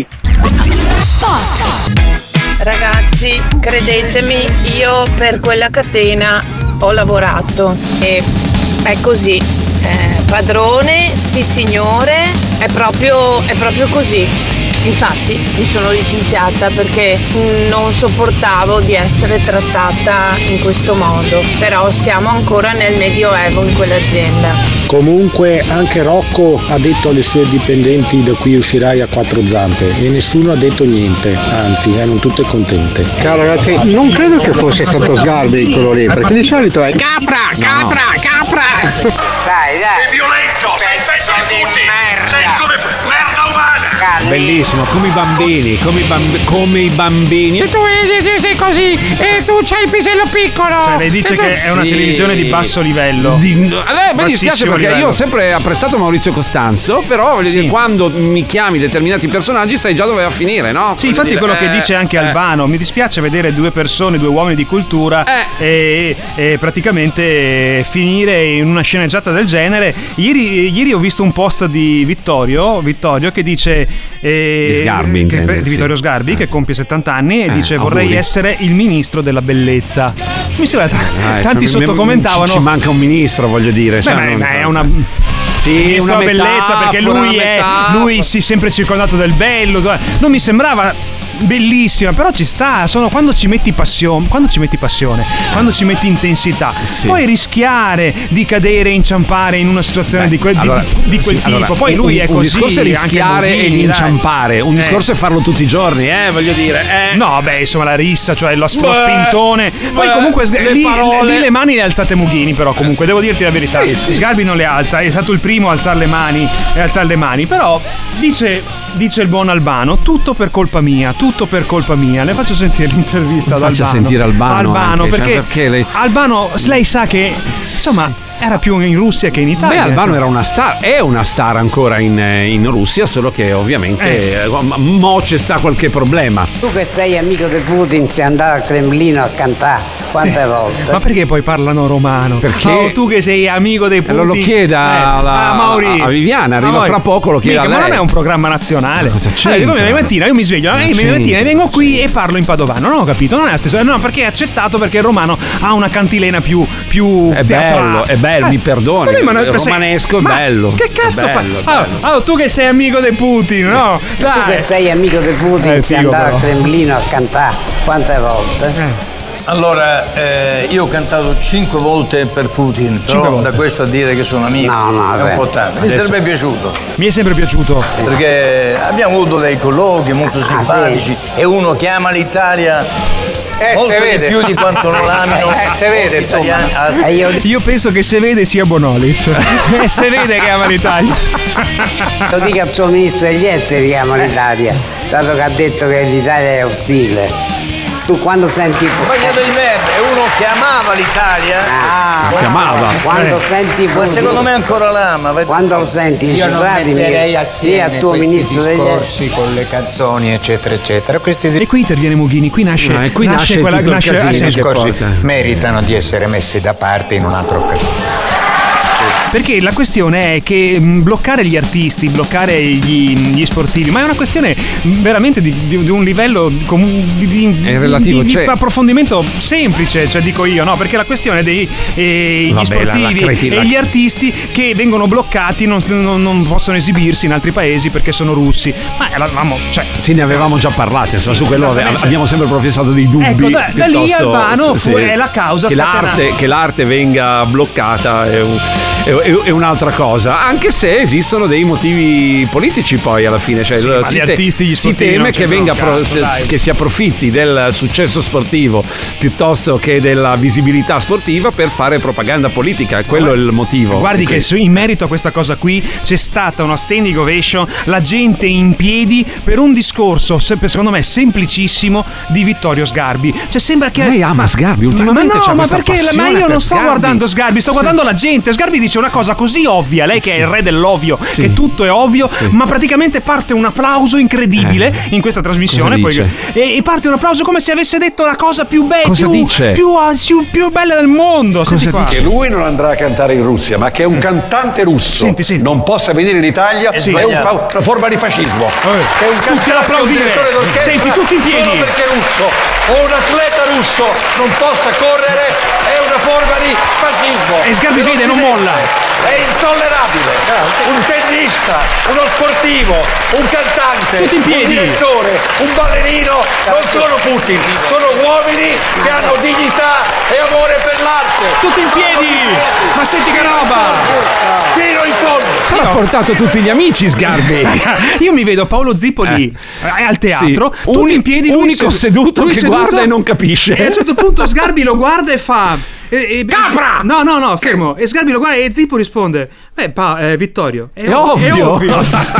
[SPEAKER 13] Ragazzi, credetemi, io per quella catena ho lavorato e è così. Eh, padrone, sì signore, è proprio, è proprio così. Infatti mi sono licenziata perché non sopportavo di essere trattata in questo modo, però siamo ancora nel medioevo in quell'azienda.
[SPEAKER 24] Comunque anche Rocco ha detto alle sue dipendenti da qui uscirai a quattro zampe e nessuno ha detto niente, anzi erano tutte contente.
[SPEAKER 6] Ciao ragazzi, non credo che fosse stato Sgarbi quello lì, perché di solito è
[SPEAKER 10] Capra, capra, capra!
[SPEAKER 9] Dai, dai.
[SPEAKER 10] È violento, sei pezzo di tutti! Sei come merda umana!
[SPEAKER 16] Bellissimo, come i bambini, come i, bamb- come i bambini.
[SPEAKER 25] E tu eh, sei così, e tu c'hai il pisello piccolo.
[SPEAKER 17] Cioè, lei dice
[SPEAKER 25] E tu-
[SPEAKER 17] che è una
[SPEAKER 16] Sì.
[SPEAKER 17] televisione di basso livello.
[SPEAKER 16] Di- a lei mi dispiace
[SPEAKER 17] Bassissimo
[SPEAKER 16] perché
[SPEAKER 17] livello.
[SPEAKER 16] io ho sempre apprezzato Maurizio Costanzo, però voglio
[SPEAKER 17] Sì.
[SPEAKER 16] dire, quando mi chiami determinati personaggi sai già dove va a finire, no?
[SPEAKER 17] Sì,
[SPEAKER 16] Voglio
[SPEAKER 17] infatti
[SPEAKER 16] dire,
[SPEAKER 17] quello che
[SPEAKER 16] eh,
[SPEAKER 17] dice anche
[SPEAKER 16] eh.
[SPEAKER 17] Albano, mi dispiace vedere due persone, due uomini di cultura e, e praticamente finire in una sceneggiata del genere. Ieri, ieri ho visto un post di Vittorio, Vittorio che dice eh,
[SPEAKER 16] Di Sgarbi,
[SPEAKER 17] che-
[SPEAKER 16] intende,
[SPEAKER 17] di Vittorio
[SPEAKER 16] sì.
[SPEAKER 17] Sgarbi che compie settanta anni e
[SPEAKER 16] Eh,
[SPEAKER 17] dice vorrei
[SPEAKER 16] auguri.
[SPEAKER 17] essere il ministro della bellezza. Mi sembra
[SPEAKER 16] Dai,
[SPEAKER 17] tanti
[SPEAKER 16] cioè, mi-
[SPEAKER 17] sottocommentavano.
[SPEAKER 16] Ci, ci manca un ministro, voglio dire.
[SPEAKER 17] Beh,
[SPEAKER 16] cioè,
[SPEAKER 17] ma-
[SPEAKER 16] non-
[SPEAKER 17] ma è una
[SPEAKER 16] Sì,
[SPEAKER 17] ministro
[SPEAKER 16] una
[SPEAKER 17] della bellezza perché
[SPEAKER 16] metafora,
[SPEAKER 17] lui
[SPEAKER 16] una
[SPEAKER 17] è
[SPEAKER 16] metafora.
[SPEAKER 17] lui si è sempre circondato del bello, non mi sembrava bellissima, però ci sta, sono quando ci metti passione, quando ci metti passione, quando ci metti intensità,
[SPEAKER 16] Sì.
[SPEAKER 17] puoi rischiare di cadere e inciampare in una situazione
[SPEAKER 16] Beh,
[SPEAKER 17] di quel, di-
[SPEAKER 16] allora,
[SPEAKER 17] di quel
[SPEAKER 16] sì,
[SPEAKER 17] tipo.
[SPEAKER 16] allora,
[SPEAKER 17] Poi lui
[SPEAKER 16] un,
[SPEAKER 17] è
[SPEAKER 16] un
[SPEAKER 17] così.
[SPEAKER 16] discorso è rischiare
[SPEAKER 17] anche
[SPEAKER 16] e
[SPEAKER 17] Bordini,
[SPEAKER 16] inciampare, un
[SPEAKER 17] dai.
[SPEAKER 16] discorso
[SPEAKER 17] Eh.
[SPEAKER 16] è farlo tutti i giorni, eh, voglio dire. Eh.
[SPEAKER 17] No, beh, insomma, la rissa, cioè lo, lo
[SPEAKER 16] Beh,
[SPEAKER 17] spintone. Poi
[SPEAKER 16] beh,
[SPEAKER 17] comunque Sg-
[SPEAKER 16] le
[SPEAKER 17] lì,
[SPEAKER 16] parole.
[SPEAKER 17] lì le mani le ha alzate Mughini, però comunque devo dirti la verità.
[SPEAKER 16] Sì, sì.
[SPEAKER 17] Sgarbi non le alza, è stato il primo a alzare le mani e alzare le mani, però dice dice il buon Albano, tutto per colpa mia, tutto per colpa mia. Le faccio sentire l'intervista ad
[SPEAKER 16] Faccia
[SPEAKER 17] Albano.
[SPEAKER 16] sentire Albano
[SPEAKER 17] Albano,
[SPEAKER 16] anche, cioè,
[SPEAKER 17] perché,
[SPEAKER 16] perché lei-
[SPEAKER 17] Albano, lei sa che insomma era più in Russia che in Italia.
[SPEAKER 16] Beh, Albano
[SPEAKER 17] insomma.
[SPEAKER 16] era una star, è una star ancora in, in Russia, solo che ovviamente eh. mo c'è sta qualche problema.
[SPEAKER 26] Tu che sei amico di Putin sei andato al Cremlino a cantare
[SPEAKER 1] Quante volte?
[SPEAKER 17] Ma perché poi parlano romano?
[SPEAKER 16] Perché?
[SPEAKER 17] Oh, tu che sei amico dei Putin.
[SPEAKER 16] Allora lo chieda
[SPEAKER 17] eh,
[SPEAKER 16] alla-
[SPEAKER 17] a Mauri.
[SPEAKER 16] a Viviana, arriva
[SPEAKER 17] A Mauri.
[SPEAKER 16] fra poco, lo chiede
[SPEAKER 17] Mica,
[SPEAKER 16] a
[SPEAKER 17] ma
[SPEAKER 16] lei.
[SPEAKER 17] non è un programma nazionale.
[SPEAKER 16] Cosa c'entra?
[SPEAKER 17] Eh, dico, ogni mattina io mi sveglio,
[SPEAKER 16] Cosa
[SPEAKER 17] eh, ogni
[SPEAKER 16] c'entra?
[SPEAKER 17] mattina vengo qui e parlo in padovano. Non ho capito, non è la stessa. No, perché è accettato perché il romano ha una cantilena più, più
[SPEAKER 16] È
[SPEAKER 17] teatrale.
[SPEAKER 16] bello, è bello,
[SPEAKER 17] Eh,
[SPEAKER 16] mi perdoni.
[SPEAKER 17] ma lui, ma
[SPEAKER 16] Il
[SPEAKER 17] non- sei-
[SPEAKER 16] romanesco è
[SPEAKER 17] ma
[SPEAKER 16] bello.
[SPEAKER 17] Che cazzo
[SPEAKER 16] È
[SPEAKER 17] fa?
[SPEAKER 16] bello, è
[SPEAKER 17] Ah,
[SPEAKER 16] bello.
[SPEAKER 17] ah, tu che sei amico dei Putin, no?
[SPEAKER 1] Tu
[SPEAKER 17] Dai.
[SPEAKER 1] che sei amico di Putin,
[SPEAKER 17] Eh,
[SPEAKER 1] sei
[SPEAKER 17] figo,
[SPEAKER 1] andato
[SPEAKER 17] però.
[SPEAKER 1] al Cremlino a cantare quante volte?
[SPEAKER 17] Eh.
[SPEAKER 2] Allora, eh, io ho cantato cinque volte per Putin,
[SPEAKER 17] Cinque
[SPEAKER 2] però
[SPEAKER 17] volte.
[SPEAKER 2] da questo a dire che sono amico
[SPEAKER 1] No, no,
[SPEAKER 2] è un
[SPEAKER 1] beh.
[SPEAKER 2] po' tanto. Mi
[SPEAKER 1] Adesso-
[SPEAKER 2] sarebbe piaciuto,
[SPEAKER 17] Mi è sempre piaciuto.
[SPEAKER 2] perché abbiamo avuto dei colloqui molto simpatici e uno che ama l'Italia
[SPEAKER 18] Eh,
[SPEAKER 2] molto
[SPEAKER 18] se
[SPEAKER 2] di
[SPEAKER 18] vede.
[SPEAKER 2] più di quanto non l'amino.
[SPEAKER 18] Eh, se vede,
[SPEAKER 2] gli
[SPEAKER 18] insomma.
[SPEAKER 2] italiani. Ah, sì.
[SPEAKER 1] E io,
[SPEAKER 17] Io penso che se vede sia Bonolis. E se vede che ama l'Italia.
[SPEAKER 1] lo dico al suo ministro degli esteri che ama l'Italia, dato che ha detto che l'Italia è ostile. Tu quando senti...
[SPEAKER 2] Sbagliato di merda, è uno che amava l'Italia.
[SPEAKER 1] Ah,
[SPEAKER 16] Che amava.
[SPEAKER 1] quando
[SPEAKER 17] Eh.
[SPEAKER 1] senti
[SPEAKER 2] Ma
[SPEAKER 1] Putin-
[SPEAKER 2] secondo me ancora l'ama. vai-
[SPEAKER 1] quando lo senti
[SPEAKER 3] Io non
[SPEAKER 1] insultarmi,
[SPEAKER 3] metterei
[SPEAKER 1] sì,
[SPEAKER 3] assieme
[SPEAKER 1] al tuo
[SPEAKER 3] questi
[SPEAKER 1] ministro degli
[SPEAKER 3] discorsi con le canzoni eccetera eccetera. Questi
[SPEAKER 17] E qui interviene Mughini, qui nasce,
[SPEAKER 16] No, e qui nasce
[SPEAKER 17] quella
[SPEAKER 16] tutto il
[SPEAKER 17] nasce,
[SPEAKER 16] casino.
[SPEAKER 17] nasce-
[SPEAKER 3] discorsi
[SPEAKER 16] porta.
[SPEAKER 3] meritano di essere messi da parte in un'altra occasione.
[SPEAKER 17] perché la questione è che mh, bloccare gli artisti, bloccare gli, gli sportivi, ma è una questione mh, veramente di, di- di un livello comu- di, di-
[SPEAKER 16] È relativo,
[SPEAKER 17] di- di
[SPEAKER 16] cioè-
[SPEAKER 17] approfondimento semplice, cioè dico io, no? Perché la questione dei eh, gli
[SPEAKER 16] Vabbè, la- la
[SPEAKER 17] sportivi
[SPEAKER 16] creti-
[SPEAKER 17] e
[SPEAKER 16] la-
[SPEAKER 17] gli artisti che vengono bloccati non, non- non possono esibirsi in altri paesi perché sono russi. Ma eravamo, cioè,
[SPEAKER 16] Sì, ne avevamo già parlato, insomma, su quello ave-
[SPEAKER 17] Esattamente.
[SPEAKER 16] abbiamo sempre professato dei dubbi.
[SPEAKER 17] Ecco, da- da lì
[SPEAKER 16] piuttosto-
[SPEAKER 17] Albano
[SPEAKER 16] sì,
[SPEAKER 17] fu- è la causa
[SPEAKER 16] che l'arte,
[SPEAKER 17] scatenata.
[SPEAKER 16] che l'arte venga bloccata è, un- è- è- è un'altra cosa, anche se esistono dei motivi politici poi alla fine, cioè
[SPEAKER 17] Sì,
[SPEAKER 16] lo-
[SPEAKER 17] ma
[SPEAKER 16] si,
[SPEAKER 17] gli
[SPEAKER 16] te-
[SPEAKER 17] artisti, gli
[SPEAKER 16] si
[SPEAKER 17] sportivi
[SPEAKER 16] teme
[SPEAKER 17] non
[SPEAKER 16] che
[SPEAKER 17] c'entrano
[SPEAKER 16] venga
[SPEAKER 17] un
[SPEAKER 16] pro-
[SPEAKER 17] cazzo, dai.
[SPEAKER 16] che si approfitti del successo sportivo piuttosto che della visibilità sportiva per fare propaganda politica, quello è il motivo.
[SPEAKER 17] Guardi
[SPEAKER 16] E
[SPEAKER 17] che su- in merito a questa cosa qui c'è stata una standing ovation, la gente in piedi per un discorso, se- secondo me semplicissimo, di Vittorio Sgarbi. Cioè sembra che
[SPEAKER 16] Lei ama Sgarbi, ultimamente
[SPEAKER 17] ma no,
[SPEAKER 16] c'ha
[SPEAKER 17] ma
[SPEAKER 16] questa
[SPEAKER 17] perché ma
[SPEAKER 16] passione
[SPEAKER 17] io
[SPEAKER 16] per
[SPEAKER 17] non sto
[SPEAKER 16] Sgarbi.
[SPEAKER 17] guardando Sgarbi, sto
[SPEAKER 16] Sì.
[SPEAKER 17] guardando la gente. Sgarbi dice una cosa così ovvia, lei che è il re dell'ovvio,
[SPEAKER 16] Sì.
[SPEAKER 17] che tutto è ovvio,
[SPEAKER 16] Sì.
[SPEAKER 17] ma praticamente parte un applauso incredibile
[SPEAKER 16] Eh.
[SPEAKER 17] in questa trasmissione,
[SPEAKER 16] Cosa
[SPEAKER 17] poi-
[SPEAKER 16] dice?
[SPEAKER 17] e, e parte un applauso come se avesse detto la cosa più bella,
[SPEAKER 16] Cosa
[SPEAKER 17] più,
[SPEAKER 16] dice?
[SPEAKER 17] più, più, più bella del mondo. Senti qua.
[SPEAKER 12] Che lui non andrà a cantare in Russia, ma che un cantante russo
[SPEAKER 17] Senti, senti.
[SPEAKER 12] non possa venire in Italia
[SPEAKER 17] È
[SPEAKER 12] è, un
[SPEAKER 17] sbagliato.
[SPEAKER 12] fa- una forma di fascismo. Che un
[SPEAKER 17] Tutti
[SPEAKER 12] cantante
[SPEAKER 17] ad
[SPEAKER 12] o un
[SPEAKER 17] applaudire.
[SPEAKER 12] direttore d'orchestra
[SPEAKER 17] Senti, tutti in piedi.
[SPEAKER 12] solo perché è russo o un atleta russo non possa correre è una forma di fascismo.
[SPEAKER 17] E Sgarbi vede, non molla.
[SPEAKER 12] È intollerabile. Un tennista, uno sportivo, un cantante,
[SPEAKER 17] Tutti in piedi.
[SPEAKER 12] un direttore, un ballerino non sono Putin, sono uomini che hanno dignità e amore per l'arte.
[SPEAKER 17] Tutti in piedi! Ma senti che roba!
[SPEAKER 12] Fino in fondo!
[SPEAKER 16] Ha portato tutti gli amici Sgarbi.
[SPEAKER 17] Io mi vedo Paolo Zipoli eh, al teatro,
[SPEAKER 16] Sì.
[SPEAKER 17] tutti
[SPEAKER 16] Uni-
[SPEAKER 17] in piedi, lui
[SPEAKER 16] unico seduto
[SPEAKER 17] lui
[SPEAKER 16] che guarda e non capisce.
[SPEAKER 17] E a un certo punto Sgarbi lo guarda e fa e, e-
[SPEAKER 16] Capra!
[SPEAKER 17] No, no, no, fermo. E Sgarbi lo guarda e Zippo risponde: Beh, pa, eh, Vittorio, è,
[SPEAKER 16] È
[SPEAKER 17] ov- è
[SPEAKER 16] ovvio.
[SPEAKER 17] ovvio.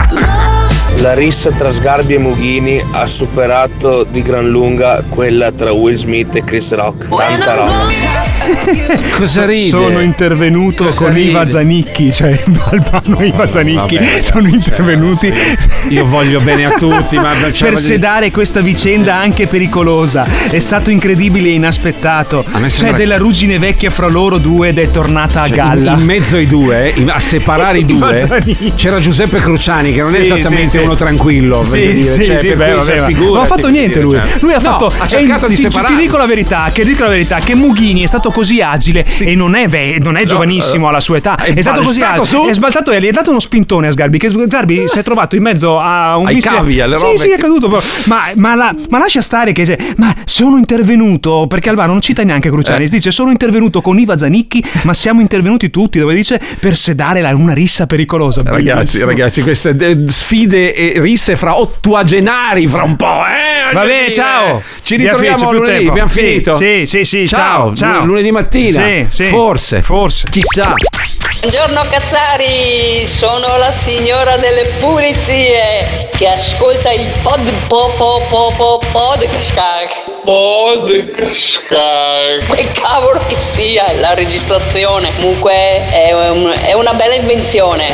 [SPEAKER 14] La rissa tra Sgarbi e Mughini ha superato di gran lunga quella tra Will Smith e Chris Rock. Tanta roba.
[SPEAKER 16] Cosa ride?
[SPEAKER 17] Sono intervenuto
[SPEAKER 16] Cosa
[SPEAKER 17] con
[SPEAKER 16] ride?
[SPEAKER 17] Iva Zanicchi, cioè Albano e Iva Zanicchi
[SPEAKER 16] Vabbè, ragazzi,
[SPEAKER 17] sono intervenuti
[SPEAKER 16] Io voglio bene a tutti, ma cioè,
[SPEAKER 17] per sedare questa vicenda anche pericolosa. È stato incredibile e inaspettato.
[SPEAKER 16] A me
[SPEAKER 17] C'è
[SPEAKER 16] sembra-
[SPEAKER 17] della ruggine vecchia fra loro due ed è tornata a
[SPEAKER 16] Cioè,
[SPEAKER 17] galla.
[SPEAKER 16] in, in mezzo ai due, in- a separare i due,
[SPEAKER 17] Mazzanini.
[SPEAKER 16] c'era Giuseppe Cruciani, che non è
[SPEAKER 17] Sì,
[SPEAKER 16] esattamente
[SPEAKER 17] sì, sì.
[SPEAKER 16] uno tranquillo.
[SPEAKER 17] Sì,
[SPEAKER 16] voglio dire,
[SPEAKER 17] sì,
[SPEAKER 16] cioè,
[SPEAKER 17] sì,
[SPEAKER 16] per
[SPEAKER 17] beh,
[SPEAKER 16] cui,
[SPEAKER 17] vabbè,
[SPEAKER 16] cioè,
[SPEAKER 17] ma-
[SPEAKER 16] figurati,
[SPEAKER 17] non ha fatto niente
[SPEAKER 16] voglio
[SPEAKER 17] lui.
[SPEAKER 16] dire, cioè.
[SPEAKER 17] Lui ha
[SPEAKER 16] No,
[SPEAKER 17] fatto.
[SPEAKER 16] ha cercato
[SPEAKER 17] e
[SPEAKER 16] di
[SPEAKER 17] ti,
[SPEAKER 16] separare.
[SPEAKER 17] ti dico la verità, che dico la verità, che Mughini è stato così agile e non è, ve- non è giovanissimo alla sua età.
[SPEAKER 16] è
[SPEAKER 17] È stato così
[SPEAKER 16] balzato
[SPEAKER 17] agile.
[SPEAKER 16] su.
[SPEAKER 17] È sbaltato e gli ha dato uno spintone a Sgarbi. Che Sgarbi si è trovato in mezzo a un
[SPEAKER 16] Ai
[SPEAKER 17] missile.
[SPEAKER 16] cavi, alle
[SPEAKER 17] Sì,
[SPEAKER 16] robe
[SPEAKER 17] sì, è
[SPEAKER 16] che-
[SPEAKER 17] caduto. però. Ma, ma, la- ma lascia stare che. se- Ma sono intervenuto. Perché Albano non cita neanche Cruciani.
[SPEAKER 16] Eh.
[SPEAKER 17] Dice: sono intervenuto con Iva Zanicchi, ma siamo intervenuti tutti. Dove dice per sedare la- una rissa pericolosa.
[SPEAKER 16] Ragazzi,
[SPEAKER 17] Bellissimo.
[SPEAKER 16] ragazzi, queste eh, sfide e risse fra ottuagenari fra un po', eh? voglio
[SPEAKER 17] Vabbè,
[SPEAKER 16] dire.
[SPEAKER 17] ciao.
[SPEAKER 16] Ci
[SPEAKER 17] Via,
[SPEAKER 16] ritroviamo
[SPEAKER 17] c'è più
[SPEAKER 16] lunedì,
[SPEAKER 17] tempo.
[SPEAKER 16] abbiamo
[SPEAKER 17] Sì,
[SPEAKER 16] finito.
[SPEAKER 17] sì, sì, sì, ciao, ciao.
[SPEAKER 16] L- lunedì mattina.
[SPEAKER 17] Sì, sì.
[SPEAKER 16] Forse.
[SPEAKER 17] Forse.
[SPEAKER 16] Chissà.
[SPEAKER 26] Buongiorno Cazzari, sono la signora delle pulizie che ascolta il pod po po po po podcast. Podcast. Che cavolo che sia la registrazione. Comunque è, un- è una bella invenzione.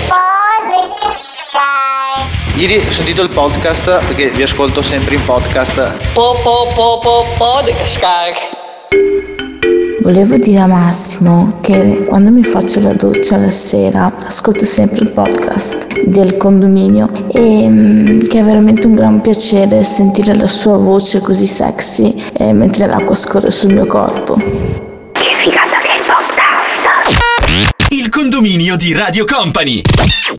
[SPEAKER 18] Ieri ho sentito il podcast perché vi ascolto sempre in podcast.
[SPEAKER 26] Po po po po podcast.
[SPEAKER 5] Volevo dire a Massimo che quando mi faccio la doccia la sera ascolto sempre il podcast del condominio e mm, che è veramente un gran piacere sentire la sua voce così sexy eh, mentre l'acqua scorre sul mio corpo.
[SPEAKER 15] Che figata che è il podcast! Il condominio di Radio Company.